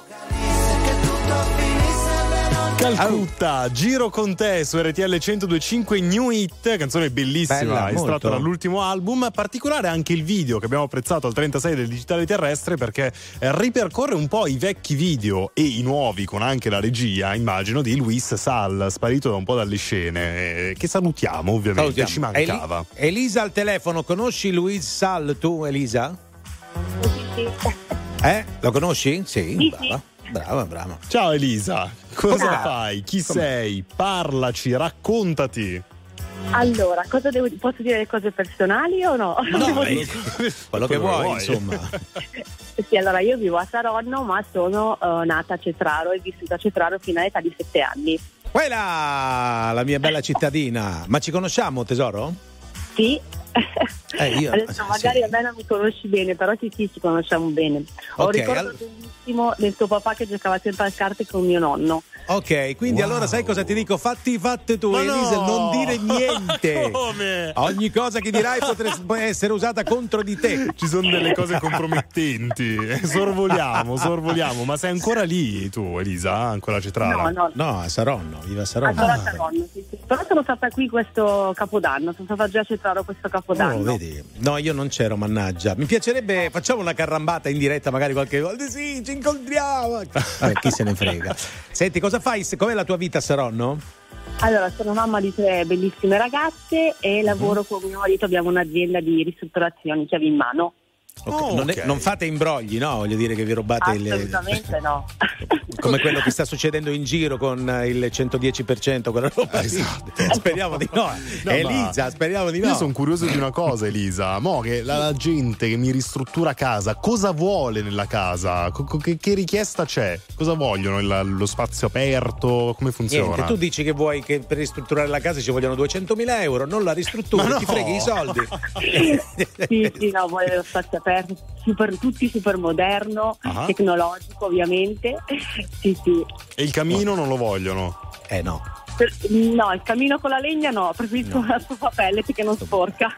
Calcutta, Giro con te su RTL 102.5 New Hit, canzone bellissima, Bella, estratta molto. dall'ultimo album. Particolare anche il video che abbiamo apprezzato al 36 del Digitale Terrestre, perché ripercorre un po' i vecchi video e i nuovi, con anche la regia, immagino, di Luis Sal, sparito da un po' dalle scene, che salutiamo ovviamente. Ci mancava. Elisa al telefono, conosci Luis Sal tu, Elisa? Lo conosci? Sì, Sì, brava. Brava. Ciao Elisa, cosa Come- fai? Chi sei? Parlaci, raccontati. Allora, posso dire cose personali o no? Quello che vuoi, insomma. Sì, allora io vivo a Saronno, ma sono nata a Cetraro e vissuta a Cetraro fino all'età di 7 anni. Quella, la mia bella cittadina. Ma ci conosciamo, tesoro? Sì. Io, Adesso magari a me non mi conosci bene, però sì, ci conosciamo bene. Ho un ricordo bellissimo del tuo papà che giocava sempre a carte con mio nonno. Ok, quindi allora sai cosa ti dico? Fatti tu, ma Elisa, no! non dire niente. Come? Ogni cosa che dirai potrebbe essere usata contro di te. Ci sono delle cose compromettenti. Sorvoliamo. Ma sei ancora lì tu, Elisa? Ancora a Cetrara? No, a Saronno, viva Saronno. Ancora a Saronno, sì. Però sono stata qui questo Capodanno, sono stata già a Cetraro questo Capodanno. Oh, vedi? No, io non c'ero, mannaggia. Mi piacerebbe, facciamo una carrambata in diretta magari qualche volta. Sì, ci incontriamo. Vabbè, chi se ne frega. Senti, cosa fai? Com'è la tua vita a Saronno? Allora, sono mamma di 3 bellissime ragazze e lavoro con mio marito, abbiamo un'azienda di ristrutturazioni, chiavi in mano. Okay. Non fate imbrogli, no? Voglio dire che vi rubate Assolutamente no. Come quello che sta succedendo in giro con il 110%, quella roba. Esatto. Speriamo di no. Elisa, speriamo di no. Io sono curioso di una cosa, Elisa. Che la gente che mi ristruttura casa, cosa vuole nella casa? Che richiesta c'è? Cosa vogliono? Lo spazio aperto? Come funziona? Niente, tu dici che vuoi che per ristrutturare la casa ci vogliono 200.000 euro, non la ristrutturi, ti freghi i soldi. Sì, no, vuole lo spazio aperto, tutti super moderno, tecnologico ovviamente. Sì. E il camino non lo vogliono? No. No, il camino con la legna no, preferisco la stufa a pelle perché non sporca.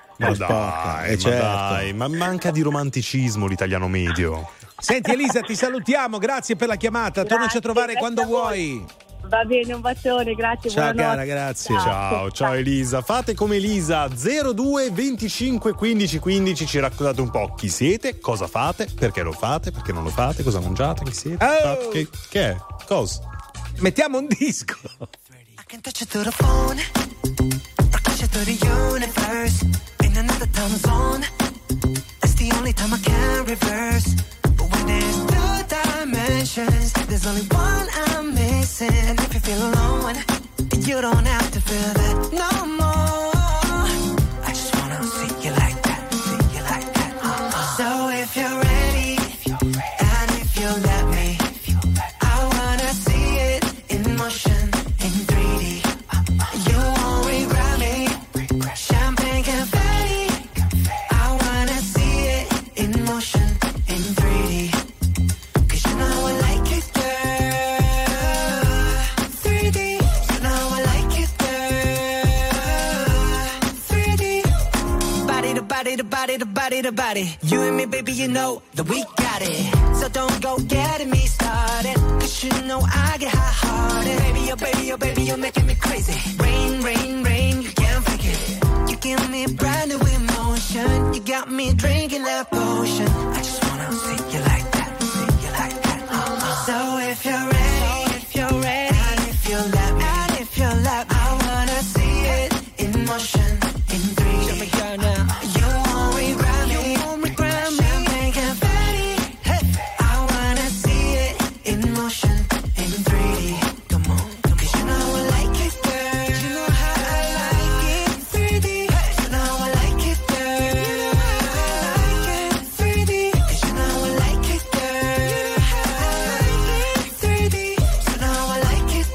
Ma manca di romanticismo l'italiano medio. Senti Elisa, ti salutiamo, grazie per la chiamata, tornaci a trovare quando vuoi. Va bene, un bacione, grazie. Ciao buonanotte. cara, grazie. Ciao Elisa. Fate come Elisa, 02 25 15 15, ci raccontate un po' chi siete, cosa fate, perché lo fate, perché non lo fate, cosa mangiate, chi siete. Che è? Cosa? Mettiamo un disco. I can touch you through the phone, or touch you through the universe, in another time zone. That's the only time I can reverse. But when there's 2 dimensions, there's only one I'm missing. And if you feel alone, you don't have to feel that no more. I just wanna see you like that, So if you're ready, and if you let me, I wanna see it in motion, in 3D. You won't regret me. Champagne confetti. I wanna see it in motion, in 3D. 'Cause you know I like it, girl. 3D. You know I like it, girl. 3D. Body to body to body to body to body. You and me, baby, you know that we got it. So don't go getting me started. 'Cause you know I get hot-hearted. Baby, oh baby, you're making me crazy. Rain, rain, rain, you can't fake it. You give me brand new emotion. You got me drinking that potion. I just wanna see you like that, So if you're ready, and if you let me, I wanna see it in motion, in 3D. Show me girl now. You won't regret me. Champagne confetti. Hey. I wanna see it in motion, in 3D. Come on, 'cause you know I like it, girl. You know how I like it, 3D. Hey. You know I like it, girl. You know how I like it, 3D. 'Cause you know I like it, girl. You know how I like it, 3D. You know I like it,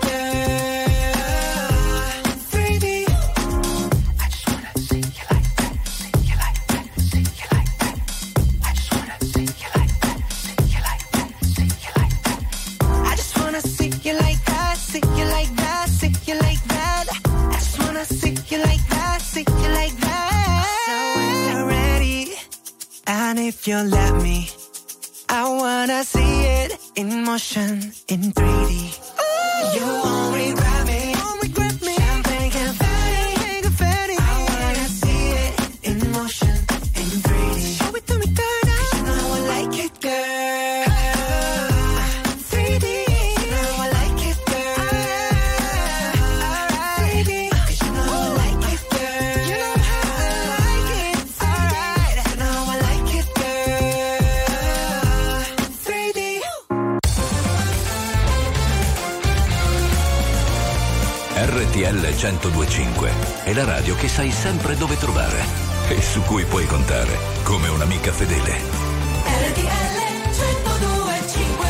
girl. 3D. I just wanna see you like that, see you like that, see you like that. I just wanna see you like that, see you like that, see you like that. I just wanna see you like that, see you like that, see you like that. I just wanna see you like that, see you like that. So if you're ready, and if you let me, I wanna see it in motion, in 3D. You won't regret me. Champagne confetti. I wanna see it in motion, in 3D. Show it to me, girl. 'Cause you know I like it, girl. 3D. You know I like it, girl. 3D. 'Cause you know I like it, girl. You know how I like it. Alright. You know I like it, girl. 3D. RTL 102.5 è la radio che sai sempre dove trovare e su cui puoi contare come un'amica fedele. RTL 102.5.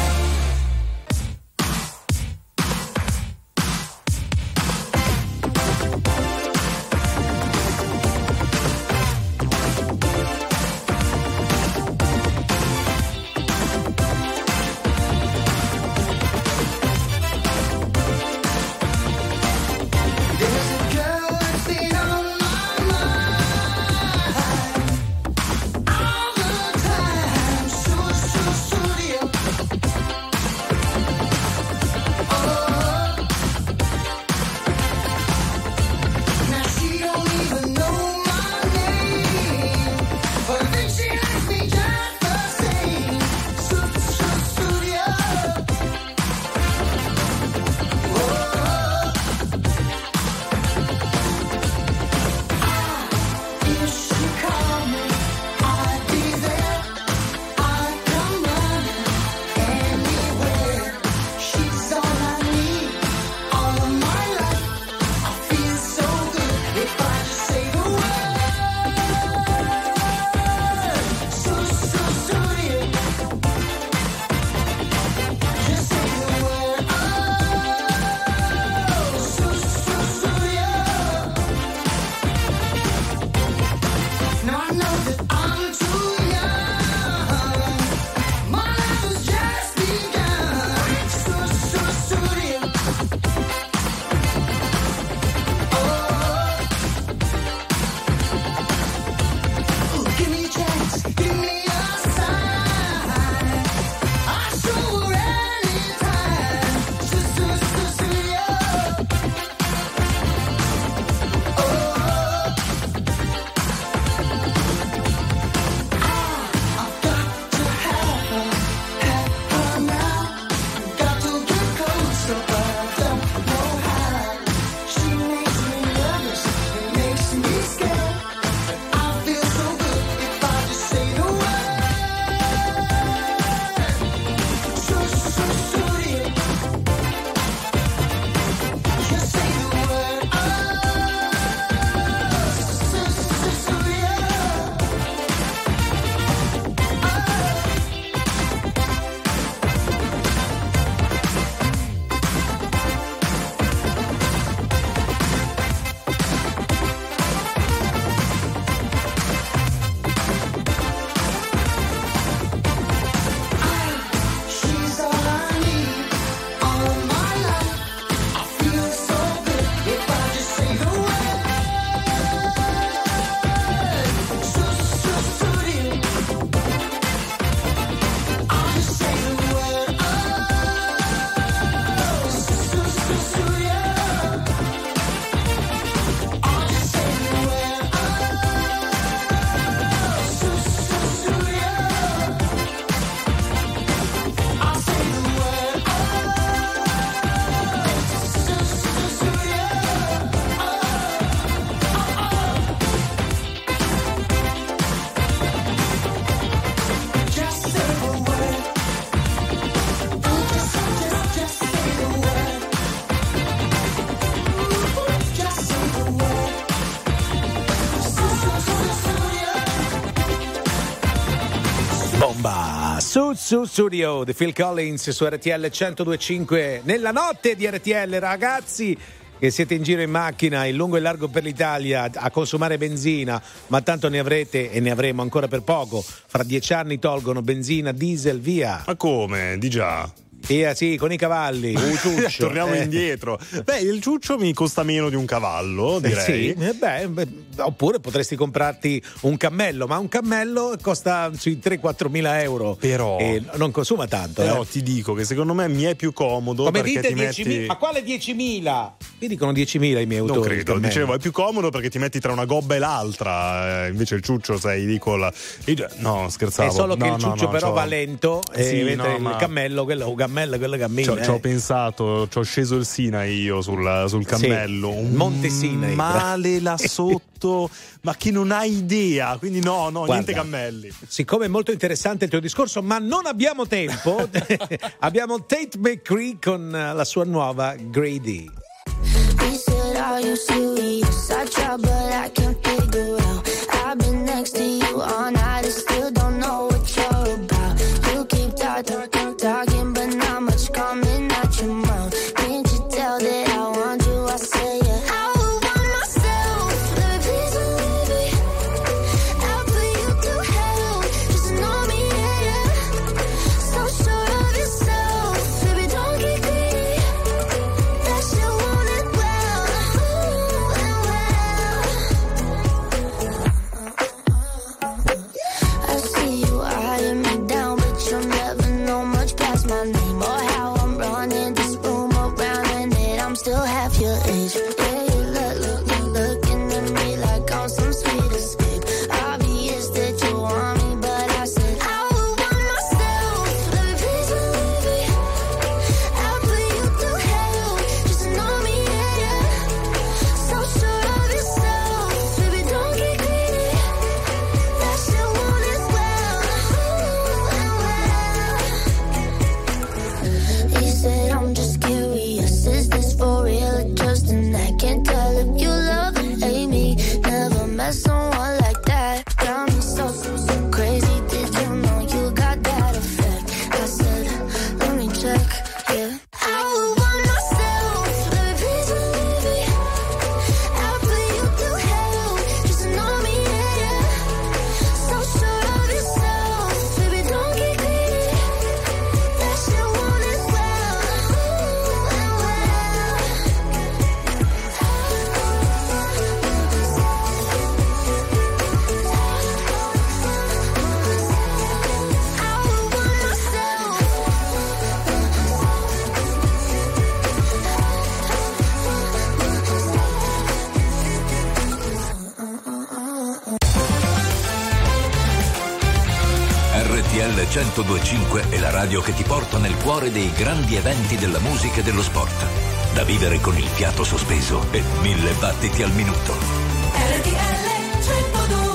Bomba su Studio di Phil Collins su RTL 102.5 nella notte di RTL, ragazzi che siete in giro in macchina in lungo e largo per l'Italia a consumare benzina, ma tanto ne avrete e ne avremo ancora per poco. Fra 10 anni tolgono benzina, diesel, via. Ma come? Di già? Sì, con i cavalli. Ciuccio. Torniamo indietro. Beh, il ciuccio mi costa meno di un cavallo, direi. Sì, oppure potresti comprarti un cammello, ma un cammello costa sui 3-4 mila euro. Però e non consuma tanto. Però ti dico che secondo me mi è più comodo. Come perché dite ti 10.000? metti... Ma quale 10.000? Mi dicono 10.000 i miei autori. Non credo, dicevo, è più comodo perché ti metti tra una gobba e l'altra. Invece il ciuccio sei lì con la... No, scherzavo. È solo che il ciuccio però va lento e mentre il cammello, quello cammina. Ci ho pensato, ci ho sceso il Sinai io sul cammello. Sì, Monte Sinai. Male là sotto, ma che non hai idea. Quindi no, Guarda, niente cammelli. Siccome è molto interessante il tuo discorso, ma non abbiamo tempo, abbiamo Tate McCree con la sua nuova Grady. He said, are you serious? I try, but I can't figure out. I've been next to you all night and still don't know what you're about. You keep talking, but not much coming out your mouth. Can't you tell that I want you? I say yeah. I would want myself, let me please believe me. I'll put you through hell, just know me, yeah. So sure of yourself, baby, don't get greedy. That shit want it well, I see you eyeing me down, but you'll never know much past my name or how I'm running this room around and that I'm still half your age. Yeah, you looking at me like I'm some sweet escape. Obvious that you want me, but I said I would want myself. Let me please believe me. I'll put you through hell, just know me, yeah. So sure of yourself, baby, don't get greedy. That shit want it well. He said, I'm just curious, is this for real or just an act? Can't tell if you love or hate me. Never met someone like that. Got me so crazy. Did you know you got that effect? I said, let me check, yeah. I would want myself, let me please believe me. I'll put you through hell, just know me, yeah. So sure of yourself, baby, don't get greedy. That shit want it well. I would want myself. RTL 102.5 è la radio che ti porta nel cuore dei grandi eventi della musica e dello sport. Da vivere con il fiato sospeso e 1000 battiti al minuto. RTL 102.5.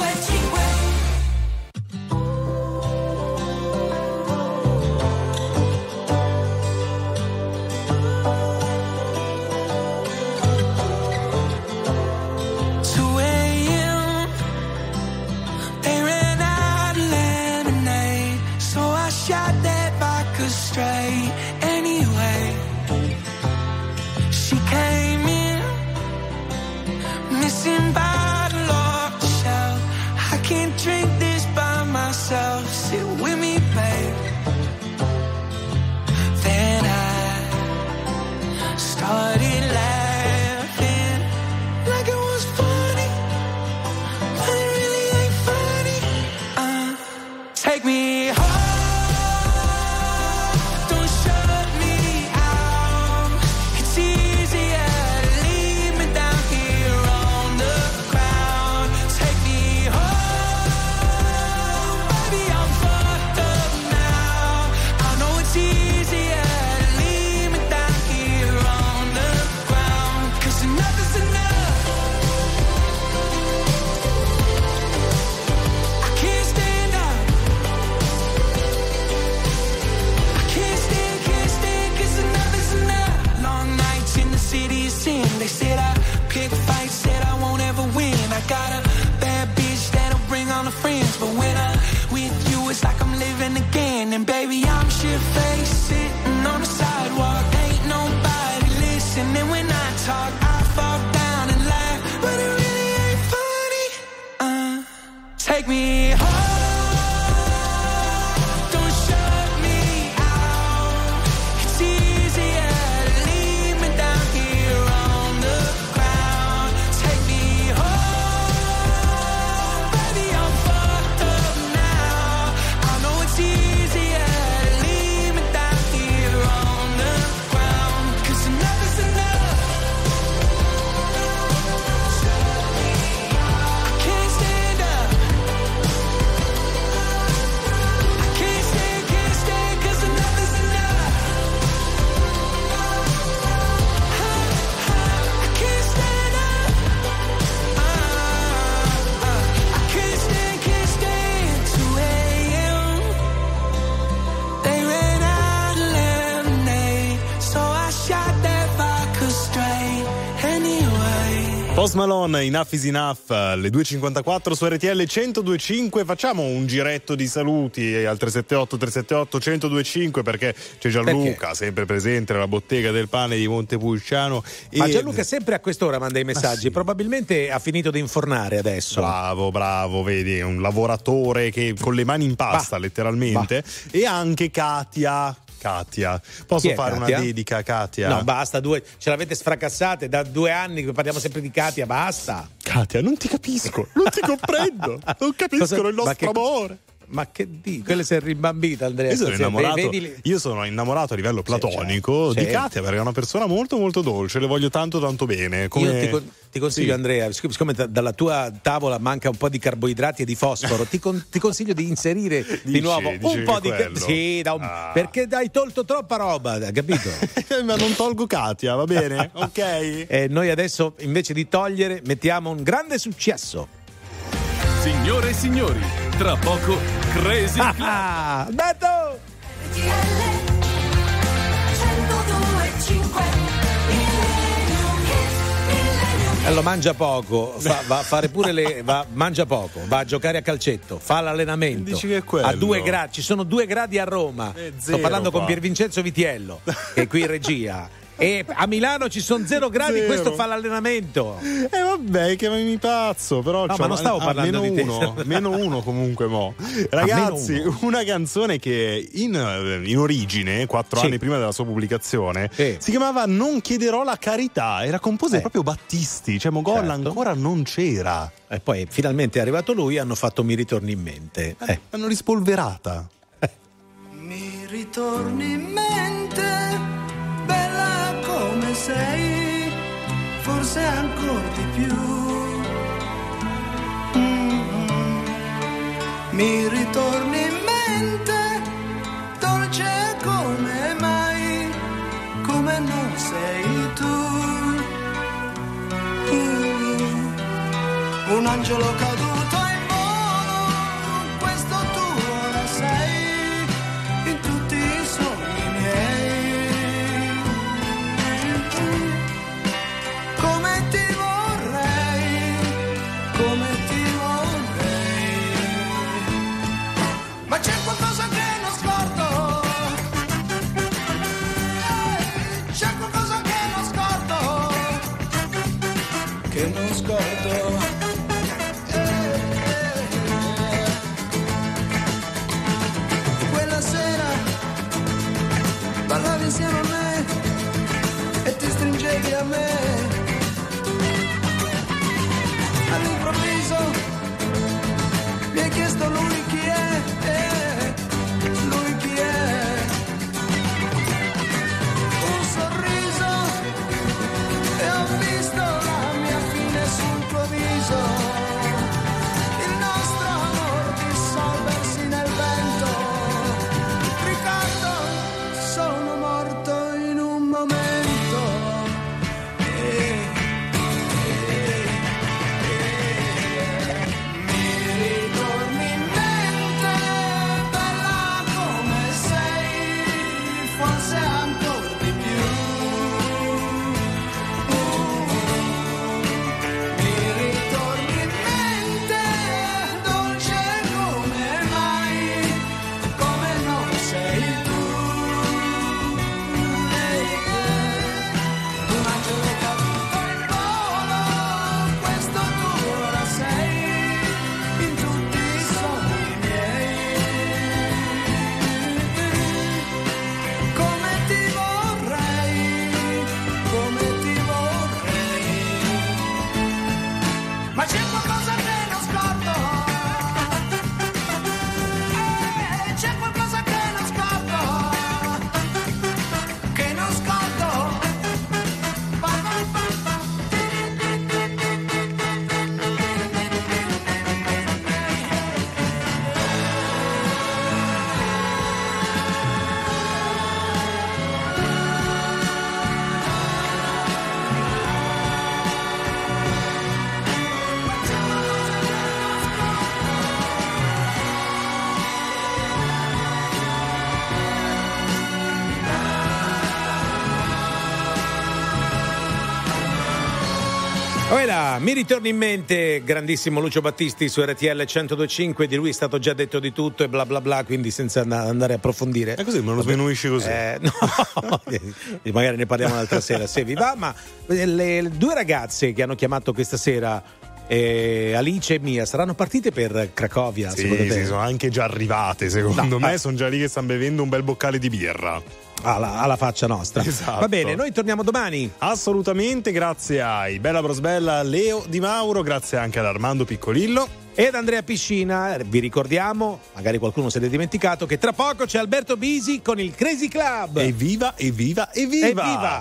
They ran out of lemonade, so I shot that vodka straight. Anyway, she came in, missing bottle off the shelf. I can't drink this by myself. Sit with me, babe. Then I started laughing like it was funny, but it really ain't funny. Take me home. Don't shut me out. It's easier to leave me down here on the ground. Take me home. Baby, I'm fucked up now. I know it's easier to leave me down here on the ground. 'Cause enough is enough. I can't stand up. I can't stand, 'cause enough is enough. Long nights in the city of sin. They said I pick fights, said I won't ever win. I got a bad bitch that'll bring all the friends. But when I'm with you, it's like I'm living Post Malone, Enough is Enough, le 2.54 su RTL 102.5. Facciamo un giretto di saluti al 378-378-1025 perché c'è Gianluca, sempre presente nella bottega del pane di Montepulciano. Ma Gianluca sempre a quest'ora manda i messaggi, sì. Probabilmente ha finito di infornare adesso. Bravo, vedi, un lavoratore che con le mani in pasta letteralmente. E anche Katia. Posso fare Katia? Una dedica a Katia? No, basta, ce l'avete sfracassate da 2 anni che parliamo sempre di Katia, basta. Katia, non ti capisco, non ti comprendo, non capiscono il nostro amore. Ma che dici? Quelle si è rimbambita, Andrea. Io sono innamorato a livello platonico di Katia perché è una persona molto molto dolce, le voglio tanto bene. Io ti consiglio, Andrea, siccome dalla tua tavola manca un po' di carboidrati e di fosforo, ti consiglio di inserire di nuovo un po' di perché hai tolto troppa roba, capito? Ma non tolgo Katia, va bene? Ok. Noi adesso invece di togliere mettiamo un grande successo. Signore e signori, tra poco Crazy Club. Beto! Allora, mangia poco, va a fare pure mangia poco, va a giocare a calcetto, fa l'allenamento. Dici che è quello? A 2 gradi, ci sono 2 gradi a Roma. Sto parlando con Piervincenzo Vitiello, che è qui in regia. E a Milano ci sono 0 gradi, questo fa l'allenamento. Vabbè, che mi pazzo, però no, ma non stavo parlando di te. -1 comunque mo. Ragazzi, una canzone che in origine, 4 anni prima della sua pubblicazione, si chiamava Non chiederò la carità, era composta proprio Battisti, cioè Mogol ancora non c'era. E poi finalmente è arrivato lui e hanno fatto Mi ritorni in mente. Hanno rispolverata. Mi ritorni in mente, bella come sei, forse ancora di più. Mi ritorni in mente, dolce come mai, come non sei tu. Un angelo caduto in volo, questo tu ora sei, in tutti i sogni miei. Come ti vorrei, come ti vorrei. Ma c'è qualcosa che non scordo, c'è qualcosa che non scordo, che non scordo. Mi ritorna in mente grandissimo Lucio Battisti su RTL 102.5, di lui è stato già detto di tutto e bla bla bla, quindi senza andare a approfondire. È così, me lo sminuisci così? No, magari ne parliamo un'altra sera se vi va, ma le due ragazze che hanno chiamato questa sera, Alice e Mia, saranno partite per Cracovia? Sì, secondo te? Sì, sono anche già arrivate, secondo me, sono già lì che stanno bevendo un bel boccale di birra. Alla faccia nostra. Esatto. Va bene, noi torniamo domani. Assolutamente, grazie ai Bella Brosbella, Leo Di Mauro, grazie anche ad Armando Piccolillo ed Andrea Piscina. Vi ricordiamo, magari qualcuno se l'è dimenticato, che tra poco c'è Alberto Bisi con il Crazy Club. Evviva, evviva, evviva! Evviva!